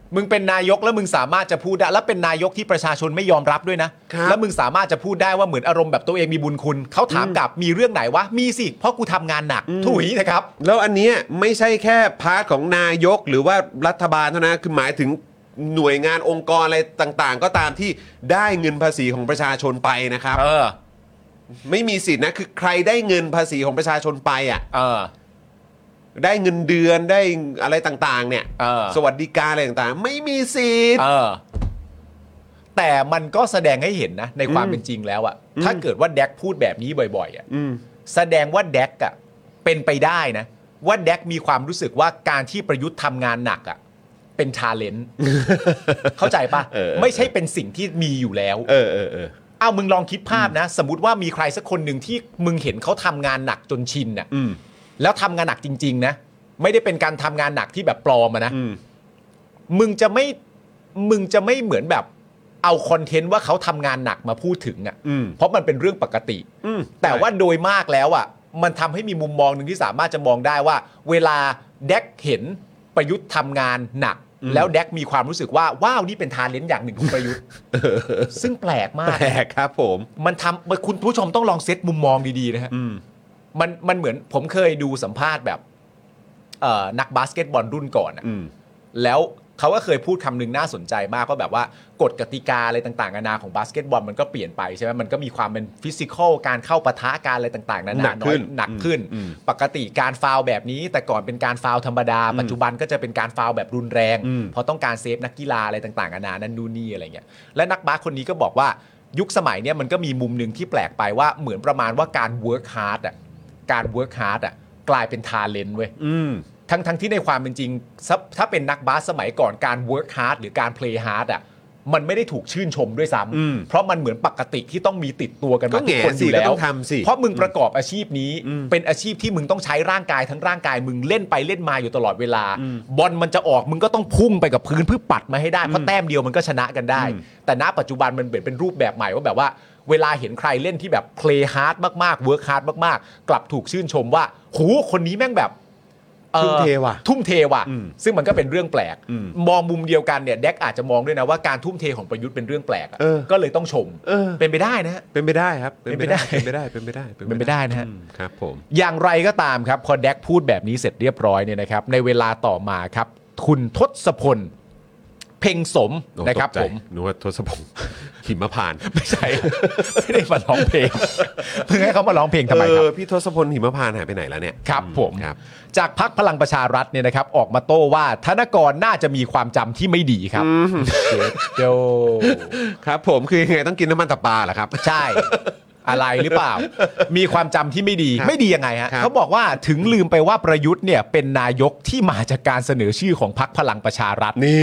มึงเป็นนายกแล้วมึงสามารถจะพูดได้แล้วเป็นนายกที่ประชาชนไม่ยอมรับด้วยนะครับ แล้วมึงสามารถจะพูดได้ว่าเหมือนอารมณ์แบบตัวเองมีบุญคุณเขาถามกลับมีเรื่องไหนวะมีสิเพราะกูทำงานหนักถุยนะครับแล้วอันเนี้ยไม่ใช่แค่พาร์ทของนายกหรือว่ารัฐบาลเท่านั้นคือหมายถึงหน่วยงานองค์กรอะไรต่างๆ ก็ตามที่ได้เงินภาษีของประชาชนไปนะครับเออไม่มีสิทธินะคือใครได้เงินภาษีของประชาชนไปอ่ะเออได้เงินเดือนได้อะไรต่างๆเนี่ยเออสวัสดิการอะไรต่างๆ ไม่มีสิทธิ์เออ แต่มันก็แสดงให้เห็นนะในความเป็นจริงแล้วอะถ้าเกิดว่าแดกพูดแบบนี้บ่อยๆอะแสดงว่าแดกอะเป็นไปได้นะว่าแดกมีความรู้สึกว่าการที่ประยุทธ์ทำงานหนักอะเป็นทาเลนต์ เข้าใจปะเออไม่ใช่เป็นสิ่งที่มีอยู่แล้วเออเออเออเอามึงลองคิดภาพนะ สมมติว่ามีใครสักคนหนึ่งที่มึงเห็นเขาทำงานหนักจนชินน่ะอืมแล้วทำงานหนักจริงๆนะไม่ได้เป็นการทำงานหนักที่แบบปลอมอะนะอืมมึงจะไม่มึงจะไม่เหมือนแบบเอาคอนเทนต์ว่าเขาทำงานหนักมาพูดถึงอ่ะอืมเพราะมันเป็นเรื่องปกติอืมแต่ว่าโดยมากแล้วอ่ะมันทำให้มีมุมมองหนึ่งที่สามารถจะมองได้ว่า เวลาแดกเห็นประยุทธ์ทำงานหนัก แล้วแดกมีความรู้สึกว่าว้าวนี่เป็นทาเลนต์อย่างหนึ่งของประยุทธ์ ซึ่งแปลกมากแปลกครับผมมันทำคุณผู้ชมต้องลองเซตมุมมองดีๆนะฮะอืมมันมันเหมือนผมเคยดูสัมภาษณ์แบบเอ่อนักบาสเกตบอลรุ่นก่อนอะอืมแล้วเขาก็เคยพูดคำหนึ่งน่าสนใจมากว่าแบบว่ากฎกติกาอะไรต่างๆนานาของบาสเกตบอลมันก็เปลี่ยนไปใช่ไหมมันก็มีความเป็นฟิสิกอลการเข้าปะทะการอะไรต่างๆนานาหนักขึ้นอยหนักขึ้นอืมปกติการฟาวล์แบบนี้ แต่ก่อนเป็นการฟาวล์ธรรมดา ปัจจุบันก็จะเป็นการฟาวล์แบบรุนแรงอืมเพราะต้องการเซฟนักกีฬาอะไรต่างๆนานานั่นนู่นนี่อะไรเงี้ยและนักบาสคนนี้ก็บอกว่ายุคสมัยเนี้ยมันก็มีมุมหนึ่งที่แปลกไปว่าเหมือนประมาณว่าการ work hard อ่ะการ work hard อ่ะกลายเป็น talent เว้ยอืมทั้งทั้งที่ในความเป็นจริงถ้าถ้าเป็นนักบาสสมัยก่อนการ work hard หรือการ play hard อ่ะมันไม่ได้ถูกชื่นชมด้วยซ้อืมำเพราะมันเหมือนปกติที่ต้องมีติดตัวกันก็มาทุกแง่คนอสิยู่แล้ก็วต้องทำสิเพราะมึงประกอบอาชีพนี้อืมเป็นอาชีพที่มึงต้องใช้ร่างกายทั้งร่างกายมึงเล่นไปเล่นมาอยู่ตลอดเวลา บอลมันจะออกมึงก็ต้องพุ่งไปกับพื้นเพื่อปัดมาให้ได้เพราะแต้มเดียวมันก็ชนะกันได้ แต่ณปัจจุบันมันเปลี่ยนเป็นรูปแบบใหม่ว่าแบบว่าเวลาเห็นใครเล่นที่แบบ play hard มากๆ work hard มากๆ กลับถูกชื่นชมว่าโหคนนี้แม่งแบบอ่อทุ่มเทว่ะทุ่มเทว่ะอืมซึ่งมันก็เป็นเรื่องแปลกอืมมองมุมเดียวกันเนี่ยแดกอาจจะมองด้วยนะว่าการทุ่มเทของประยุทธ์เป็นเรื่องแปลกอะเออก็เลยต้องชมเออเป็นไปได้นะฮะเป็นไปได้ครับเป็นไปได้เป็นไปได้เป็นไปได้เป็นไปได้นะฮะอืมครับผมอย่างไรก็ตามครับพอแดกพูดแบบนี้เสร็จเรียบร้อยเนี่ยนะครับในเวลาต่อมาครับคุณทศพลเพ็งสมโอ้นะครับตกใจผมนึกว่าทศพงศ์หิมพานต์ไม่ใช่ ไม่ได้มาร้องเพลงเพิ่งให้เขามาร้องเพลงทำไมครับเออพี่ทศพลหิมพานต์หายไปไหนแล้วเนี่ยครับผมครับจากพรรคพลังประชารัฐเนี่ยนะครับออกมาโต้ว่าธนกรน่าจะมีความจำที่ไม่ดีครับเดี๋ยวครับผมคือยังไงต้องกินน้ำมันตับปลาเหรอครับใช่ อะไรหรือเปล่า มีความจำที่ไม่ดีครับไม่ดียังไงฮะครับเขาบอกว่าถึงลืมไปว่าประยุทธ์เนี่ยเป็นนายกที่มาจากการเสนอชื่อของพรรคพลังประชารัฐนี่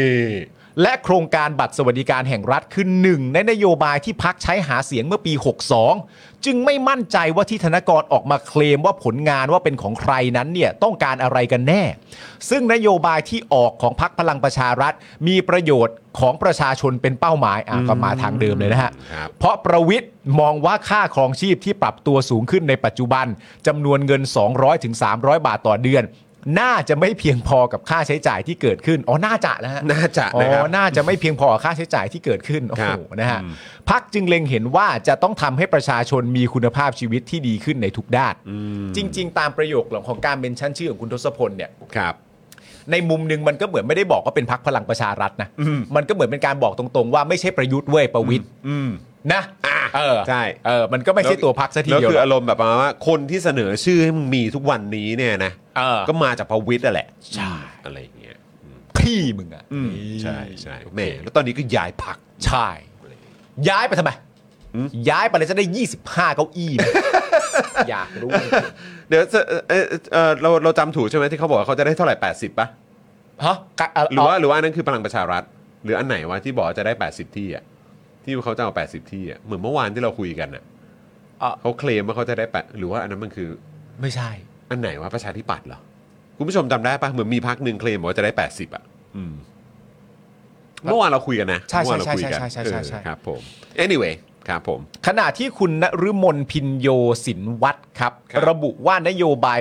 และโครงการบัตรสวัสดิการแห่งรัฐคือหนึ่งในนโยบายที่พรรคใช้หาเสียงเมื่อปี หกสิบสอง จึงไม่มั่นใจว่าที่ธนกรออกมาเคลมว่าผลงานว่าเป็นของใครนั้นเนี่ยต้องการอะไรกันแน่ ซึ่งนโยบายที่ออกของพรรคพลังประชารัฐมีประโยชน์ของประชาชนเป็นเป้าหมายอ่ะก็มาทางเดิมเลยนะฮะครับเพราะประวิทย์มองว่าค่าครองชีพที่ปรับตัวสูงขึ้นในปัจจุบันจำนวนเงิน สองร้อยถึงสามร้อย บาทต่อเดือน น่าจะไม่เพียงพอกับค่าใช้จ่ายที่เกิดขึ้นอ๋อน่าจะนะฮะน่าจะอ๋นะครับอน่าจะไม่เพียงพอกับค่าใช้จ่ายที่เกิดขึ้นโอ้ครัโหบนะฮะอืมพักจึงเล็งเห็นว่าจะต้องทำให้ประชาชนมีคุณภาพชีวิตที่ดีขึ้นในทุกด้าน จริง ๆ ตามประโยคของการเมนชั่นชื่อของคุณทศพลเนี่ยครับในมุมหนึงมันก็เหมือนไม่ได้บอกว่าเป็นพรรคพลังประชารัฐนะมันก็เหมือนเป็นการบอกตรงๆว่าไม่ใช่ประยุทธ์เว้ยประวิตรอืมนะเออใช่เออมันก็ไม่ใช่ตัวพรรคซะทีแล้วเดียวคืออารมณ์แบบประมาณว่าคนที่เสนอชื่อให้มึงมีทุกวันนี้เนี่ยนะเออก็มาจากประวิตรนั่นแหละใช่อะไรอย่างเงี้ยพี่มึงอ่ะใช่ใช่แหม่แล้วตอนนี้ก็ย้ายพักใช่ย้ายไปทำไมย้ายไปเลยจะได้ยี่สิบห้าเก้าอี้นะ อยากรู้จริงเดี๋ยวเอ่อเอ่อเอ่อเราเราจำถูกใช่ไหมที่เขาบอกว่าเขาจะได้เท่าไหร่แปดสิบป่ะฮะกะเหรือว่าหรือว่าอันนั้นคือพลังประชารัฐ หรืออันไหนวะที่บอกว่าจะได้แปดสิบที่อ่ะที่เขาจะเอาแปดสิบที่อ่ะเหมือนเมื่อวานที่เราคุยกันอ่ะอ่ะเขาเคลมว่าเขาจะได้แปดหรือว่าอันนั้นมันคือไม่ใช่อันไหนวะประชาธิปัตย์เหรอคุณผู้ชมจำได้ปะเหมือนมีพักหนึ่งเคลมบอกว่าจะได้แปดสิบอ่ะอืมเมื่อวานเราคุยกันนะใช่เมื่อวานเราใช่คุยกันใช่ใช่ใช่ใช่เออครับผม anyway ครับผมขณะที่คุณณฤมลพินโยสินวัตรครับครับระบุว่านโยบายบัตร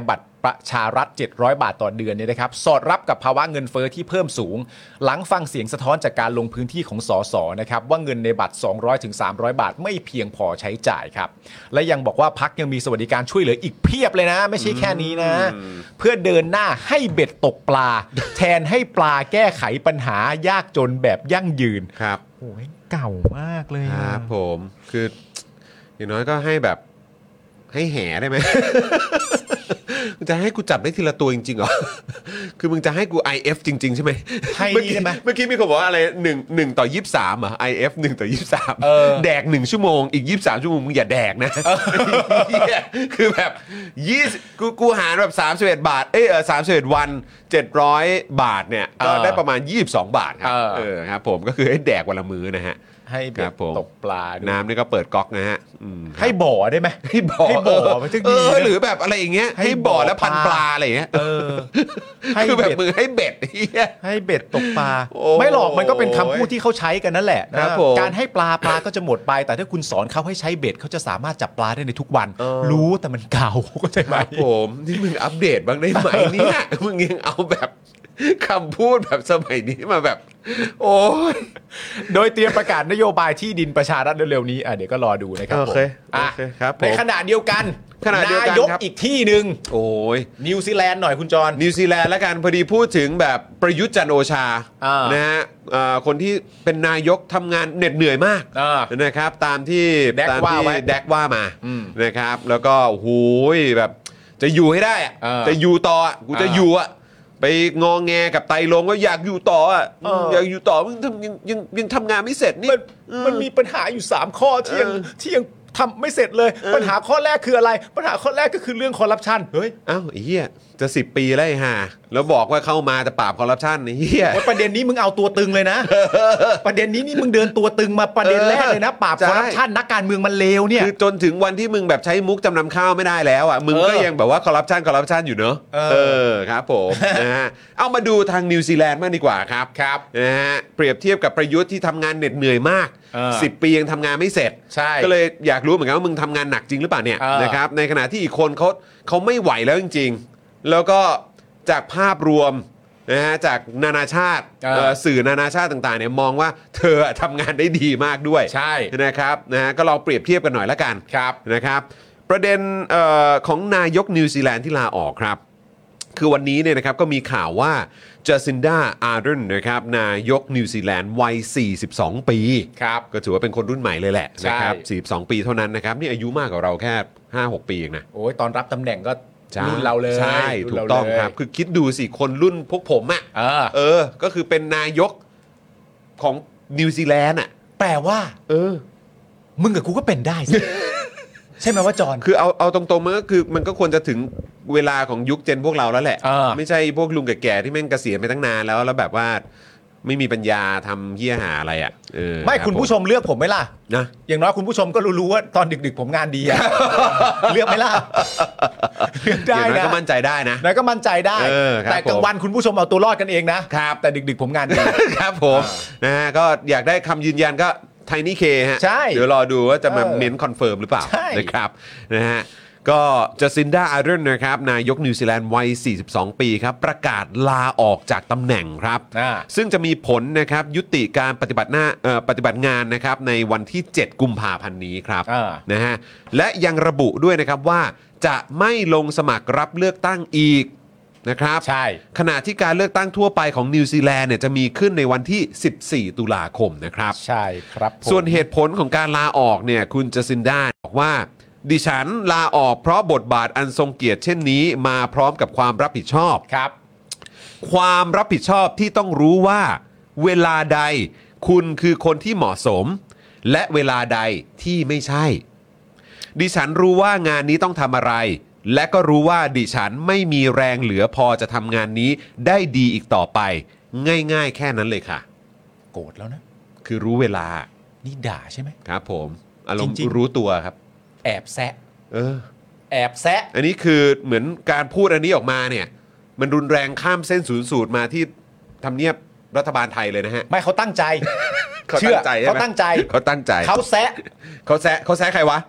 ประชารัฐเจ็ดร้อยบาทต่อเดือนเนี่ยนะครับสอดรับกับภาวะเงินเฟ้อที่เพิ่มสูงหลังฟังเสียงสะท้อนจากการลงพื้นที่ของสสนะครับว่าเงินในบัตร สองร้อยถึงสามร้อย บาทไม่เพียงพอใช้จ่ายครับและยังบอกว่าพรรคยังมีสวัสดิการช่วยเหลืออีกเพียบเลยนะไม่ใช่แค่นี้นะเพื่อเดินหน้าให้เบ็ดตกปลา แทนให้ปลาแก้ไขปัญหายากจนแบบยั่งยืนครับโอ้ยเก่ามากเลยคอะรับผมคืออย่างน้อยก็ให้แบบให้แห่ได้ไหม มึงจะให้กูจับได้ทีละตัวจริงๆเหรอ คือมึงจะให้กู ไอ เอฟ จริงๆใช่ไหมให้เมื่อนี่กี้ได้ไหมเมื่อกี้มีคนบอกว่าอะไรหนึ่งหนึ่งต่อยี่สิบสามเหรอ ไอ เอฟ หนึ่งต่อยี่สิบสามเออแดกหนึ่งชั่วโมงอีกยี่สิบสามชั่วโมงมึงอย่าแดกนะเหี้ยคือแบบยี่สิบกูกูหารแบบสามสิบเอ็ดบาทเอ้ยเออสามสิบเอ็ดวันเจ็ดร้อยบาทเนี่ยก็ได้ประมาณยี่สิบสองบาทครับเออครับผมก็คือให้แดกวันละมื้อนะฮะให้เบ็ครัดบผมตกปลาด้วยน้ำนี่ก็เปิดก๊อกนะฮะอืมครับให้บ่อได้ไหมให้บ่อให้บ่อมันจะดีเออนะหรือแบบอะไรอย่างเงี้ยให้ให้บ่อบ่อแล้วพันปปลาลาอะไรอย่างเงี้ยเออให้คือแบบเบ็ดมือให้เบ็ดเฮียให้เบ็ดตกปลาโอ้ไม่หรอกมันก็เป็นคำพูดที่เขาใช้กันนั่นแหละนะครับผมการให้ปลาปลาก็จะหมดไป แต่ถ้าคุณสอนเขาให้ใช้เบ็ดเขาจะสามารถจับปลาได้ในทุกวันเออรู้แต่มันเก่าก็ใช่ไหคมรับผมนี่มึงอัปเดตบ้างได้ไหมเนี่ยมึงยังเอาแบบคำพูดแบบสมัยนี้มาแบบ โอ้ยโดยเตรียมประกาศนโยบายที่ดินประชารัฐเร็วๆนี้อ่ะเดี๋ยวก็รอดูนะครับโอเคผมอ่ะโอเคครับผมในขณะเดียวกันขณะเดียวกันนายกครับอีกที่หนึ่งโอ้ยนิวซีแลนด์หน่อยคุณจรนิวซีแลนด์แล้วกันพอดีพูดถึงแบบประยุทธ์จันทร์โอชาอ่านนะฮะเอ่อคนที่เป็นนายกทำงานเหน็ดเหนื่อยมากอ่านะครับตามที่แดกตามว่าที่ไว้แดกว่ามาอืมนะครับแล้วก็โอ้โหแบบจะอยู่ให้ได้อะอ่าจะอยู่ต่ออะกูจะอ่าอยู่อะไปงองแงกับไตรลงว่าอยากอยู่ต่ออะเอออยากอยู่ต่อมึงทำยังยังยังทำงานไม่เสร็จนี่มันมันมีปัญหาอยู่สามข้อที่ยังเออที่ยังทำไม่เสร็จเลย ปัญหาข้อแรกคืออะไร ปัญหาข้อแรกก็คือเรื่องคอร์รัปชันเฮ้ยเอ้าไอ้เหี้ยจะสิบปีแล้วไอ้ห่าแล้วบอกว่าเข้ามาจะปราบคอร์รัปชันไอ้เหี้ยโอ้ยประเด็นนี้มึงเอาตัวตึงเลยนะ ประเด็นนี้นี่มึงเดินตัวตึงมาประเด็นแรกเลยนะปราบใช่คอร์รัปชันนักการเมืองมันเลวเนี่ยคือจนถึงวันที่มึงแบบใช้มุกจำนำข้าวไม่ได้แล้วอ่ะมึงก็เออยังแบบว่าคอร์รัปชันคอร์รัปชันอยู่เนอะเออครับผม นะฮะเอามาดูทางนิวซีแลนด์มากดีกว่าครับครับนะฮะเปรียบเทียบกับประยุทธ์ที่ทำงานเหน็ดเหนื่อยมากเออสิบปียังทำงานไม่เสร็จใช่ก็เลยอยากรู้เหมือนกันว่ามึงทำงานหนักจริงหรือเปล่าเนี่ยเออนะครับในขณะที่อีกคนเขาเขาไม่ไหวแล้วจริง ๆ แล้วก็จากภาพรวมนะฮะจากนานาชาติเออเอ่อสื่อนานาชาติต่างๆเนี่ยมองว่าเธอทำงานได้ดีมากด้วยใช่นะครับนะฮะก็ลองเปรียบเทียบกันหน่อยละกันครับนะครับประเด็นเออของนายกนิวซีแลนด์ที่ลาออกครับ คือวันนี้เนี่ยนะครับก็มีข่าวว่าจัสินดาอาร์เดนนะครับนายกนิวซีแลนด์วัย สี่สิบสอง ปีครับก็ถือว่าเป็นคนรุ่นใหม่เลยแหละใช่นะครับสี่สิบสอง ปีเท่านั้นนะครับนี่อายุมากกว่าเราแค่ ห้าหก ปีเองนะโอ้ยตอนรับตำแหน่งก็ใช่รุ่นเราเลยใช่รุ่ถูนกเราต้องเลยครับคือคิดดูสิคนรุ่นพวกผมอะเออเออก็คือเป็นนายกของนิวซีแลนด์อะแปลว่าเออมึงกับกูก็เป็นได้สิ ใช่ไหมว่าจอนคือเอาเอาตรงๆมันก็คือมันก็ควรจะถึงเวลาของยุคเจนพวกเราแล้วแหละเออไม่ใช่พวกลุงแก่ๆที่แม่งเกษียณไปตั้งนานแล้วแล้วแบบว่าไม่มีปัญญาทำเหี้ยหาอะไรอ่ะเออไม่รับคุณผู้ชมเลือกผมไหมล่ะนะอย่างน้อยคุณผู้ชมก็รู้ๆว่าตอนดึกๆผมงานดีอะ เลือกไหมล่ะเลือกได้อย่างน้อยนะก็มั่นใจได้นะนายก็มั่นใจได้เออครับแต่กลางวันคุณผู้ชมเอาตัวรอดกันเองนะครับ แต่ดึกๆผมงานดีครับผมนะฮะก็อยากได้คำยืนยันก็ไทนี่เคฮะใช่เดี๋ยวรอดูว่าจะมาเออเน้นคอนเฟิร์มหรือเปล่าใช่นะครับนะฮะก็จัสินดาอาร์เดนนะครับนายกนิวซีแลนด์วัย สี่สิบสอง ปีครับประกาศลาออกจากตำแหน่งครับอ่าซึ่งจะมีผลนะครับยุติการปฏิบัติหน้าเอ่อปฏิบัติงานนะครับในวันที่ เจ็ด กุมภาพันธ์นี้ครับอ่านะฮะและยังระบุด้วยนะครับว่าจะไม่ลงสมัครรับเลือกตั้งอีกนะครับใช่ขณะที่การเลือกตั้งทั่วไปของนิวซีแลนด์เนี่ยจะมีขึ้นในวันที่ สิบสี่ ตุลาคมนะครับใช่ครับผมส่วนเหตุผลของการลาออกเนี่ยคุณจัสินดาบอกว่า ดิฉันลาออกเพราะบทบาทอันทรงเกียรติเช่นนี้มาพร้อมกับความรับผิดชอบครับความรับผิดชอบที่ต้องรู้ว่าเวลาใดคุณคือคนที่เหมาะสม และเวลาใดที่ไม่ใช่ ดิฉันรู้ว่างานนี้ต้องทำอะไร และก็รู้ว่าดิฉันไม่มีแรงเหลือพอจะทำงานนี้ได้ดีอีกต่อไป ง่ายๆ แค่นั้นเลยค่ะโกรธแล้วนะคือรู้เวลานี่ด่าใช่ไหมครับผมอารมณ์จริงๆรู้ตัวครับแอบแซะเออแอบแซะอันนี้คือเหมือนการพูดอันนี้ออกมาเนี่ย มันรุนแรงข้ามเส้นศูนย์สูตรมาที่ทำเนียบรัฐบาลไทยเลยนะฮะไม่เขาตั้งใจเขาเชื่ตั้องใจใช่ไหมเขาตั้งใจเขาตั้งใจเขาแซะเขาแซะเขาแซะใครวะ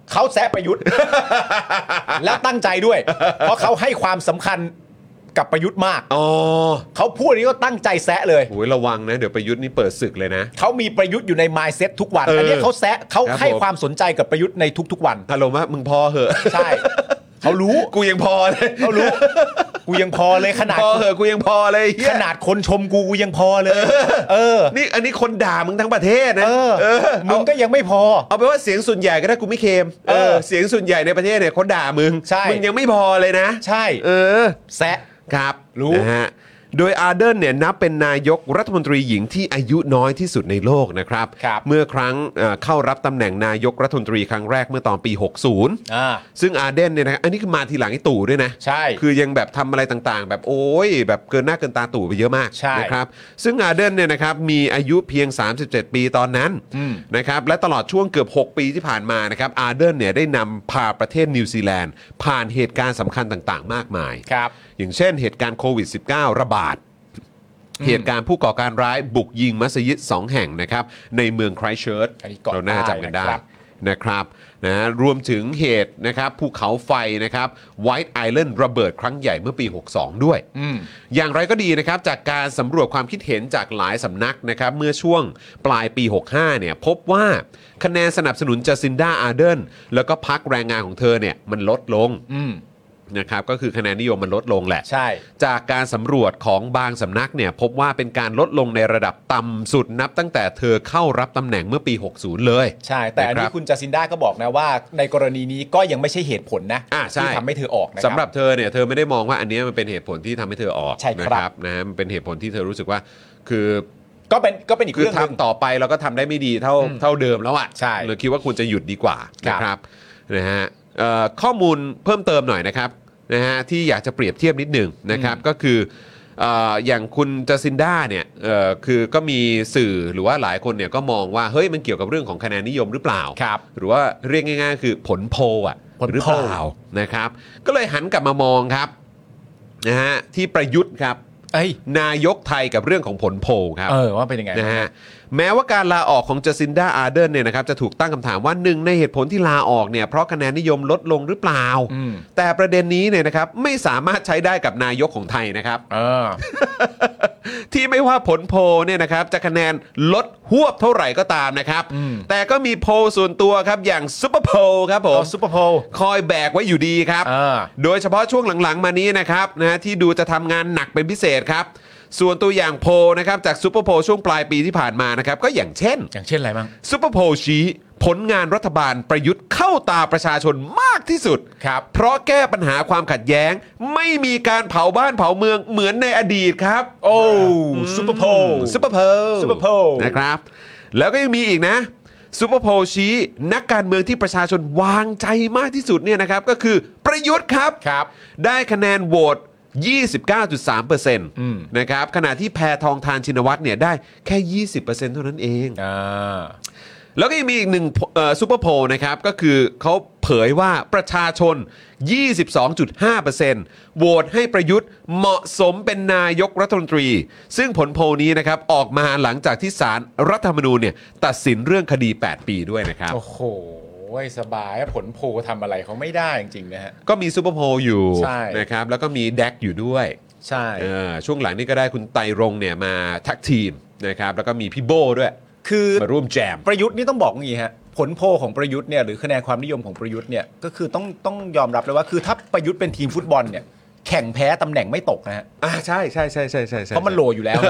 เขาแซะประยุทธ์ แล้วตั้งใจด้วย เพราะเขาให้ความสำคัญกับประยุทธ์มากอ๋อเขาพูดนี้ก็ตั้งใจแซะเลยโอ้ยระวังนะเดี๋ยวประยุทธ์นี่เปิดศึกเลยนะเขามีประยุทธ์อยู่ใน mindset ทุกวันเอออัอันนี้เขาแซะเขาครับให้ผมความสนใจกับประยุทธ์ในทุกๆวันอารมณ์ว่ามึงพอเหอะใช่ เขารู้กูยังพอเลยเขารู้ กูยังพอเลยขนาดพอเหอะกูยังพอเลยเหี้ยขนาดคนชมกูกูยังพอเลย เออนี่อันนี้คนด่ามึงทั้งประเทศนะเออเออมึงก็ยังไม่พอเอาไปนว่าเสียงส่วนใหญ่ก็ได้กูไม่เค็มเออเสียงส่วนใหญ่ในประเทศเนี่ยเขาด่ามึงใช่มึงยังไม่พอเลยนะใช่เออแซะครับรู้นะฮะโดยอาร์เดนเนี่ยนับเป็นนายกรัฐมนตรีหญิงที่อายุน้อยที่สุดในโลกนะครับครับเมื่อครั้งเอ่อเข้ารับตำแหน่งนายกรัฐมนตรีครั้งแรกเมื่อตอนปี หกสิบอ่าซึ่งอาร์เดนเนี่ยนะอันนี้คือมาทีหลังไอ้ตู่ด้วยนะใช่คือยังแบบทำอะไรต่างๆ แบบโอ้ยแบบเกินหน้าเกินตาตู่ไปเยอะมากใช่นะครับซึ่งอาร์เดนเนี่ยนะครับมีอายุเพียง สามสิบเจ็ด ปีตอนนั้นอืมนะครับและตลอดช่วงเกือบ หก ปีที่ผ่านมานะครับอาร์เดนเนี่ยได้นำพาประเทศนิวซีแลนด์ผ่านเหตุการณ์สำคัญต่างๆ มากมายครับอย่างเช่นเหตุการณ์โควิด สิบเก้า ระบาด เหตุการณ์ผู้ก่อการร้ายบุกยิงมัสยิดสองแห่งนะครับในเมืองไครสต์เชิร์ชอันนี้ก่อนเราน่าจะจำกันได้ได้นะครับนะครับนะรวมถึงเหตุนะครับภูเขาไฟนะครับไวท์ไอแลนด์ระเบิดครั้งใหญ่เมื่อปี หกสิบสอง ด้วยอืมอย่างไรก็ดีนะครับจากการสำรวจความคิดเห็นจากหลายสำนักนะครับเมื่อช่วงปลายปี หกสิบห้า เนี่ยพบว่าคะแนนสนับสนุนจัสซินดาอาร์เดนแล้วก็พรรคแรงงานของเธอเนี่ยมันลดลงอืมนะครับก็คือคะแนนนิยมมันลดลงแหละใช่จากการสำรวจของบางสำนักเนี่ยพบว่าเป็นการลดลงในระดับต่ำสุดนับตั้งแต่เธอเข้ารับตำแหน่งเมื่อปี หกสิบ เลยใช่ แต่อันนี้ะรับคุณจาซินด้าก็บอกนะว่า ในกรณีนี้ก็ยังไม่ใช่เหตุผลนะอ่าใช่ที่ทำให้เธอออกนะคสำหรับเธอเนี่ยเธอไม่ได้มองว่าอันเนี้ยมันเป็นเหตุผลที่ทำให้เธอออกใช่ครับนะนะมันเป็นเหตุผลที่เธอรู้สึกว่าคือก็เป็นก็เป็นอีกคือเรื่องหนึงทำต่อไปเราก็ทำได้ไม่ดีเท่าอืมเท่าเดิมแล้วอ่ะใช่เลยคิดว่าควรจะหยุดดีกว่าครับนะครับนะฮะเอ่อข้อมูลเพิ่มเติมหน่อยนะครับนะฮะที่อยากจะเปรียบเทียบนิดหนึ่งนะครับก็คือเอ่ออย่างคุณจาซินด้าเนี่ยเอ่อคือก็มีสื่อหรือว่าหลายคนเนี่ยก็มองว่าเฮ้ยมันเกี่ยวกับเรื่องของคะแนนนิยมหรือเปล่าครับหรือว่าเรียกง่ายๆ คือผลโพลอ่ะผลโพลหรือเปล่านะครับก็เลยหันกลับมามองครับนะฮะที่ประยุทธ์ครับเอ้ยนายกไทยกับเรื่องของผลโพลครับเออว่าเป็นยังไงนะฮะแม้ว่าการลาออกของจัสซินดาอาร์เดนเนี่ยนะครับจะถูกตั้งคำถามว่าหนึ่งในเหตุผลที่ลาออกเนี่ยเพราะคะแนนนิยมลดลงหรือเปล่าอืมแต่ประเด็นนี้เนี่ยนะครับไม่สามารถใช้ได้กับนายกของไทยนะครับเออที่ไม่ว่าผลโพลเนี่ยนะครับจะคะแนนลดหวบเท่าไหร่ก็ตามนะครับอืมแต่ก็มีโพลส่วนตัวครับอย่างซุปเปอร์โพลครับผมซุปเปอร์โพลคอยแบกไว้อยู่ดีครับเออโดยเฉพาะช่วงหลังๆมานี้นะครับนะที่ดูจะทำงานหนักเป็นพิเศษครับส่วนตัวอย่างโพลนะครับจากซุปเปอร์โพลช่วงปลายปีที่ผ่านมานะครับก็อย่างเช่นอย่างเช่นอะไรบ้างซุปเปอร์โพลชี้ผลงานรัฐบาลประยุทธ์เข้าตาประชาชนมากที่สุดครับเพราะแก้ปัญหาความขัดแย้ง ไม่มีการเผาบ้านเผาเมืองเหมือนในอดีตครับโอ้ซุปเปอร์โพลซุปเปอร์โพลซุปเปอร์โพลนะครับแล้วก็ยังมีอีกนะซุปเปอร์โพลชี้นักการเมืองที่ประชาชนวางใจมากที่สุดเนี่ยนะครับก็คือประยุทธ์ครับครับได้คะแนนโหวต ยี่สิบเก้าจุดสามเปอร์เซ็นต์อืมนะครับขณะที่แพทองทานชินวัตรเนี่ยได้แค่ ยี่สิบเปอร์เซ็นต์ เท่านั้นเองอ่าแล้วก็ยังมีอีกหนึ่งซูเปอร์โพลนะครับก็คือเขาเผยว่าประชาชน ยี่สิบสองจุดห้าเปอร์เซ็นต์ โหวตให้ประยุทธ์เหมาะสมเป็นนายกรัฐมนตรี ซึ่งผลโพลนี้นะครับออกมาหลังจากที่ศาลรัฐธรรมนูญเนี่ยตัดสินเรื่องคดี แปด ปีด้วยนะครับโอ้โหสบายผลโพลทำอะไรเขาไม่ได้จริงๆนะฮะก็มีซูเปอร์โพลอยู่ใช่นะครับแล้วก็มีแดกอยู่ด้วยใช่เออช่วงหลังนี่ก็ได้คุณไตรรงค์เนี่ยมาแท็กทีมนะครับแล้วก็มีพี่โบด้วยคือมาร่วมแจมประยุทธ์นี่ต้องบอกอย่างนี้ฮะผลโพลของประยุทธ์เนี่ยหรือคะแนนความนิยมของประยุทธ์เนี่ยก็คือต้องต้องยอมรับเลยว่าคือถ้าประยุทธ์เป็นทีมฟุตบอลเนี่ยแข่งแพ้ตำแหน่งไม่ตกนะฮะอ่าใช่ใช่ใช่ใช่ใช่ใช่เพราะมันโหลอยู่แล้ว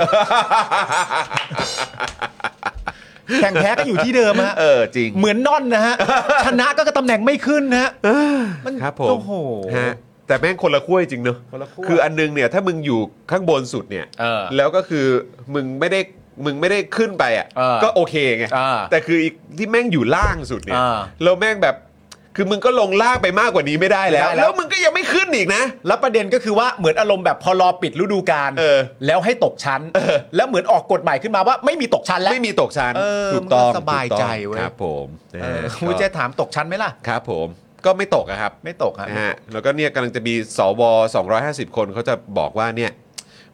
แข่งแพ้ก็อยู่ที่เดิมฮะเออจริงเหมือนนอนนะฮะ ชนะก็ตำแหน่งไม่ขึ้นนะฮะมันครับผมโอ้โหฮะแต่แม่งคนละขั้วจริงเนอะคนละขั้วคืออันนึงเนี่ยถ้ามึงอยู่ข้างบนสุดเนี่ยเออแล้วก็คือมึงไม่ได้มึงไม่ได้ขึ้นไปอ่ะเออก็โอเคไงอ่าแต่คืออีกที่แม่งอยู่ล่างสุดเนี่ยอ่าแล้วแม่งแบบคือมึงก็ลงล่างไปมากกว่านี้ไม่ได้แล้วไม่ได้แล้วแล้วมึงก็ยังไม่ขึ้นอีกนะแล้วประเด็นก็คือว่าเหมือนอารมณ์แบบพอรอปิดฤดูกาลเออแล้วให้ตกชั้น แล้วเหมือนออกกฎใหม่ขึ้นมาว่าไม่มีตกชั้นแล้วไม่มีตกชั้นเออถูกต้องมันก็สบายใจเว้ยครับผมนะเอฮะอคุณจะถามตกชั้นไหมล่ะครับผมก็ไม่ตกอะครับไม่ตกฮะนะฮะแล้วก็เนี่ยกำลังจะมีสวสองร้อยห้าสิบคนเขาจะบอกว่าเนี่ย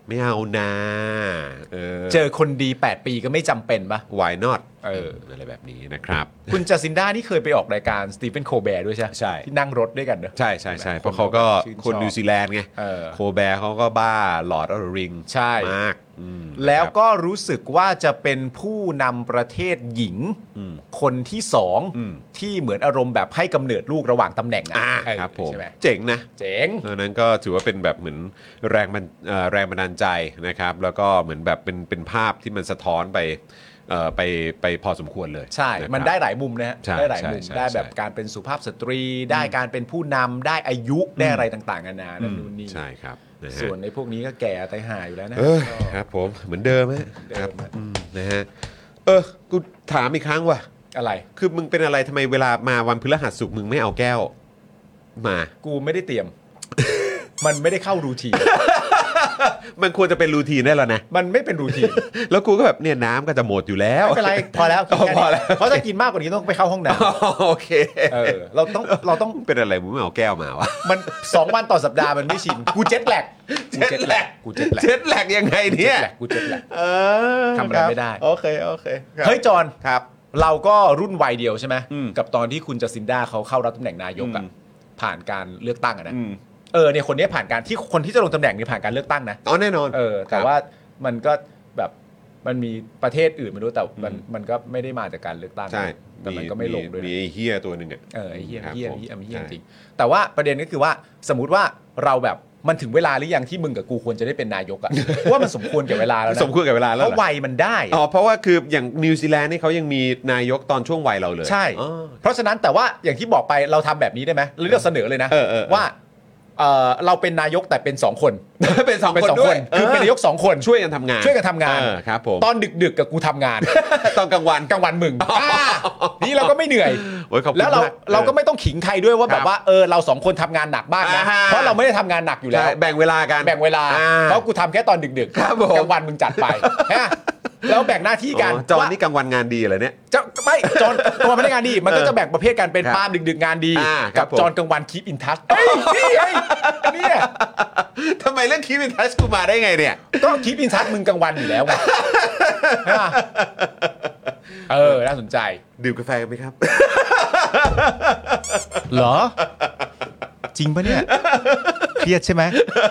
ไม่เอานะเออเจอคนดีแปดปีก็ไม่จำเป็นปะ why not เอออะไรแบบนี้นะครับคุณจาซินด้านี่เคยไปออกรายการสตีเฟนโคแบร์ด้วยใช่ใช่ที่นั่งรถด้วยกันเนอะใช่ใช่ใช่คนเพราะเขาก็ชื่นชอบคนนิวซีแลนด์ไงเออโคแบร์เขาก็บ้าหลอดออฟริงใช่มากอืมแล้วครับก็รู้สึกว่าจะเป็นผู้นำประเทศหญิงอืมคนที่สองอืมที่เหมือนอารมณ์แบบให้กำเนิดลูกระหว่างตำแหน่งอ่าเออครับผมใช่ไหมเจ๋งนะเจ๋งเพราะฉะนั้นก็ถือว่าเป็นแบบเหมือนแรงบันเอ่อแรงบันดาลใจนะครับ แล้วก็เหมือนแบบเป็นเป็นภาพที่มันสะท้อนไปเอ่อไปไปพอสมควรเลยใช่ะครับมันได้หลายมุมนะฮะใช่ได้หลายมุมใช่ใช่ได้แบบใช่การเป็นสุภาพสตรี ได้การเป็นผู้นำได้อายุ ได้อะไรต่างๆนานานั่นนู่นนี่ใช่ครับนะฮะส่วนในพวกนี้ก็แก่ตายห่าอยู่แล้วนะเออก็ครับผมเหมือนเดิมฮะเดิมครับฮะอืมนะฮะเออกูถามอีกครั้งว่ะอะไรคือมึงเป็นอะไรทำไมเวลามาวันพฤหัสศุกร์มึงไม่เอาแก้วมากูไม่ได้เตรียม มันไม่ได้เข้ารูทีนมันควรจะเป็นรูทีนได้แล้วนะมันไม่เป็นรูทีนแล้วกูก็แบบเนี่ยน้ำก็จะหมดอยู่แล้วไม่เป็นไรพอแล้วกินแค่พอนี้แล้วเพราะถ้ากินมากกว่านี้ต้องไปเข้าห้องน้โอเคำเออเราต้องเราต้องเป็นอะไรมึงไม่เอาแก้วมาวะมันสองวันต่อสัปดาห์มันไม่ชินกูเจ็ตแลกกูเจ็ตแลกกูเจ็ตแลกเจ็ดแหลกยังไงเนี่ยกูเจ็ตแลกเออทำอะไรไม่ได้โอเคโอเคครับเฮ้ยจอนครับเราก็รุ่นวัยเดียวใช่ไหมอืมกับตอนที่คุณจาซินดาเขาเข้ารับตำแหน่งนายกอะอืมผ่านการเลือกตั้งอะนะอืมเออเนี่ยคนนี้ผ่านการที่คนที่จะลงตำแหน่งนี่ผ่านการเลือกตั้งนะอ๋อแน่นอนเออแต่ครับว่ามันก็แบบมันมีประเทศอื่นไม่รู้แต่มันมันก็ไม่ได้มาจากการเลือกตั้งใช่แต่มันก็ไม่ลงด้วยมีนะไอ้เฮียตัวหนึ่งอ่ะเออไอ้เฮี้ยครับเฮี้ยผมเฮี้ยเฮี้ยใช่จริงแต่ว่าประเด็นก็คือว่าสมมติว่าเราแบบมันถึงเวลาหรือยังที่มึงกับกูควรจะได้เป็นนายกอะ ว่ามันสมควรแก่เวลาแล้วนะสมควรกับเวลาแล้วเพเหรอราะวัยมันได้อ๋อเพราะว่าคืออย่างนิวซีแลนด์นี่เขายังมีนายกตอนช่วงวัยเราเลยใช่อ๋อเพราะฉะนั้นแต่ว่าอย่างที่บอกไปเราทำแบบนี้ได้ไหมหรือเราเสนอเลยนะเออเออเออว่าเออเราเป็นนายกแต่เป็นสองคนเป็นสองเป็นคนสองด้ควยนคือเป็นนายกสองคนช่วยกันทำงานช่วยกันทำงานเออครับผมตอนดึกๆกับกูทำงานตอนกลางวันกลางวันมึงอ่านี่เราก็ไม่เหนื่อยโอ้ยขอบคุณแล้วเรามากเราก็ไม่ต้องขิงใครด้วยว่าคแบรับบว่าเออเราสองคนทำงานหนักมากนะอ่าเพราะเราไม่ได้ทำงานหนักอยู่แล้วใช่แบ่งเวลากันแบ่งเวลาอ่าเพราะกูทำแค่ตอนดึกๆครับผมกลางวันมึงจัดไปฮะแล้วแบ่งหน้าที่กันอ๋อจอห์นว่านี่กลางวันงานดีเหรอเนี่ยจะไม่จอนกลางวันไม่ได้งานดี มันก็จะแบ่งประเภทกันเป็นครับปาล์มดึกๆงานดีอ่าครักับบ ผมจอนกลางวันคีปอินทัชเฮ้ยนี่ไงเนี่ยทำไมเรื่องคีวินทัชกูมาได้ไงเนี่ยก็คีปอินทัชมึงกลางวันอยู่แล้วไงใช่ปะเออน่าสนใจดื่มกาแฟกันไหมครับเหรอ จริงปะเนี่ยเครียดใช่ไหม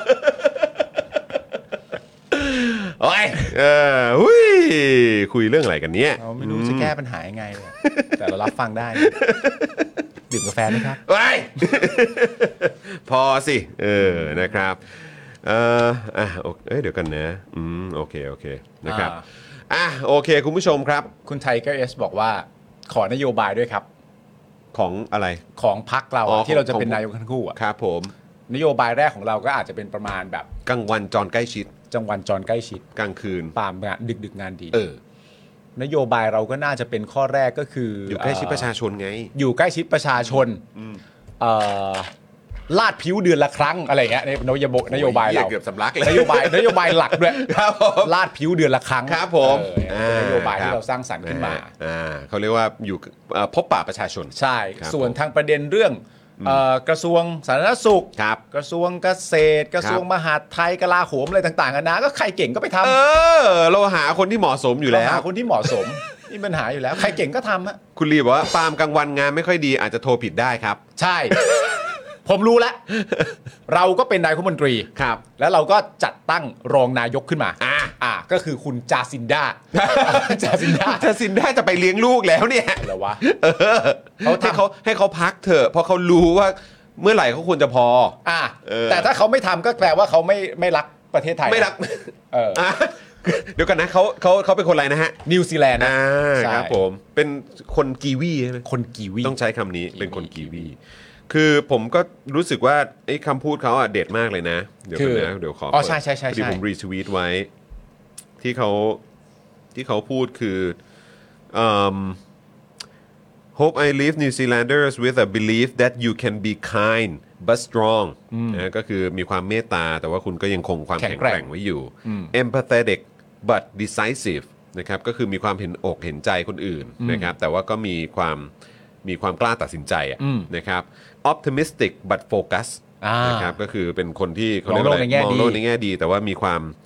โอ้ยเออหุยคุยเรื่องอะไรกันเนี่ยเราไม่รู้จะแก้ปัญหายังไงเลยแต่เรารับฟังได้ดื่มกาแฟไหมครับไว้ย พอสิ เออนะครับเอออ่ะโอเอ้ยเดี๋ยวกันนะอืมโอเคโอเคนะครับอ่าอ่ะโอเค คุณผู้ชมครับคุณไทเกอร์เอสบอกว่าขอนโยบายด้วยครับของอะไรของพรรคเราอ๋ออะที่เราจะของเป็นนายกทั้งคู่อะครับผมนโยบายแรกของเราก็อาจจะเป็นประมาณแบบกลางวันจอนใกล้ชิดจังหวัดจรใกล้ชิดกลางคืนปามงานดึกดึกๆงานดีเออนโยบายเราก็น่าจะเป็นข้อแรกก็คือออยู่ใกล้ชิดประชาชนไงอยู่ใกล้ชิดประชาชนเอ่อลาดผิวเดือนละครั้งอะไรเงี้ยในนโยบายนโยบายโอ้เราเกือบสำลักเลยนโยบายนโยบายหลักด้วยครับผมลาดผิวเดือนละครั้งครับผมเออเป็นนโยบายที่เราสร้างสรรค์ขึ้นมาอ่าเขาเรียกว่าอยู่เอ่อพบปะประชาชนใช่ครับส่วนทางประเด็นเรื่องเอ่อกระทรวงสาธารณสุขครับกระทรวงเกษตร กระทรวงมหาดไทยกลาโหมอะไรต่างๆกันานะก็ใครเก่งก็ไปทำเออ เราหาคนที่เหมาะสมอยู่แล้วเราหาคนที่เหมาะสม นี่ปัญหาอยู่แล้ว ใครเก่งก็ทำฮะคุณลีบอกว่าปาล์มกลางวันงานไม่ค่อยดีอาจจะโทรผิดได้ครับใช่ ผมรู้แล้ว เราก็เป็นนายกรัฐมนตรีครับแล้วเราก็จัดตั้งรองนายกขึ้นมาอ่าอ่าก็คือคุณจาซินดา จาซินดาถ้าซินได้จะไปเลี้ยงลูกแล้วเนี่ยอะไรวะเออเขาทำให้เขาให้เขาพักเถอะเพราะเขารู้ว่าเมื่อไหร่เขาควรจะพออ่าเออแต่ถ้าเขาไม่ทำก็แปลว่าเขาไม่ไม่รักประเทศไทยนะไม่รักเอออ่ะเดี๋ยวกันนะเขาเขาเขาเป็นคนอะไรนะฮะนิวซีแลนด์นะอ่าใช่ครับผมเป็นคนกีวีใช่ไหมคนกีวีต้องใช้คำนี้กีวีเป็นคนกีวี คือผมก็รู้สึกว่าไอ้คำพูดเขาอ่ะเด็ดมากเลยนะ เดี๋ยวกันนะเดี๋ยวขออ๋อใช่ใช่ใช่พอดีใช่ผมรีทวีตไว้ ที่เขาที่เขาพูดคืออืม Hope I leave New Zealanders with a belief that you can be kind but strong นะก็คือมีความเมตตาแต่ว่าคุณก็ยังคงความแข็แข็งงแกร่แกงร่งไว้อยู่ empathetic but decisive นะครับก็คือมีความเห็นอกเห็นใจคนอื่นนะครับแต่ว่าก็มีความมีความกล้าตัดสินใจอะนะครับ optimistic but focus อ่านนะครับก็คือเป็นคนที่เขามองโลกเรียว่าะไรในแง่มองดีโลกในแง่ดี แต่ว่ามีความ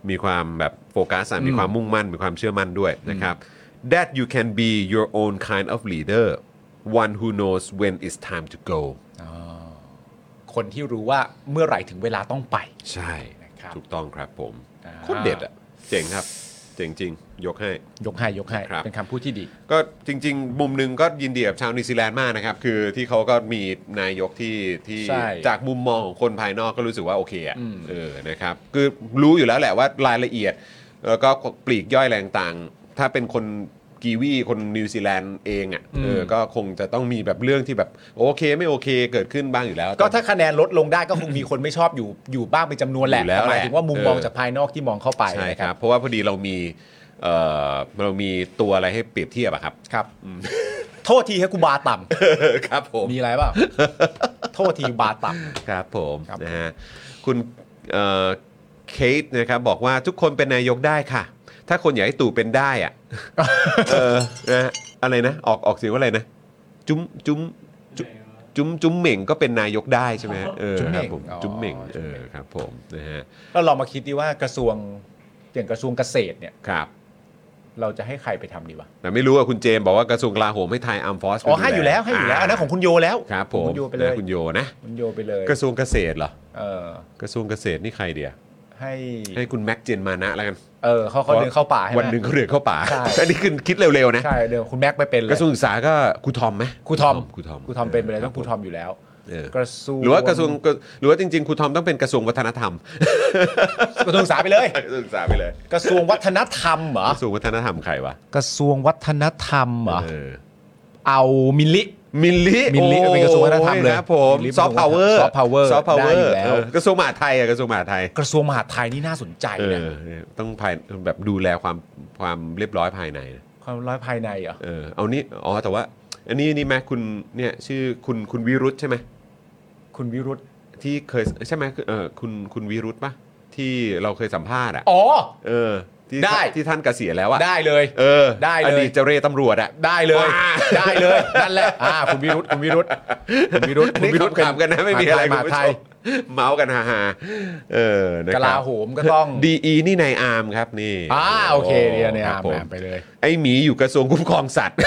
มีความแบบโฟกัสมีความมุ่งมั่นมีความเชื่อมั่นด้วยนะครับ that you can be your own kind of leader one who knows when it's time to go คนที่รู้ว่าเมื่อไหร่ถึงเวลาต้องไปใช่นะครับถูกต้องครับผมอ่าโคตรเด็ดอ่ะเจ๋งครับเจ๋งจริงยกให้ยกให้ยกให้ครับเป็นคำพูดที่ดีก็จริงๆ มุมหนึ่งก็ยินดีกับชาวนิวซีแลนด์มากนะครับ คือที่เขาก็มีนายกที่ที่ใช่จากมุมมองของคนภายนอกก็รู้สึกว่าโอเคอ่ะเออนะครับคือรู้อยู่แล้วแหละว่ารายละเอียด แล้วก็ปลีกย่อยอะไรต่างๆถ้าเป็นคนกีวีคนนิวซีแลนด์เองอ่ะเออก็คงจะต้องมีแบบเรื่องที่แบบโอเคไม่โอเคเกิดขึ้นบ้างอยู่แล้วก็ถ้าคะแนนลดลงได้ก็คงมีคนไม่ชอบอยู่อยู่บ้างเป็นจำนวนแหละอยู่แล้วแต่หมายถึงว่ามุมมองเออจากภายนอกที่มองเข้าไปใช่นะคครัรับบ เพราะว่าพอดีเรามีเอ่อเรามีตัวอะไรให้เปรียบเทียบอะครับครับโทษทีให้กูบาต่ำครับผมมีอะไรเปล่า โทษทีบาต่ครับผมครับนะฮะคุณเอ่อเคทนะครับบอกว่าทุกคนเป็นนายกได้ค่ะ ถ้าคนอยากให้ตู่เป็นได้อะ เออนะฮะอะไรนะออกออกเสียงว่าอะไรนะ จุ้มจุ้มจุ้มจุ้มจุ้มเหม่งก็เป็นนายกได้ใช่ไหมฮะเออครับผมจุ้มเหม่งเออครับผมนะฮะำแล้วลองมาคิดดีว่ากระทรวงอย่างกระทรวงเกษตรเนี่ยครับเราจะให้ใครไปทำดีวะแต่ไม่รู้ว่าคุณเจมส์บอกว่ากระทรวงกลาโหมให้ไทยอาร์มฟอร์สอ๋อให้อยู่แล้วให้อยู่แล้วอันนั้นของคุณโยแล้วครับผมคุณโยไปเลยนะคุณโยนะคุณโยไปเลยกระทรวงเกษตรเหรอเออกระทรวงเกษตรนี่ใครเดียให้ให้คุณแม็กเจนมานะแล้วกันเออเขาเขาเดินเข้าป่าให้ไหมวันหนึ่งเขาเดินเข้าป่าใช่อันนี้คือคิดเร็วๆนะใช่เดินคุณแม็กไปเป็นเลยกระทรวงศึกษาก็ครูทอมไหมครูทอมครูทอมครูทอมเป็นไปเลยต้องครูทอมอยู่แล้วเออกระทรวงหรือว่ากระทรวงหรือว่าจริงๆครูทอมต้องเป็นกระทรวงวัฒนธรรมกระทรวงศึกษาไปเลยกระทรวงศึกษาไปเลยกระทรวงวัฒนธรรมเหรอกระทรวงวัฒนธรรมใครวะกระทรวงวัฒนธรรมเหรอเออเอามิลลิมิลลิมิลลิเป็นกระทรวงวัฒนธรรมเลยครับผมมิลลิซอฟต์พาวเวอร์ soft power ซอฟต์พาวเวอได้ร์อยู่แล้วกระทรวงมหาดไทยอะกระทรวงมหาดไทยกระทรวงมหาดไทยนี่น่าสนใจเอนะอต้องภายแบบดูแลความความเรียบร้อยภายในนะความร้อยภายในเหรอเออเอานี่อ๋อแต่ว่า อันนี้นี่ไหมคุณเนี่ยชื่อคุณคุณวิรุธใช่ไหมคุณวิรุธที่เคยใช่ไหมเออคุณคุณวิรุธปะที่เราเคยสัมภาษณ์อ่ะอ๋อเออที่ได้ที่ท่านเกษียณแล้วอ่ะได้เลยเออได้เลยอดีตเจเรตำรวจอ่ะได้เลยว้าได้เลยนั่นแหละอ่าคุณวิรุธคุณวิรุธคุณวิรุธอันนี้ขำๆกันนะไม่มีอะไรมคุณหาผู้ไทชยมเมาส์กันฮาๆเออนะคกรับลาโหมก็ต้องดีอีนี่นายอาร์มครับนี่อ่าโอเคเดียวเนี่ยครับผมไปเลยไอหมีอยู่กระทรวงคุ้มครองสัตว์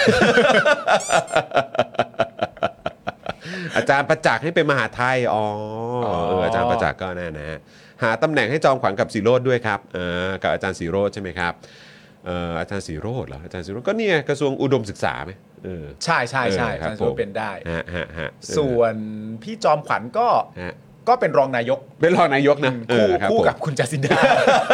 อาจารย์ประจักษ์ให้เป็นมหาไทยอ๋อเอออาจารย์ประจักษ์ก็แน่นะฮะหาตำแหน่งให้จอมขวัญกับสีโรดด้วยครับเออกับอาจารย์สีโรดใช่ไหมครับเอ่ออาจารย์สีโรดเหรออาจารย์สีโรดก็เนี่ยกระทรวงอุดมศึกษาไหมเออใช่ใช่ใช่เออครับอาจารย์ผมเป็นได้ฮะฮะฮะส่วนพี่จอมขวัญก็ฮะก็เป็นรองนายกเป็นรองนายกนะเอคู่อรับคู่ผมกับคุณจัสินดา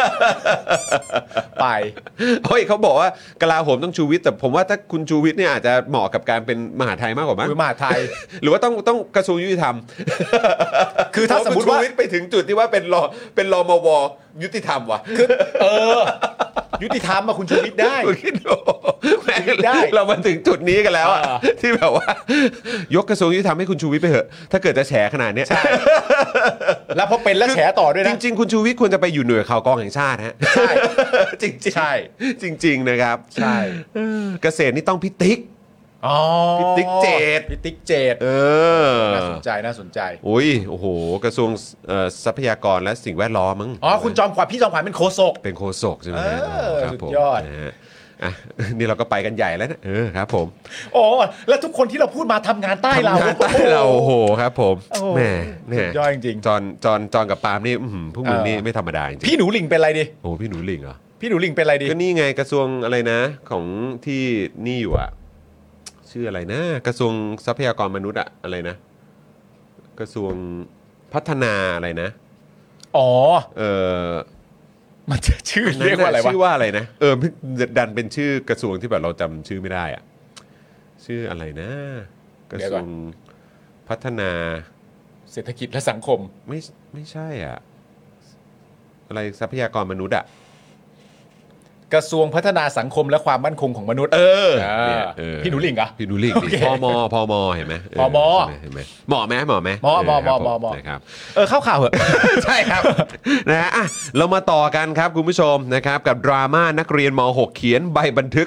ไปเฮ้ยเขาบอกว่ากลาโหมต้องชูวิทย์แต่ผมว่าถ้าคุณชูวิทย์เนี่ยอาจจะเหมาะกับการเป็นมหาไทยมากกว่ามั้งคือมหาไทยหรือว่าต้องต้องกระทรวงยุติธรรมคือถ้าสมมุติว่าคุณชูวิทย์ไปถึงจุดที่ว่าเป็นรอเป็นรมวยุติธรรมว่ะคือเออ ยุติธรรมมาคุณชูวิทย์ได้คุณคิดดูแม่งได้เรามาถึงจุดนี้กันแล้วอะเออที่แบบว่า ยกกระทรวงยุติธรรมให้คุณชูวิทย์ไปเถอะถ้าเกิดจะแฉขนาดเนี้ยใช่ แล้วพอเป็นแล้วแฉต่อด้วยจนะริง ๆ คุณชูวิทย์ควรจะไปอยู่หน่วยข่าวกองแห่งชาติฮะใช่จริงๆใช่จริง ๆ นะครับใช่เออเกษตรนี่ต้องพิติ๊กอ๋อพี่ติ๊กเจดพี่ติ๊กเจดเออน่าสนใจน่าสนใจอุ้ยโอ้โห กระทรวงเอ่อทรัพยากรและสิ่งแวดล้อมมั้งอ๋อคุณจอมขวัญพี่จอมขวัญเป็นโฆษกเป็นโฆษกใช่ไหมเออครับสุดผมยอดนะฮะอ่ะ นี่เราก็ไปกันใหญ่แล้วนะเออครับผมโอ้แล้วทุกคนที่เราพูดมาทำงานใต้เราทำงานใต้เราโอ้โหครับผมโอ้โหแหม่แหสุม่ดยอดจริงจอนจอนจอนกับปาล์มนี่อื้อหือพวกมึงนี่เออไม่ธรรมดาจริงๆพี่หนูหลิงเป็นอะไรดีโอ้พี่หนูหลิงเหรอพี่หนูหลิงเป็นอะไรดีก็นี่ไงกระทรวงอะไรนะ ของที่นี่อยู่อะชื่ออะไรนะ กระทรวงทรัพยากรมนุษย์อะอะไรนะ กระทรวงพัฒนาอะไรนะอ๋อเออมันจะชื่อเรียกว่าอะไรวะชื่อว่าอะไรนะเออดันเป็นชื่อกระทรวงที่แบบเราจำชื่อไม่ได้อะชื่ออะไรนะ กระทรวงพัฒนาเศรษฐกิจและสังคมไม่ไม่ใช่อ่ะอะไรทรัพยากรมนุษย์อ่ะกระทรวงพัฒนาสังคมและความมั่นคงของมนุษย์เอออ่าเนี่ยเออพี่หนูหลิงเหรอพี่หนูหลิงโอดิเคพมพมเห็นไหมเพมเห็นไหมเหมาะไหมเหมาะไหมเหมาะเหมาะออครับเหมาะเหมาะนะครับเออเข้าข่าวเหอะใช่ครับ นะฮะอ่ะเรามาต่อกันครับคุณผู้ชมนะครับกับดราม่านักเรียนม .หก เขียนใบบันทึก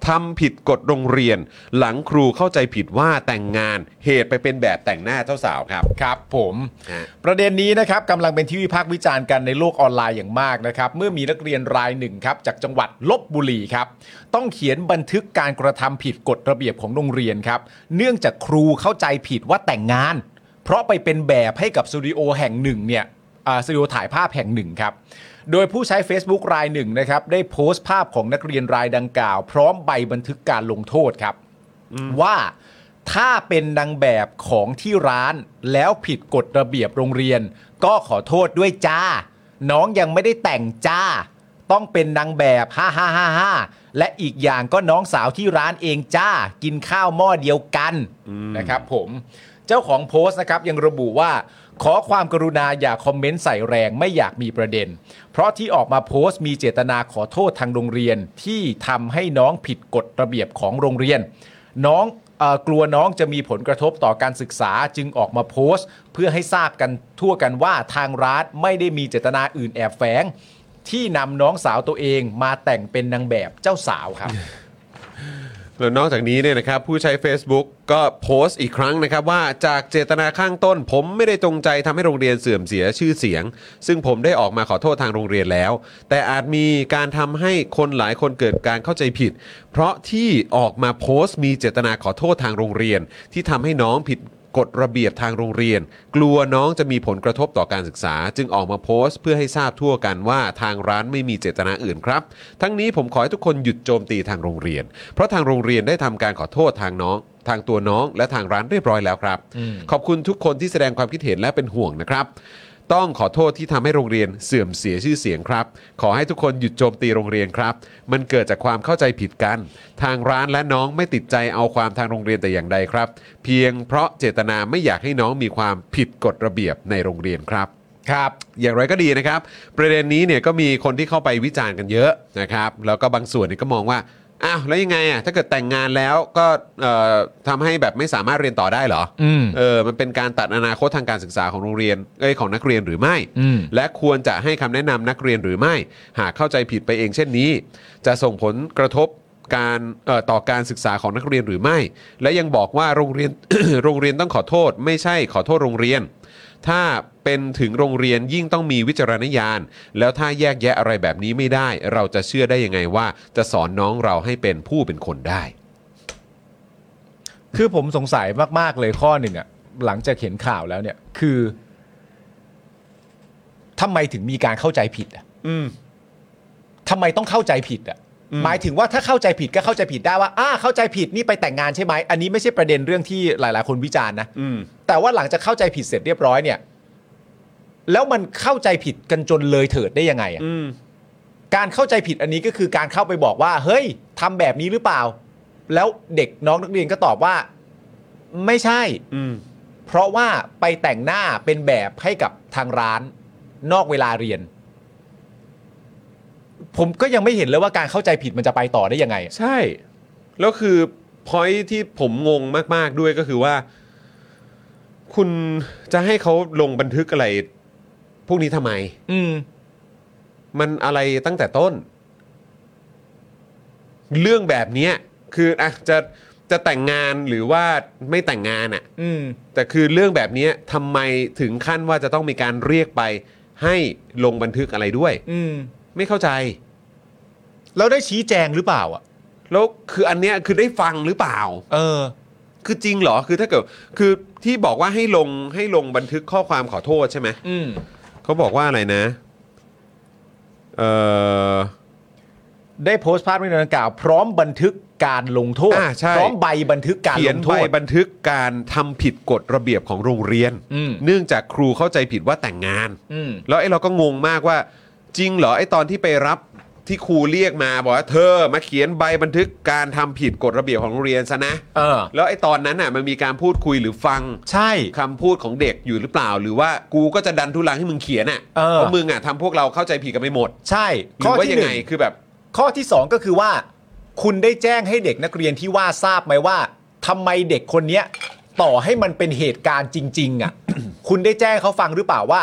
ทำผิดกฎโรงเรียนหลังครูเข้าใจผิดว่าแต่งงานเหตุไปเป็นแบบแต่งหน้าเจ้าสาวครับครับผมฮะประเด็นนี้นะครับกำลังเป็นที่วิพากษ์วิจารณ์กันในโลกออนไลน์อย่างมากนะครับเมื่อมีนักเรียนรายหนึ่งครับจากจังหวัดลพบุรีครับต้องเขียนบันทึกการกระทำผิดกฎระเบียบของโรงเรียนครับเนื่องจากครูเข้าใจผิดว่าแต่งงานเพราะไปเป็นแบบให้กับสตูดิโอแห่งหนึ่งเนี่ยสตูดิโอถ่ายภาพแห่งหนึ่งครับโดยผู้ใช้ Facebook รายหนึ่งนะครับได้โพสต์ภาพของนักเรียนรายดังกล่าวพร้อมใบบันทึกการลงโทษครับว่าถ้าเป็นนางแบบของที่ร้านแล้วผิดกฎระเบียบโรงเรียนก็ขอโทษด้วยจ้าน้องยังไม่ได้แต่งจ้าต้องเป็นนางแบบฮ่าฮ่าฮ่าฮ่าและอีกอย่างก็น้องสาวที่ร้านเองจ้ากินข้าวหม้อเดียวกันนะครับผมเจ้าของโพสต์นะครับยังระบุว่าขอความกรุณาอย่าคอมเมนต์ใส่แรงไม่อยากมีประเด็นเพราะที่ออกมาโพสต์มีเจตนาขอโทษทางโรงเรียนที่ทำให้น้องผิดกฎระเบียบของโรงเรียนน้องเอ่อกลัวน้องจะมีผลกระทบต่อการศึกษาจึงออกมาโพสต์เพื่อให้ทราบกันทั่วกันว่าทางร้านไม่ได้มีเจตนาอื่นแอบแฝงที่นำน้องสาวตัวเองมาแต่งเป็นนางแบบเจ้าสาวครับแล้วนอกจากนี้เนี่ยนะครับผู้ใช้ Facebook ก็โพสต์อีกครั้งนะครับว่าจากเจตนาข้างต้นผมไม่ได้จงใจทำให้โรงเรียนเสื่อมเสียชื่อเสียงซึ่งผมได้ออกมาขอโทษทางโรงเรียนแล้วแต่อาจมีการทำให้คนหลายคนเกิดการเข้าใจผิดเพราะที่ออกมาโพสต์มีเจตนาขอโทษทางโรงเรียนที่ทำให้น้องผิดกฎระเบียบทางโรงเรียนกลัวน้องจะมีผลกระทบต่อการศึกษาจึงออกมาโพสต์เพื่อให้ทราบทั่วกันว่าทางร้านไม่มีเจตนาอื่นครับทั้งนี้ผมขอให้ทุกคนหยุดโจมตีทางโรงเรียนเพราะทางโรงเรียนได้ทำการขอโทษทางน้องทางตัวน้องและทางร้านเรียบร้อยแล้วครับขอบคุณทุกคนที่แสดงความคิดเห็นและเป็นห่วงนะครับต้องขอโทษที่ทำให้โรงเรียนเสื่อมเสียชื่อเสียงครับขอให้ทุกคนหยุดโจมตีโรงเรียนครับมันเกิดจากความเข้าใจผิดกันทางร้านและน้องไม่ติดใจเอาความทางโรงเรียนแต่อย่างใดครับเพียงเพราะเจตนาไม่อยากให้น้องมีความผิดกฎระเบียบในโรงเรียนครับครับอย่างไรก็ดีนะครับประเด็นนี้เนี่ยก็มีคนที่เข้าไปวิจารณ์กันเยอะนะครับแล้วก็บางส่วนเนี่ยก็มองว่าอ้าวแล้วยังไงอ่ะถ้าเกิดแต่งงานแล้วก็เอ่อทำให้แบบไม่สามารถเรียนต่อได้เหรออืมเออมันเป็นการตัดอนาคตทางการศึกษาของโรงเรียนเอ้ยของนักเรียนหรือไม่และควรจะให้คำแนะนำนักเรียนหรือไม่หากเข้าใจผิดไปเองเช่นนี้จะส่งผลกระทบการเอ่อต่อการศึกษาของนักเรียนหรือไม่และยังบอกว่าโรงเรียน โรงเรียนต้องขอโทษไม่ใช่ขอโทษโรงเรียนถ้าเป็นถึงโรงเรียนยิ่งต้องมีวิจารณญาณแล้วถ้าแยกแยะอะไรแบบนี้ไม่ได้เราจะเชื่อได้ยังไงว่าจะสอนน้องเราให้เป็นผู้เป็นคนได้คือผมสงสัยมากๆเลยข้อหนึ่งอ่ะหลังจากเห็นข่าวแล้วเนี่ยคือทำไมถึงมีการเข้าใจผิดอ่ะอืมทำไมต้องเข้าใจผิดอ่ะหมายถึงว่าถ้าเข้าใจผิดก็เข้าใจผิดได้ว่าอ้าเข้าใจผิดนี่ไปแต่งงานใช่ไหมอันนี้ไม่ใช่ประเด็นเรื่องที่หลายๆคนวิจารณ์นะแต่ว่าหลังจากเข้าใจผิดเสร็จเรียบร้อยเนี่ยแล้วมันเข้าใจผิดกันจนเลยเถิดได้ยังไงอ่ะการเข้าใจผิดอันนี้ก็คือการเข้าไปบอกว่าเฮ้ยทำแบบนี้หรือเปล่าแล้วเด็กน้องนักเรียนก็ตอบว่าไม่ใช่เพราะว่าไปแต่งหน้าเป็นแบบให้กับทางร้านนอกเวลาเรียนผมก็ยังไม่เห็นเลยว่าการเข้าใจผิดมันจะไปต่อได้ยังไงใช่แล้วคือพอยท์ที่ผมงงมากๆด้วยก็คือว่าคุณจะให้เขาลงบันทึกอะไรพวกนี้ทำไมอืมมันอะไรตั้งแต่ต้นเรื่องแบบนี้คืออ่ะจะจะแต่งงานหรือว่าไม่แต่งงานอ่ะอืมแต่คือเรื่องแบบนี้ทำไมถึงขั้นว่าจะต้องมีการเรียกไปให้ลงบันทึกอะไรด้วยอืมไม่เข้าใจแล้วได้ชี้แจงหรือเปล่าอ่ะแล้วคืออันเนี้ยคือได้ฟังหรือเปล่าเออคือจริงเหรอคือถ้าเกิดคือที่บอกว่าให้ลงให้ลงบันทึกข้อความขอโทษใช่ไหมอืมเขาบอกว่าอะไรนะเออได้โพสต์ภาพในดังกล่าวพร้อมบันทึกการลงโทษพร้อมใบบันทึกการลงโทษเขียนใบบันทึกการทำผิดกฎระเบียบของโรงเรียนเนื่องจากครูเข้าใจผิดว่าแต่งงานแล้วไอ้เราก็งงมากว่าจริงเหรอไอ้ตอนที่ไปรับที่ครูเรียกมาบอกว่าเธอมาเขียนใบบันทึกการทำผิดกฎระเบียบของโรงเรียนซะนะเออแล้วไอ้ตอนนั้นน่ะมันมีการพูดคุยหรือฟังใช่คำพูดของเด็กอยู่หรือเปล่าหรือว่ากูก็จะดันทุลังให้มึงเขียนอ่ะเพราะมึงอ่ะทำพวกเราเข้าใจผิดกันไปหมดใช่หรือว่ายังไงคือแบบข้อที่สองก็คือว่าคุณได้แจ้งให้เด็กนักเรียนที่ว่าทราบไหมว่าทำไมเด็กคนนี้ต่อให้มันเป็นเหตุการณ์จริงๆอ่ะ คุณได้แจ้งเขาฟังหรือเปล่าว่า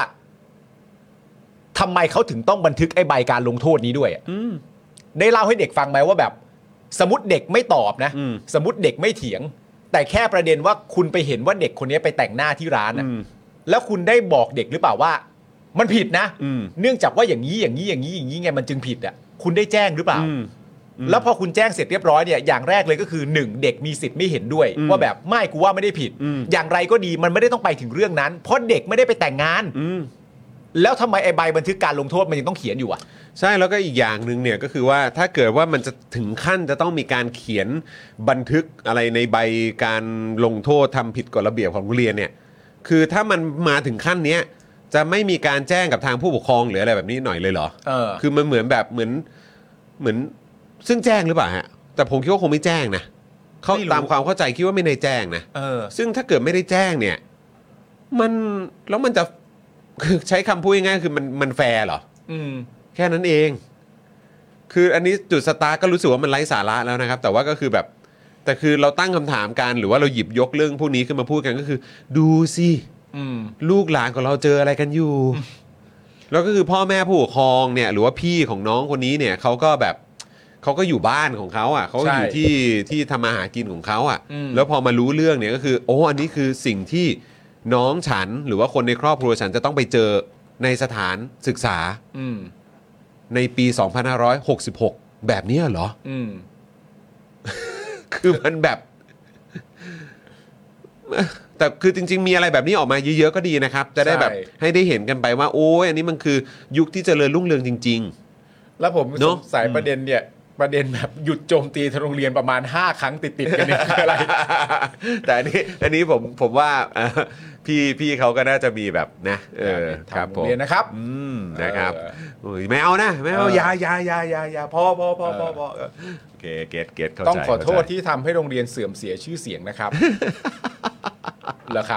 ทำไมเขาถึงต้องบันทึกไอ้ใบการลงโทษนี้ด้วยได้เล่าให้เด็กฟังไหมว่าแบบสมมติเด็กไม่ตอบนะอืมสมมติเด็กไม่เถียง แต่แค่ประเด็นว่าคุณไปเห็นว่าเด็กคนนี้ไปแต่งหน้าที่ร้านนะอืมแล้วคุณได้บอกเด็กหรือเปล่าว่า มันผิดนะอืมเนื่องจากว่าอย่างนี้อย่างนี้อย่างนี้อย่างนี้ไงมันจึงผิดอ่ะคุณได้แจ้งหรือเปล่าอืมแล้วพอคุณแจ้งเสร็จเรียบร้อยเนี่ยอย่างแรกเลยก็คือหนึ่งเด็กมีสิทธิ์ไม่เห็นด้วยอืมว่าแบบไม่กูว่าไม่ได้ผิดอืมอย่างไรก็ดีมันไม่ได้ต้องไปถึงเรื่องนั้น เพราะเด็กไม่ได้ไปแต่งงานอืมแล้วทำไมไอ้ใบบันทึกการลงโทษมันยังต้องเขียนอยู่อ่ะใช่แล้วก็อีกอย่างหนึ่งเนี่ยก็คือว่าถ้าเกิดว่ามันจะถึงขั้นจะต้องมีการเขียนบันทึกอะไรในใบการลงโทษทำผิดกฎระเบียบของโรงเรียนเนี่ยคือถ้ามันมาถึงขั้นเนี้ยจะไม่มีการแจ้งกับทางผู้ปกครองหรืออะไรแบบนี้หน่อยเลยเหรอเออคือมันเหมือนแบบเหมือนเหมือนซึ่งแจ้งหรือเปล่าฮะแต่ผมคิดว่าคงไม่แจ้งนะเขาไม่รู้ตามความเข้าใจคิดว่าไม่ได้แจ้งนะเออซึ่งถ้าเกิดไม่ได้แจ้งเนี่ยมันแล้วมันจะคือใช้คำพูดง่ายๆคือมันมันแฟร์เหรออืมแค่นั้นเอง คืออันนี้จุดสตาร์ทก็รู้สึกว่ามันไร้สาระแล้วนะครับ แต่ว่าก็คือแบบ แต่คือเราตั้งคำถามกันหรือว่าเราหยิบยกเรื่องพวกนี้ขึ้นมาพูดกันก็คือ ดูสิอืมลูกหลานของเราเจออะไรกันอยู่ แล้วก็คือพ่อแม่ผู้ปกครองเนี่ย หรือว่าพี่ของน้องคนนี้เนี่ยเขาก็แบบเขาก็อยู่บ้านของเขาอ่ะเขาก็อยู่ใช่ที่ที่ทำมาหากินของเขาอ่ะอืมแล้วพอมารู้เรื่องเนี่ยก็คือ โอ้อันนี้คือสิ่งที่น้องฉันหรือว่าคนในครอบครัวฉันจะต้องไปเจอในสถานศึกษาอืมในปี สองพันห้าร้อยหกสิบหก แบบนี้เหรออืมคือมันแบบ แต่คือจริงๆมีอะไรแบบนี้ออกมาเยอะๆก็ดีนะครับ จะได้แบบใช่ให้ได้เห็นกันไปว่า โอ้ยอันนี้มันคือยุคที่เจริญรุ่งเรืองจริงแล้วผมเนสอะงสัยประเด็นเนี่ย ประเด็นแบบหยุดโจมตีทางโรงเรียนประมาณห้าครั้งติดๆกันเนี่ยคืออะไรๆ แต่อันนี้อันนี้ผมผมว่าเอ่อพี่พี่เขาก็น่าจะมีแบบนะเออครับทางผโรงมเรียนนะครับอืมนะครับเออโอ้ยไม่เอานะไม่เอาเอออยาอยาอยาอยาอยาพอพอพอพอเออพอเออโอเคเก็ตเก็ตเข้าใจต้องขอโทษเข้าใจที่ทำให้โรงเรียนเสื่อมเสียชื่อเสียงนะครับ เหรอครับ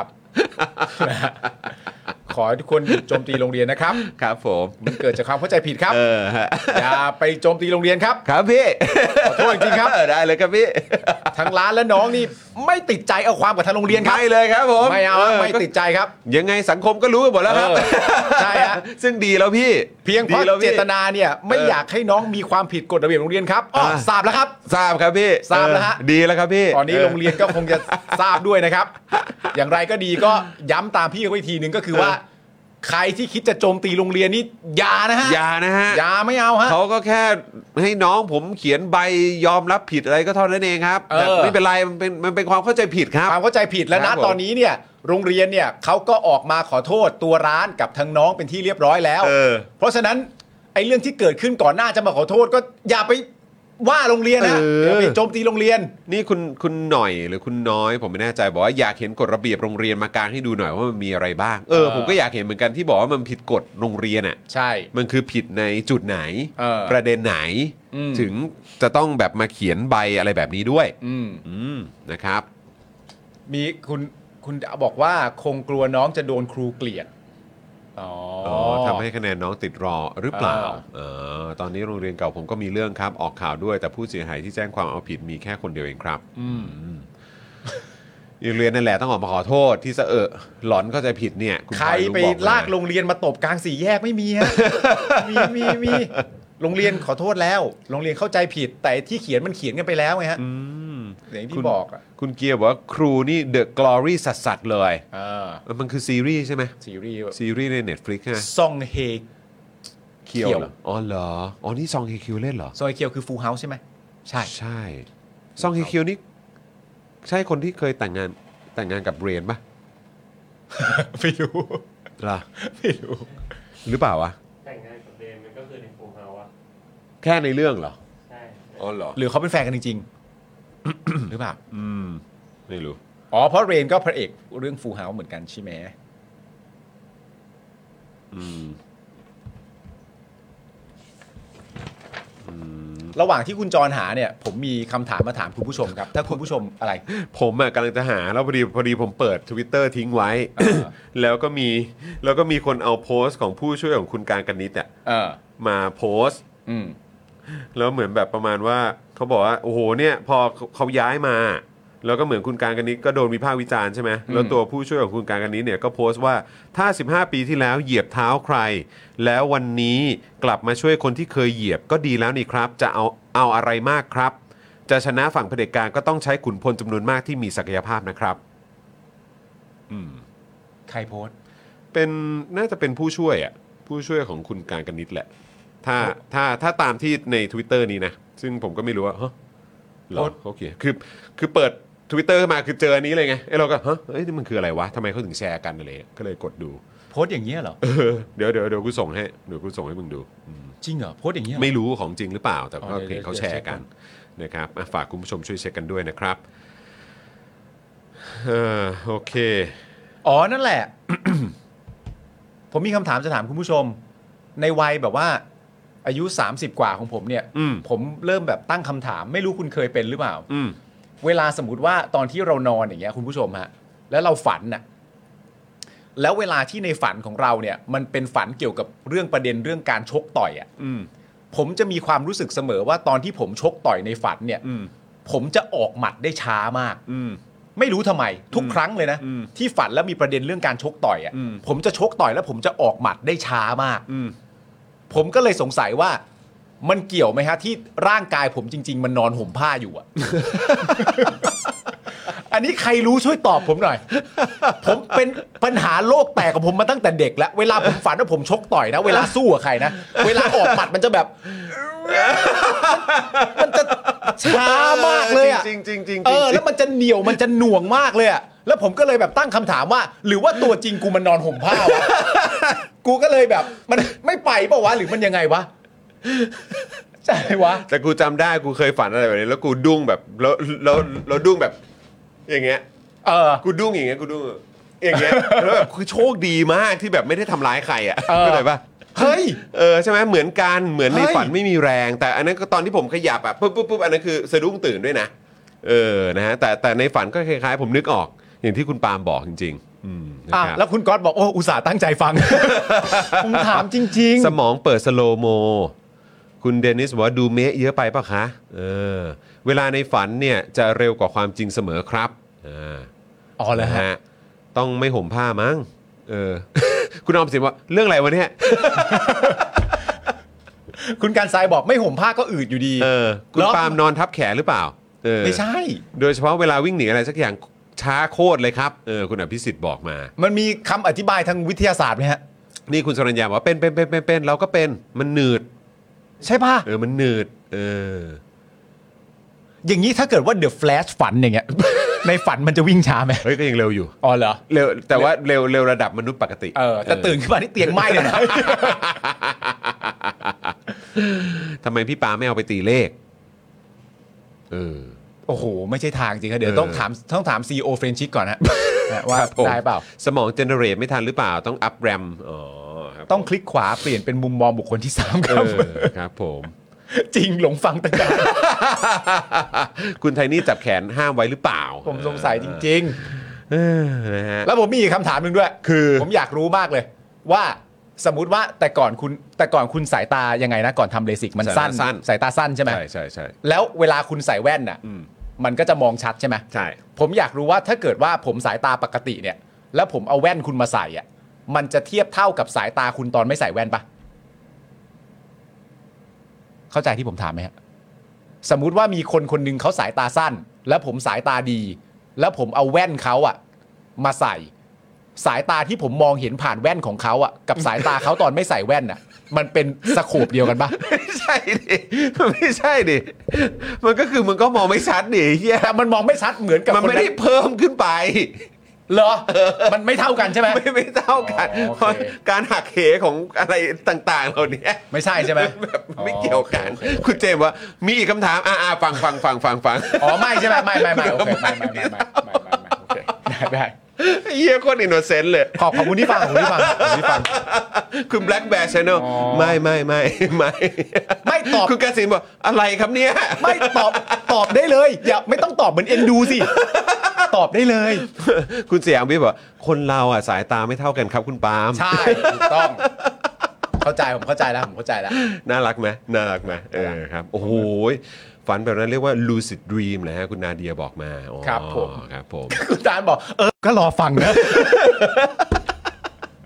ขอให้ทุกคนหยุดโจมตีโรงเรียนนะครับครับผมมันเกิดจากความเข้าใจผิดครับเออฮะอย่าไปโจมตีโรงเรียนครับครับพี่ขอโทษจริงๆครับได้เลยครับพี่ทั้งร้านและน้องนี่ไม่ติดใจเอาความกับทางโรงเรียนครับไม่เลยครับผมไม่เอาครับไม่ก็ติดใจครับยังไงสังคมก็รู้กันหมดแล้วครับเออใช่ฮะซึ่งดีแล้วพี่เพียงเพราะดีแล้วเจพี่ตนาเนี่ยไม่เออออยากให้น้องมีความผิดกฎระเบียบโรงเรียนครับอ๋ออ่าทราบแล้วครับทราบครับพี่ทราบแล้วฮะเออดีแล้วครับพี่ตอนนี้เโรงเรียนก็คงจะทราบด้วยนะครับ อย่างไรก็ดีก็ย้ำตามพี่เขาอีกทีหนึ่งก็คือว่า ใครที่คิดจะโจมตีโรงเรียนนี่อย่านะฮะอย่านะฮะอย่าไม่เอาฮะเขาก็แค่ให้น้องผมเขียนใบยอมรับผิดอะไรก็เท่านั้นเองครับเออแต่ไม่เป็นไรมันเป็นมันเป็นความเข้าใจผิดครับความเข้าใจผิดแล้วครันะบผมตอนนี้เนี่ยโรงเรียนเนี่ยเขาก็ออกมาขอโทษตัวร้านกับทางน้องเป็นที่เรียบร้อยแล้วเออเพราะฉะนั้นไอ้เรื่องที่เกิดขึ้นก่อนหน้าจะมาขอโทษก็อย่าไปว่าโรงเรียนนะเออออย่าไปโจมตีโรงเรียนนี่คุณคุณหน่อยหรือคุณน้อย ผมไม่แน่ใจบอกว่าอยากเห็นกฎระเบียบโรงเรียนมากางให้ดูหน่อยว่ามันมีอะไรบ้างเออเออผมก็อยากเห็นเหมือนกันที่บอกว่ามันผิดกฎโรงเรียนอ่ะใช่มันคือผิดในจุดไหนเออประเด็นไหนอืมถึงจะต้องแบบมาเขียนใบอะไรแบบนี้ด้วยอืมอืมนะครับมีคุณคุณบอกว่าคงกลัวน้องจะโดนครูเกลียดอ๋ออ๋อทำให้คะแนนน้องติดรอหรือเปล่าอ่าเออตอนนี้โรงเรียนเก่าผมก็มีเรื่องครับออกข่าวด้วยแต่ผู้เสียหายที่แจ้งความเอาผิดมีแค่คนเดียวเองครับอืมโรงเรียนนั่นแหละต้องออกมาขอโทษที่สะเออหลอนก็จะผิดเนี่ยณใครพอยไปบอกมลากโรงเรียนมาตบกลางสี่แยกไม่มีฮะ มีมีมีโรงเรียนขอโทษแล้ว โรงเรียนเข้าใจผิด แต่ที่เขียนมันเขียนกันไปแล้วไงฮะอืมอย่างคุที่ณบอกอ่ะคุณเกียร์บอกว่าครูนี่เดอะกลอรี่สัสๆเลยอ่าเออมันคือซีรีส์ใช่ไหมซีรีส์ซีรีส์ใน Netflix ใช่ไหมซองเฮเคียวเคียวเหรออ๋อเหรออ๋อนี่ซองเฮคิวเล่นเหรอซองเฮเคียวคือฟูลเฮาส์ใช่ไหมใช่ใช่ซองเฮคิวนี่ใช่คนที่เคยแต่งงานแต่งงานกับเรนปะไม่รู้เหรอไม่รู้หรือเปล่าวะแต่งงานกับเรนมันก็คือในฟูเฮาอะแค่ในเรื่องเหรอใช่อ๋อเหรอหรือเขาเป็นแฟนกันจริงๆ หรือเปล่าอืมไม่รู้อ๋อเพราะเรนก็พระเอกเรื่องฟูลเฮาส์เหมือนกันใช่ไหมอืมระหว่างที่คุณจรหาเนี่ย ผมมีคำถามมาถามคุณผู้ชมครับ ถ้าคุณผู้ชมอะไรผมอ่ะกำลังจะหาแล้วพอดีพอดีผมเปิด Twitter ทิ้งไว้เออแล้วก็มีแล้วก็มีคนเอาโพสต์ของผู้ช่วยของคุณการกนิษฐ์อ่ะเออมาโพสต์อืมแล้วเหมือนแบบประมาณว่าเขาบอกว่าโอ้โหเนี่ยพอเขาย้ายมา แล้วก็เหมือนคุณการกนิษฐ์ก็โดนวิพากษ์วิจารณ์ใช่ไหมแล้วตัวผู้ช่วยของคุณการกนิษฐ์เนี่ยก็โพสต์ว่าถ้าสิบห้าปีที่แล้วเหยียบเท้าใคร แล้ววันนี้กลับมาช่วยคนที่เคยเหยียบก็ดีแล้วนี่ครับ จะเอาเอาอะไรมากครับจะชนะฝั่งเผด็จการก็ต้องใช้ขุนพลจำนวนมากที่มีศักยภาพนะครับอืมใครโพสต์เป็นน่าจะเป็นผู้ช่วยอ่ะผู้ช่วยของคุณการกนิษฐ์แหละ ถ้าถ้าถ้าตามที่ใน Twitter นี้นะซึ่งผมก็ไม่รู้ว่าฮะเหรอโอเคคือคือเปิด Twitter ขึ้นมาคือเจออันนี้เลยไงไอ้เราก็ฮะเอ้ยนี่มันคืออะไรวะทำไมเขาถึงแชร์กันอะไรก็เลยกดดูโพสต์อย่างเงี้ยเหรอเออเดี๋ยวเดี๋ยวเดี๋ยวกูส่งให้เดี๋ยวกูส่งให้มึงดูอืมจริงเหรอโพสต์อย่างเงี้ยเหรอไม่รู้ของจริงหรือเปล่า แต่ก็อ๋อเดี๋ยวเห็นเขาเดี๋ยวแชร์กันนะครับอ่ะฝากคุณผู้ชมช่วยเช็คกันด้วยนะครับเออโอเคอ๋อนั่นแหละ ผมมีคำถามจะถามคุณผู้ชม ในวัยแบบว่า อายุสามสิบกว่าของผมเนี่ยอืมผมเริ่มแบบตั้งคำถาม ไม่รู้คุณเคยเป็นหรือเปล่าอืมเวลาสมมติว่าตอนที่เรานอนอย่างเงี้ยคุณผู้ชมฮะแล้วเราฝันน่ะแล้วเวลาที่ในฝันของเราเนี่ย มันเป็นฝันเกี่ยวกับเรื่องประเด็นเรื่องการชกต่อยอ่ะอืมผมจะมีความรู้สึกเสมอว่าตอนที่ผมชกต่อยในฝันเนี่ยอืมผมจะออกหมัดได้ช้ามากอืมไม่รู้ทำไม ทุกครั้งเลยนะอืมที่ฝันแล้วมีประเด็นเรื่องการชกต่อยอ่ะอืมผมจะชกต่อยแล้วผมจะออกหมัดได้ช้ามากอืมผมก็เลยสงสัยว่ามันเกี่ยวไหมฮะที่ร่างกายผมจริง ๆ มันนอนห่มผ้าอยู่อ่ะ อันนี้ใครรู้ช่วยตอบผมหน่อย ผมเป็นปัญหาโลกแตกกับผมมาตั้งแต่เด็กแล้วเวลาผมฝันว่าผมชกต่อยนะเวลาสู้กับใครนะเวลาออกหมัดมันจะแบบ มันจะช้ามากเลยอ่ะจริงจริงจริงเออแล้วมันจะเหนียวมันจะหน่วงมากเลยอ่ะแล้วผมก็เลยแบบตั้งคำถามว่า หรือว่าตัวจริงกูมันนอนห่มผ้าวะ กูก็เลยแบบมันไม่ไปเปล่าวะหรือมันยังไงวะใช่วะแต่กูจำได้กูเคยฝันอะไรแบบนี้แล้วกูดุ้งแบบแล้วแล้วแล้วดุ้งแบบ อย่างเงี้ยเออกูดุ้งอย่างเงี้ยกูดุ้งอย่างเงี้ยแล้วแบบคือโชคดีมากที่แบบไม่ได้ทำร้ายใครอ่ะเออเข้าใจปะเฮ้ยเออใช่ไหมเหมือนกันเหมือนในเฮ้ยฝันไม่มีแรง แต่อันนั้นก็ตอนที่ผมขยับอะปุ๊บปุ๊บปุ๊บอันนั้นคือสะดุ้งตื่นด้วยนะเออนะฮะแต่แต่ในฝันก็คล้ายๆผมนึกออกอย่างที่คุณปาล์มบอกจริงๆอืมนะอ่ะครับแล้วคุณก๊อตบอกโอ้อุตส่าห์ตั้งใจฟัง ผมถามจริงสมองเปิดสโลโมคุณเดนิสบอกว่าดูเมะเยอะไปป่ะคะเออเวลาในฝันเนี่ยจะเร็วกว่าความจริงเสมอครับอ่าๆอ๋อเลยนะฮะฮะต้องไม่ห่มผ้ามั้งเออ คุณออมสินว่าเรื่องอะไรวะเนี่ยคุณการทรายบอกไม่ห่มผ้าก็อืดอยู่ดีเออคุณเหรอปาล์มนอนทับแขนหรือเปล่าเออไม่ใช่โดยเฉพาะเวลาวิ่งหนีอะไรสักอย่างช้าโคตรเลยครับเออคุณอภิสิทธิ์บอกมามันมีคำอธิบายทางวิทยาศาสตร์ไหมฮะนี่คุณสรัญญาบอกว่าเป็นเป็นเป็นเป็นเป็นเราก็เป็นมันหนืดใช่ป่ะเออมันหนืดเอออย่างนี้ถ้าเกิดว่าเดอะแฟลชฝันอย่างเงี้ย ในฝันมันจะวิ่งช้าไหมเฮ้ยก็ยังเร็วอยู่อ๋อเหรอเร็วแต่ว่าเร็วเร็วระดับมนุษย์ปกติเออแต่ตื่นขึ้นมาที่เตียงไหม้เลยนะทำไมพี่ปาไม่เอาไปตีเลขเออโอ้โห ไม่ใช่ทางจริงครับเดี๋ยวเออต้องถามต้องถามซีอีโอเฟรนชิกก่อนฮะ ว่าครับผมได้เปล่าสมองเจเนเรตไม่ทันหรือเปล่าต้องอัพแรมอ๋อครับต้องคลิกขวาเปลี่ยนเป็นมุมมองบุคคลที่สามคเอรับอครับผมจริงหลงฟังตั้งนานคุณไทนี่จับแขนห้ามไว้หรือเปล่าผมสงสัยจริงเออนะฮะๆ แล้วผมมีอีกคำถามหนึ่งด้วยคือผมอยากรู้มากเลย ว่าสมมุติว่าแต่ก่อนคุณแต่ก่อนคุณสายตายังไงนะก่อนทำเลสิกมันสั้นสายตาสั้นสายตาสั้นใช่ไหมใช่ใช่ใช่แล้วเวลาคุณใส่แว่นน่ะอืมมันก็จะมองชัดใช่ไหมใช่ผมอยากรู้ว่าถ้าเกิดว่าผมสายตาปกติเนี่ย แล้วผมเอาแว่นคุณมาใส่อ่ะมันจะเทียบเท่ากับสายตาคุณตอนไม่ใส่แว่นปะเข้าใจที่ผมถามไหมฮะสมมุติว่ามีคนคนหนึงเขาสายตาสั้น แล้วผมสายตาดี แล้วผมเอาแว่นเขาอ่ะมาใส่ สายตาที่ผมมองเห็นผ่านแว่นของเขาอ่ะกับสายตาเขาตอนไม่ใส่แว่นอ่ะ มันเป็นสโคปเดียวกันปะไม่ใช่ดิมันไม่ใช่ดิมันก็คือมันก็มองไม่ชัดดิเฮียแต่มันมองไม่ชัดเหมือนกับมันคนไม่นั้ได้นเพิ่มขึ้นไปเหรอมันไม่เท่ากันใช่ไหมไม่ไม่เท่ากันอ๋อโอเคเพราะการหักเหของอะไรต่างๆเหล่านี้ไม่ใช่ใช่ไหมแบบไม่เกี่ยวกัน คุณเจมส์ว่ามีอีกคำถามอ่าฟังฟังฟังฟังฟังอ๋อไม่ใช่ไหมไม่ไม่ไม่โอเคไม่ไม่ไม่ไม่ไม่ไม่ไม่โอเคได้ได้เฮียโคตรอินโนเซนต์เลยขอบขอบคุณที่ฟังขอบคุณที่ฟังขอบคุณที่ฟังคุณ Black Bear Channel อ๋อไม่ไม่ไม่ไม่ไม่ตอบคุณกสินบอกอะไรครับเนี่ยไม่ตอบตอบได้เลย อย่าไม่ต้องตอบเหมือนเอ็นดูสิ ตอบได้เลยคุณเสียงพี่บอกคนเราอ่ะสายตาไม่เท่ากันครับคุณปาล์มใช่ถูกต้อง เข้าใจผมเข้าใจแล้วผมเข้าใจแล้วน่ารักไหมน่ารักไหมเออครับโอ้โหฝันแบบนั้นเรียกว่า lucid dream นะฮะคุณนาเดียบอกมาอ๋อครับผมครับผมคุณตาลบอก เออก็รอฟังนะ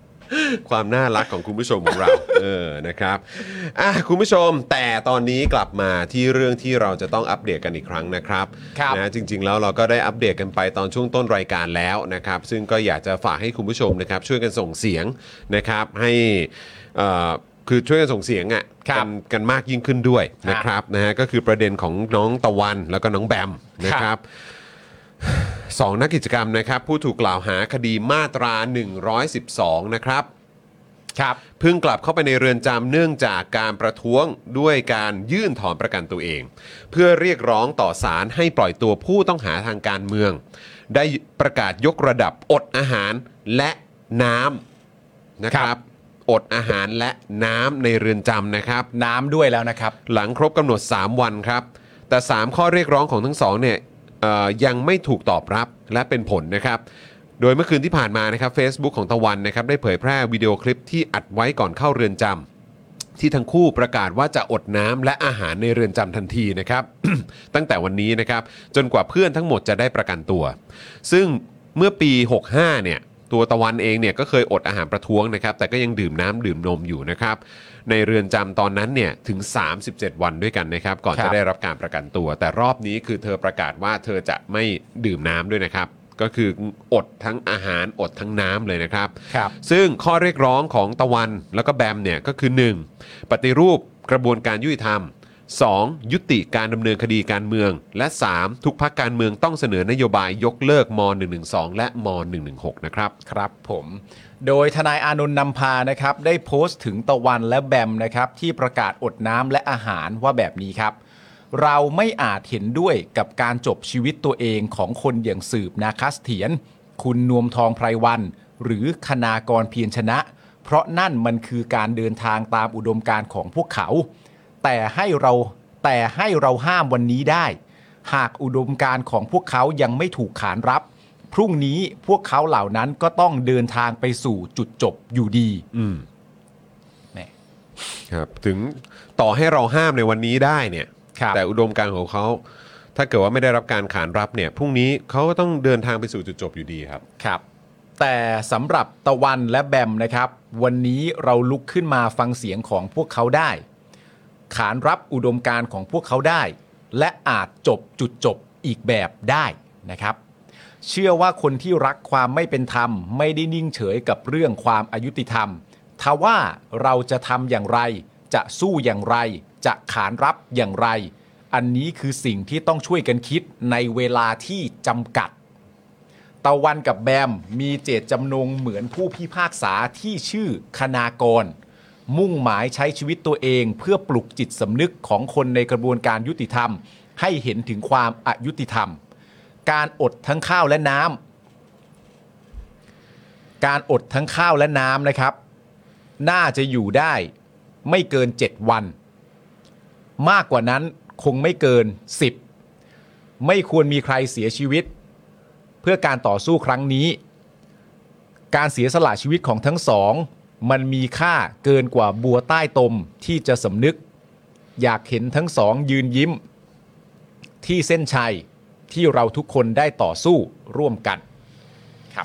ความน่ารักของคุณผู้ชมของเราเออนะครับอ่ะคุณผู้ชมแต่ตอนนี้กลับมาที่เรื่องที่เราจะต้องอัปเดตกันอีกครั้งนะครับครับนะจริงๆแล้วเราก็ได้อัปเดตกันไปตอนช่วงต้นรายการแล้วนะครับซึ่งก็อยากจะฝากให้คุณผู้ชมนะครับช่วยกันส่งเสียงนะครับให้เอ่อคือช่วยกันส่งเสียงอ่ะครักับ นกันมากยิ่งขึ้นด้วยนะครับนะฮะก็คือประเด็นของน้องตะวันแล้วก็น้องแบมนะครับสองนักกิจกรรมนะครับผู้ถูกกล่าวหาคดีมาตราหนึ่งร้อยสิบสองนะครับครับเพิ่งกลับเข้าไปในเรือนจำเนื่องจากการประท้วงด้วยการยื่นถอนประกันตัวเอง เพื่อเรียกร้องต่อศาลให้ปล่อยตัวผู้ต้องหาทางการเมือง ได้ประกาศยกระดับอดอาหารและน้ำนะคครัรับบ อดอาหารและน้ำในเรือนจำนะครับน้ำด้วยแล้วนะครับหลังครบกำหนดสามวันครับแต่สามข้อเรียกร้องของทั้งสองเนี่ยเอ่อยังไม่ถูกตอบรับและเป็นผลนะครับโดยเมื่อคืนที่ผ่านมานะครับ Facebook ของตะวันนะครับได้เผยแพร่วิดีโอคลิปที่อัดไว้ก่อนเข้าเรือนจำที่ทั้งคู่ประกาศว่าจะอดน้ำและอาหารในเรือนจำทันทีนะครับ ตั้งแต่วันนี้นะครับจนกว่าเพื่อนทั้งหมดจะได้ประกันตัว ซึ่งเมื่อปีหกสิบห้าเนี่ยตัวตะวันเองเนี่ยก็เคยอดอาหารประท้วงนะครับแต่ก็ยังดื่มน้ำดื่มนมอยู่นะครับในเรือนจำตอนนั้นเนี่ยถึงสามสิบเจ็ดวันด้วยกันนะครับก่อนครัจะบได้รับการประกันตัว แต่รอบนี้คือเธอประกาศว่าเธอจะไม่ดื่มน้ำด้วยนะครับก็คืออดทั้งอาหารอดทั้งน้ำเลยนะครับครับซึ่งข้อเรียกร้องของตะวันแล้วก็แบมเนี่ยก็คือ หนึ่ง ปฏิรูปกระบวนการยุติธรรม สอง ยุติการดำเนินคดีการเมืองและ สาม ทุกพรรคการเมืองต้องเสนอนโยบายยกเลิกม หนึ่งหนึ่งสอง และม หนึ่งหนึ่งหก นะครับครับผมโดยทนายอานนท์นำพานะครับได้โพสต์ถึงตะวันและแบมนะครับที่ประกาศอดน้ำและอาหารว่าแบบนี้ครับเราไม่อาจเห็นด้วยกับการจบชีวิตตัวเองของคนอย่างสืบนาคเสถียรคุณนวมทองไพรวันหรือคณากรเพียรชนะ เพราะนั่นมันคือการเดินทางตามอุดมการณ์ของพวกเขาแต่ให้เราแต่ให้เราห้ามวันนี้ได้หากอุดมการณ์ของพวกเขายังไม่ถูกขานรับพรุ่งนี้พวกเขาเหล่านั้นก็ต้องเดินทางไปสู่จุดจบอยู่ดีอืมแหม่ครับถึงต่อให้เราห้ามในวันนี้ได้เนี่ยครับแต่อุดมการณ์ของเขาถ้าเกิดว่าไม่ได้รับการขานรับเนี่ยพรุ่งนี้เขาก็ต้องเดินทางไปสู่จุดจบอยู่ดีครับครับแต่สำหรับตะวันและแบมนะครับ วันนี้เราลุกขึ้นมาฟังเสียงของพวกเขาได้ ขานรับอุดมการณ์ของพวกเขาได้ และอาจจบจุดจบอีกแบบได้นะครับ เชื่อว่าคนที่รักความไม่เป็นธรรมไม่ได้นิ่งเฉยกับเรื่องความอายุติธรรมทว่าเราจะทำอย่างไรจะสู้อย่างไรจะขานรับอย่างไร อันนี้คือสิ่งที่ต้องช่วยกันคิดในเวลาที่จำกัดตะวันกับแบมมีเจตจำนงเหมือนผู้พิพากษาที่ชื่อคณากร มุ่งหมายใช้ชีวิตตัวเองเพื่อปลุกจิตสำนึกของคนในกระบวนการยุติธรรมให้เห็นถึงความอายุติธรรมการอดทั้งข้าวและน้ำการอดทั้งข้าวและน้ำนะครับน่าจะอยู่ได้ไม่เกินเจ็ดวันมากกว่านั้นคงไม่เกินสิบไม่ควรมีใครเสียชีวิตเพื่อการต่อสู้ครั้งนี้การเสียสละชีวิตของทั้งสองมันมีค่าเกินกว่าบัวใต้ตมที่จะสำนึกอยากเห็นทั้งสองยืนยิ้มที่เส้นชัยที่เราทุกคนได้ต่อสู้ร่วมกันครับ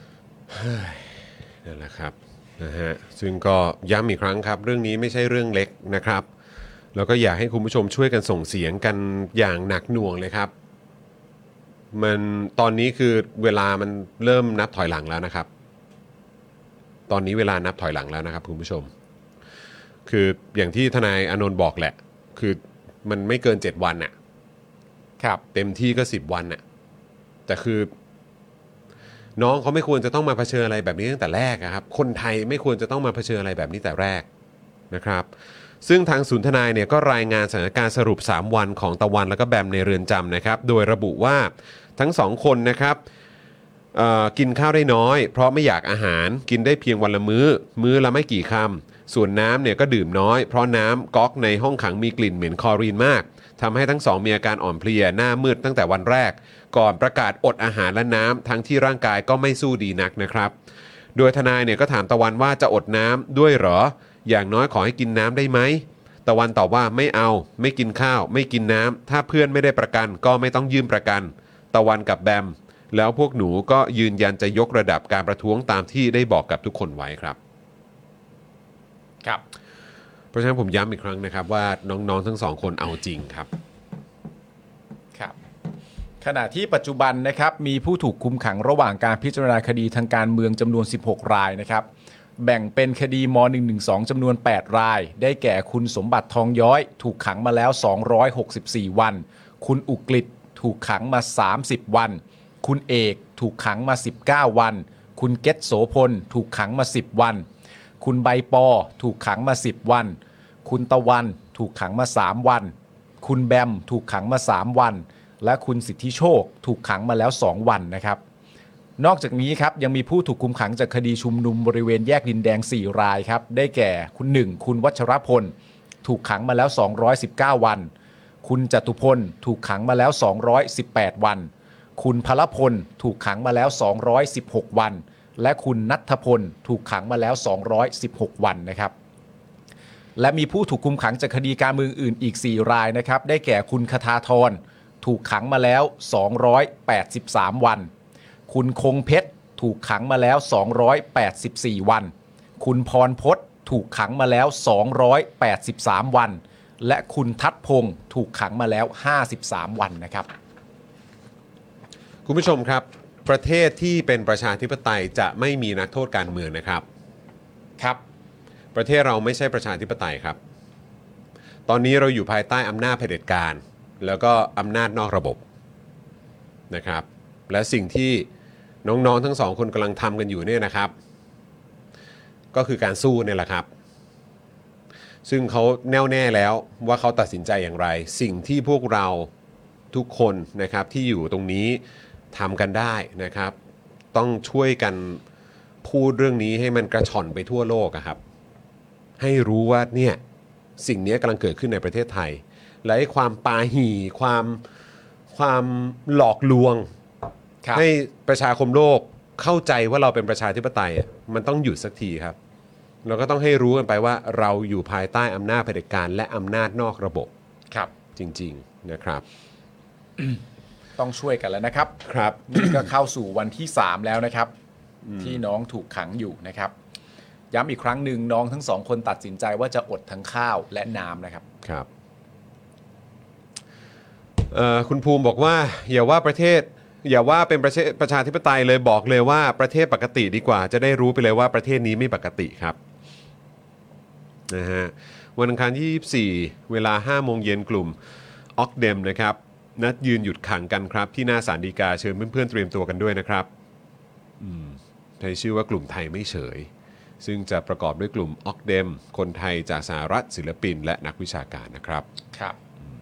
นั่นแหละครับนะฮะซึ่งก็ย้ำอีกครั้งครับเรื่องนี้ไม่ใช่เรื่องเล็กนะครับแล้วก็อยากให้คุณผู้ชมช่วยกันส่งเสียงกันอย่างหนักหน่วงเลยครับมันตอนนี้คือเวลามันเริ่มนับถอยหลังแล้วนะครับตอนนี้เวลานับถอยหลังแล้วนะครับคุณผู้ชมคืออย่างที่ทนายอานนท์บอกแหละคือมันไม่เกินเจ็ดวันน่ะครับเต็มที่ก็สิบวันน่ะแต่คือน้องเขาไม่ควรจะต้องมาเผชิญอะไรแบบนี้ตั้งแต่แรกครับคนไทยไม่ควรจะต้องมาเผชิญอะไรแบบนี้แต่แรกนะครับซึ่งทางศูนย์ทนายเนี่ยก็รายงานสถานการณ์สรุปสามวันของตะวันแล้วก็แบมในเรือนจำนะครับโดยระบุว่าทั้งสองคนนะครับเอ่อกินข้าวได้น้อยเพราะไม่อยากอาหารกินได้เพียงวันละมื้อมื้อละไม่กี่คำส่วนน้ำเนี่ยก็ดื่มน้อยเพราะน้ำก๊อกในห้องขังมีกลิ่นเหม็นคลอรีนมากทำให้ทั้งสองมีอาการอ่อนเพลียหน้ามืดตั้งแต่วันแรกก่อนประกาศอดอาหารและน้ำทั้งที่ร่างกายก็ไม่สู้ดีนักนะครับโดยทนายเนี่ยก็ถามตะวันว่าจะอดน้ำด้วยเหรออย่างน้อยขอให้กินน้ำได้ไหมตะวันตอบว่าไม่เอาไม่กินข้าวไม่กินน้ำถ้าเพื่อนไม่ได้ประกันก็ไม่ต้องยื่นประกันตะวันกับแบมแล้วพวกหนูก็ยืนยันจะยกระดับการประท้วงตามที่ได้บอกกับทุกคนไว้ครับครับเพราะฉะนั้นผมย้ำอีกครั้งนะครับว่าน้องๆทั้งสองคนเอาจริงครับครับขณะที่ปัจจุบันนะครับมีผู้ถูกคุมขังระหว่างการพิจารณาคดีทางการเมืองจำนวนสิบหกรายนะครับแบ่งเป็นคดีม หนึ่งหนึ่งสอง จำนวนแปดรายได้แก่คุณสมบัติทองย้อยถูกขังมาแล้วสองร้อยหกสิบสี่วันคุณอุกฤษถูกขังมาสามสิบวันคุณเอกถูกขังมาสิบเก้าวันคุณเกตโสพลถูกขังมาสิบวันคุณใบปอถูกขังมาสิบวันคุณตะวันถูกขังมาสามวันคุณแบมถูกขังมาสามวันและคุณสิทธิโชคถูกขังมาแล้วสองวันนะครับนอกจากนี้ครับยังมีผู้ถูกคุมขังจากคดีชุมนุมบริเวณแยกดินแดงสี่รายครับได้แก่คุณหนึ่งคุณวัชรพลถูกขังมาแล้วสองร้อยสิบเก้าวันคุณจตุพลถูกขังมาแล้วสองร้อยสิบแปดวันคุณพลพลถูกขังมาแล้วสองร้อยสิบหกวันและคุณณัฐพลถูกขังมาแล้วสองร้อยสิบหกวันนะครับและมีผู้ถูกคุมขังจากคดีการเมืองอื่นอีกสี่รายนะครับได้แก่คุณคทาธรถูกขังมาแล้วสองร้อยแปดสิบสามวันคุณคงเพชรถูกขังมาแล้วสองร้อยแปดสิบสี่วันคุณพรพจน์ถูกขังมาแล้วสองร้อยแปดสิบสามวันและคุณทัศพงศ์ถูกขังมาแล้วห้าสิบสามวันนะครับคุณผู้ชมครับประเทศที่เป็นประชาธิปไตยจะไม่มีนักโทษการเมืองนะครับครับประเทศเราไม่ใช่ประชาธิปไตยครับตอนนี้เราอยู่ภายใต้อำนาจเผด็จการแล้วก็อำนาจนอกระบบนะครับและสิ่งที่น้องๆทั้งสองคนกำลังทำกันอยู่เนี่ยนะครับก็คือการสู้เนี่ยแหละครับซึ่งเขาแน่วแน่แล้วว่าเขาตัดสินใจอย่างไรสิ่งที่พวกเราทุกคนนะครับที่อยู่ตรงนี้ทำกันได้นะครับต้องช่วยกันพูดเรื่องนี้ให้มันกระชอนไปทั่วโลกอะครับให้รู้ว่าเนี่ยสิ่งนี้กำลังเกิดขึ้นในประเทศไทยและความปาหี่ความความหลอกลวงให้ประชาคมโลกเข้าใจว่าเราเป็นประชาธิปไตยมันต้องหยุดสักทีครับเราก็ต้องให้รู้กันไปว่าเราอยู่ภายใต้อำนาจเผด็จการและอำนาจนอกระบบครับจริงๆนะครับต้องช่วยกันแล้วนะครับครับนี่ก็เข้าสู่วันที่สามแล้วนะครับที่น้องถูกขังอยู่นะครับย้ำอีกครั้งหนึ่งน้องทั้งสองคนตัดสินใจว่าจะอดทั้งข้าวและน้ำนะครับครับคุณภูมิบอกว่าอย่าว่าประเทศอย่าว่าเป็นประเทศประชาธิปไตยเลยบอกเลยว่าประเทศปกติดีกว่าจะได้รู้ไปเลยว่าประเทศนี้ไม่ปกติครับนะฮะวันอังคารที่ยี่สิบสี่เวลาห้าโมงเย็นกลุ่มออกเดมนะครับนัดยืนหยุดขังกันครับที่หน้าศาลฎีกาเชิญเพื่อนๆเตรียมตัวกันด้วยนะครับใช้ชื่อว่ากลุ่มไทยไม่เฉยซึ่งจะประกอบด้วยกลุ่มออกเดมคนไทยจากสหรัฐศิลปินและนักวิชาการนะครับครับ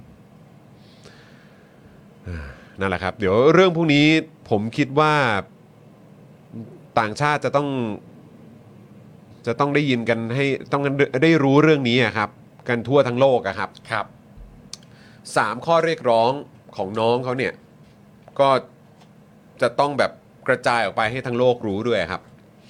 นั่นแหละครับเดี๋ยวเรื่องพวกนี้ผมคิดว่าต่างชาติจะต้องจะต้องได้ยินกันให้ต้องได้รู้เรื่องนี้ครับกันทั่วทั้งโลกครับครับสามข้อเรียกร้องของน้องเขาเนี่ยก็จะต้องแบบกระจายออกไปให้ทั้งโลกรู้ด้วยครับ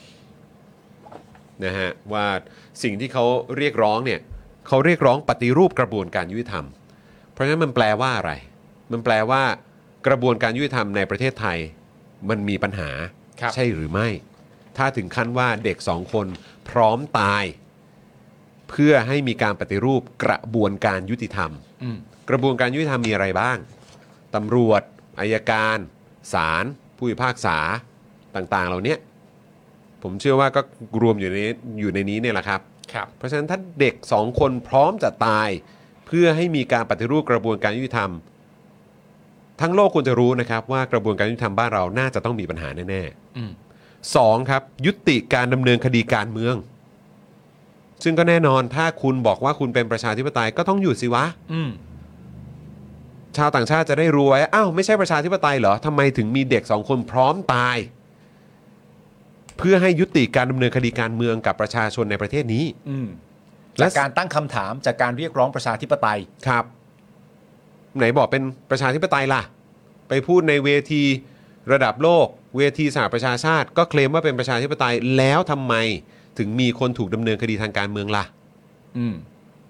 นะฮะว่าสิ่งที่เขาเรียกร้องเนี่ยเขาเรียกร้องปฏิรูปกระบวนการยุติธรรมเพราะฉะนั้นมันแปลว่าอะไรมันแปลว่ากระบวนการยุติธรรมในประเทศไทยมันมีปัญหาใช่หรือไม่ถ้าถึงขั้นว่าเด็กสองคนพร้อมตายเพื่อให้มีการปฏิรูปกระบวนการยุติธรรมกระบวนการยุติธรรมมีอะไรบ้างตำรวจอัยการศาลผู้พิพากษาต่างๆเหล่านี้ผมเชื่อว่าก็รวมอยู่ในอยู่ในนี้เนี่ยแหละครับเพราะฉะนั้นถ้าเด็กสองคนพร้อมจะตายเพื่อให้มีการปฏิรูปกระบวนการยุติธรรมทั้งโลกควรจะรู้นะครับว่ากระบวนการยุติธรรมบ้านเราน่าจะต้องมีปัญหาแน่ๆสองครับยุติการดำเนินคดีการเมืองซึ่งก็แน่นอนถ้าคุณบอกว่าคุณเป็นประชาธิปไตยก็ต้องหยุดสิวะชาวต่างชาติจะได้รู้ไว้อ้าวไม่ใช่ประชาธิปไตยเหรอทำไมถึงมีเด็กสองคนพร้อมตายเพื่อให้ยุติการดำเนินคดีการเมืองกับประชาชนในประเทศนี้จากการตั้งคำถามจากการเรียกร้องประชาธิปไตยครับไหนบอกเป็นประชาธิปไตยล่ะไปพูดในเวทีระดับโลกเวทีสหประชาชาติก็เคลมว่าเป็นประชาธิปไตยแล้วทำไมถึงมีคนถูกดำเนินคดีทางการเมืองล่ะอืม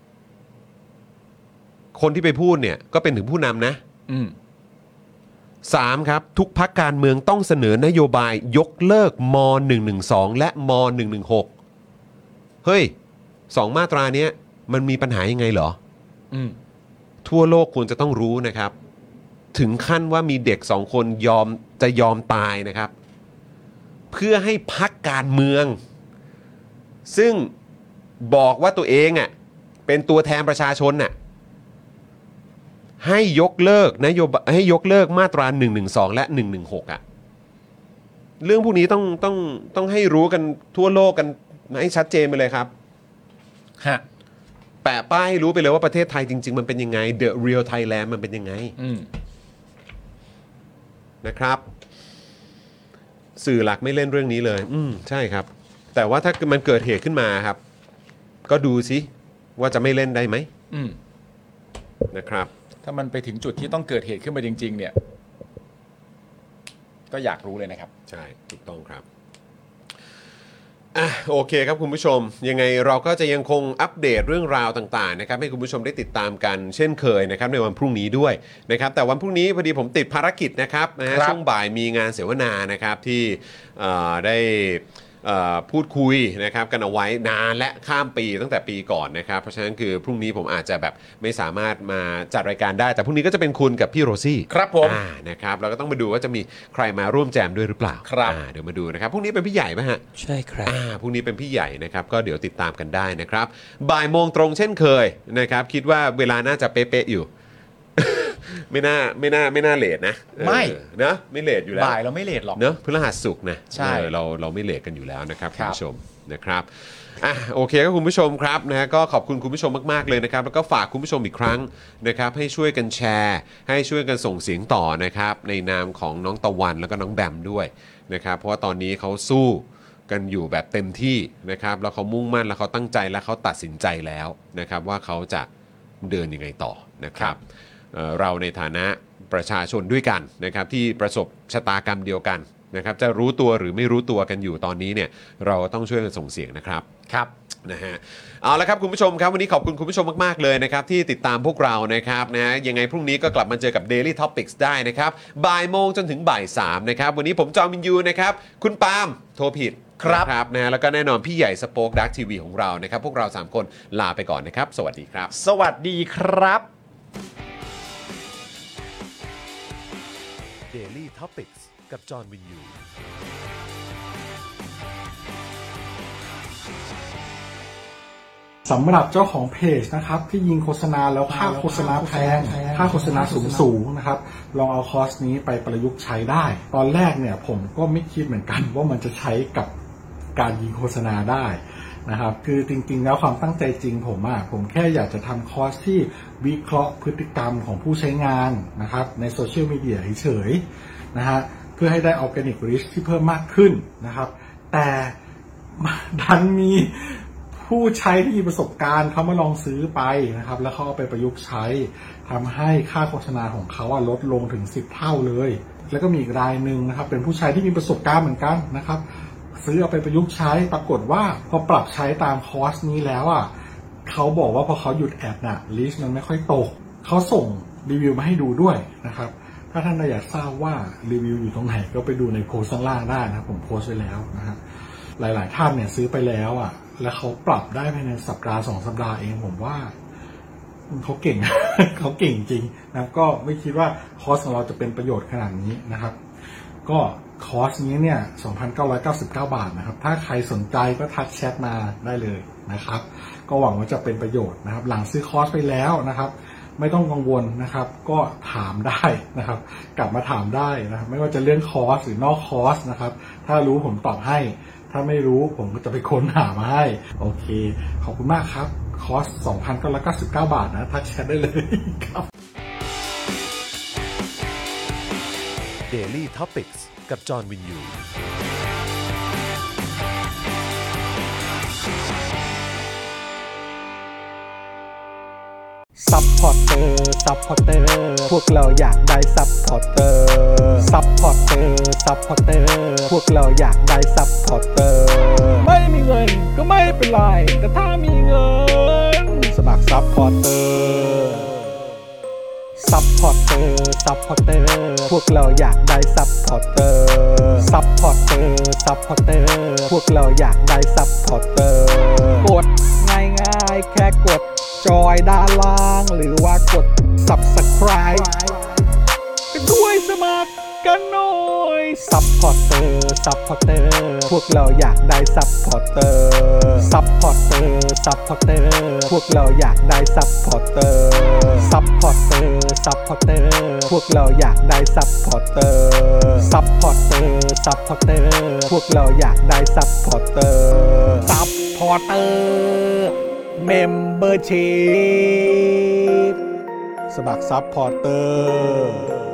คนที่ไปพูดเนี่ยก็เป็นถึงผู้นำนะอืมสามครับทุกพรรคการเมืองต้องเสนอนโยบายยกเลิกม หนึ่งหนึ่งสองและม หนึ่งหนึ่งหกเฮ้ยสองมาตราเนี้ยมันมีปัญหายังไงเหรออืมทั่วโลกควรจะต้องรู้นะครับ ถึงขั้นว่ามีเด็กสองคนยอมจะยอมตายนะครับ เพื่อให้พรรคการเมือง ซึ่งบอกว่าตัวเองอ่ะเป็นตัวแทนประชาชนน่ะให้ยกเลิกนโยบายให้ยกเลิกมาตราหนึ่งหนึ่งสองและหนึ่งหนึ่งหกอ่ะเรื่องพวกนี้ต้องต้องต้องให้รู้กันทั่วโลกกันให้ชัดเจนไปเลยครับฮะแปะป้ายให้รู้ไปเลยว่าประเทศไทยจริงๆมันเป็นยังไง The Real Thailand มันเป็นยังไงอืมนะครับ สื่อหลักไม่เล่นเรื่องนี้เลย อืมใช่ครับ แต่ว่าถ้ามันเกิดเหตุขึ้นมาครับ ก็ดูสิว่าจะไม่เล่นได้ไหมอืมนะครับถ้ามันไปถึงจุดที่ต้องเกิดเหตุขึ้นมาจริง ๆ เนี่ย ก็อยากรู้เลยนะครับใช่ถูกต้องครับอ่ะโอเคครับคุณผู้ชมยังไงเราก็จะยังคงอัปเดตเรื่องราวต่างๆนะครับให้คุณผู้ชมได้ติดตามกันเช่นเคยนะครับในวันพรุ่งนี้ด้วยนะครับแต่วันพรุ่งนี้พอดีผมติดภารกิจนะครับนะฮะครับช่วงบ่ายมีงานเสวนานะครับที่เอ่อได้เอ่อพูดคุยนะครับกันเอาไว้นานและข้ามปีตั้งแต่ปีก่อนนะครับเพราะฉะนั้นคือพรุ่งนี้ผมอาจจะแบบไม่สามารถมาจัดรายการได้แต่พรุ่งนี้ก็จะเป็นคุณกับพี่โรซี่ครับผมอ่านะครับเราก็ต้องมาดูว่าจะมีใครมาร่วมแจมด้วยหรือเปล่าครับอ่าเดี๋ยวมาดูนะครับพรุ่งนี้เป็นพี่ใหญ่ไหมฮะใช่ครับอ่าพรุ่งนี้เป็นพี่ใหญ่นะครับก็เดี๋ยวติดตามกันได้นะครับบ่ายโมงตรงเช่นเคยนะครับคิดว่าเวลาน่าจะเป๊ะๆอยู่ ไม่น่าไม่น่าไม่น่าเลทนะไม่เออนะไม่เลทอยู่แล้วบ่ายเราไม่เลทหรอกเนอะพฤหัสศุกร์นะใช่เออเราเราไม่เลทกันอยู่แล้วนะครับคคุรัณบผู้ชมนะครับอ่ะโอเคครับคุณผู้ชมครับนะฮะก็ขอบคุณคุณผู้ชมมากๆเลยนะครับแล้วก็ฝากคุณผู้ชมอีกครั้งนะครับให้ช่วยกันแชร์ ให้ช่วยกันส่งเสียงต่อนะครับในนามของน้องตะวันแล้วก็น้องแบมด้วยนะครับเพราะว่าตอนนี้เขาสู้กันอยู่แบบเต็มที่นะครับแล้วเขามุ่งมั่นแล้วเขาตั้งใจและเขาตัดสินใจแล้วนะครับว่าเขาจะเดินยังไงต่อนะครับเอ่อเราในฐานะประชาชนด้วยกันนะครับที่ประสบชะตากรรมเดียวกันนะครับจะรู้ตัวหรือไม่รู้ตัวกันอยู่ตอนนี้เนี่ยเราต้องช่วยกันส่งเสียงนะครับครับนะฮะเอาละครับคุณผู้ชมครับวันนี้ขอบคุณคุณผู้ชมมากๆเลยนะครับที่ติดตามพวกเรานะครับนะยังไงพรุ่งนี้ก็กลับมาเจอกับ Daily Topics ได้นะครับบ่ายโมงจนถึงบ่ายสามนะครับวันนี้ผมจอมินยูนะครับคุณปาล์มโทรผิดครับนะครับนะแล้วก็แน่นอนพี่ใหญ่สโป๊กดักทีวีของเรานะครับพวกเราสามคนลาไปก่อนนะครับสวัสดีครับสวัสดีครับ Daily Topics กับจอห์นวินยูสำหรับเจ้าของเพจนะครับที่ยิงโฆษณาแล้วค่าโฆษณาแพงค่าโฆษณาสูงสูงนะครับลองเอาคอร์สนี้ไปประยุกต์ใช้ได้ ตอนแรกเนี่ยผมก็ไม่คิดเหมือนกันว่ามันจะใช้กับการยิงโฆษณาได้นะครับคือจริงๆแล้วความตั้งใจจริงผมอะผมแค่อยากจะทำคอร์สที่วิเคราะห์พฤติกรรมของผู้ใช้งานนะครับในโซเชียลมีเดียเฉยๆนะฮะเพื่อให้ได้ออร์แกนิกริชที่เพิ่มมากขึ้นนะครับแต่ดันมีผู้ใช้ที่มีประสบการณ์เขามาลองซื้อไปนะครับแล้วเขาเอาไปประยุกต์ใช้ทำให้ค่าโฆษณาของเขาลดลงถึงสิบเท่าเลยแล้วก็มีอีกรายหนึ่งนะครับเป็นผู้ใช้ที่มีประสบการณ์เหมือนกันนะครับซื้อเอาไปประยุกต์ใช้ปรากฏว่าพอปรับใช้ตามคอร์สนี้แล้วอ่ะเขาบอกว่าพอเขาหยุดแอดน่ะลิสต์มันไม่ค่อยตกเขาส่งรีวิวมาให้ดูด้วยนะครับถ้าท่านอยากทราบว่ารีวิวอยู่ตรงไหนก็ไปดูในโพสต์ข้างล่างได้นะครับผมโพสต์ไว้แล้วนะครับหลายๆท่านเนี่ยซื้อไปแล้วอ่ะแล้วเขาปรับได้ภายในสัปดาห์สองสัปดาห์เองผมว่าเขาเก่ง เขาเก่งจริงนะก็ไม่คิดว่าคอร์สของเราจะเป็นประโยชน์ขนาดนี้นะครับก็คอร์สนี้เนี่ย สองพันเก้าร้อยเก้าสิบเก้า บาทนะครับถ้าใครสนใจก็ทักแชทมาได้เลยนะครับก็หวังว่าจะเป็นประโยชน์นะครับหลังซื้อคอร์สไปแล้วนะครับไม่ต้องกังวลนะครับก็ถามได้นะครับกลับมาถามได้นะครับไม่ว่าจะเรื่องคอร์สหรือนอกคอร์สนะครับถ้ารู้ผมตอบให้ถ้าไม่รู้ผมก็จะไปค้นหามาให้โอเคขอบคุณมากครับคอร์ส สองพันเก้าร้อยเก้าสิบเก้า บาทนะทักแชทได้เลยครับ Daily Topics กับจอห์นวินยูซัพพอร์เตอร์ซัพพอร์เตอร์พวกเราอยากได้ซัพพอร์เตอร์ซัพพอร์เตอร์ซัพพอร์เตอร์พวกเราอยากได้ซัพพอร์เตอร์ไม่มีเงินก็ไม่เป็นไรแต่ถ้ามีเงินสมัครซัพพอร์เตอร์ซัพพอร์เตอร์ซัพพอร์เตอร์พวกเราอยากได้ซัพพอร์เตอร์ซัพพอร์เตอร์ซัพพอร์เตอร์พวกเราอยากได้ซัพพอร์เตอร์กดง่ายๆแค่กดจอยด้านล่างหรือว่ากด ซับสไครบ์ ไปด้วยสมัครกันหน่อยซัพพอร์เตอร์ซัพพอร์เตอร์พวกเราอยากได้ซัพพอร์เตอร์ซัพพอร์เตอร์ซัพพอร์เตอร์พวกเราอยากได้ซัพพอร์เตอร์ซัพพอร์เตอร์ซัพพอร์เตอร์พวกเราอยากได้ซัพพอร์เตอร์ซัพพอร์เตอร์ซัพพอร์เตอร์พวกเราอยากได้ซัพพอร์เตอร์ซัพพอร์เตอร์เมมเบอร์ชีพสมัครซัพพอร์เตอร์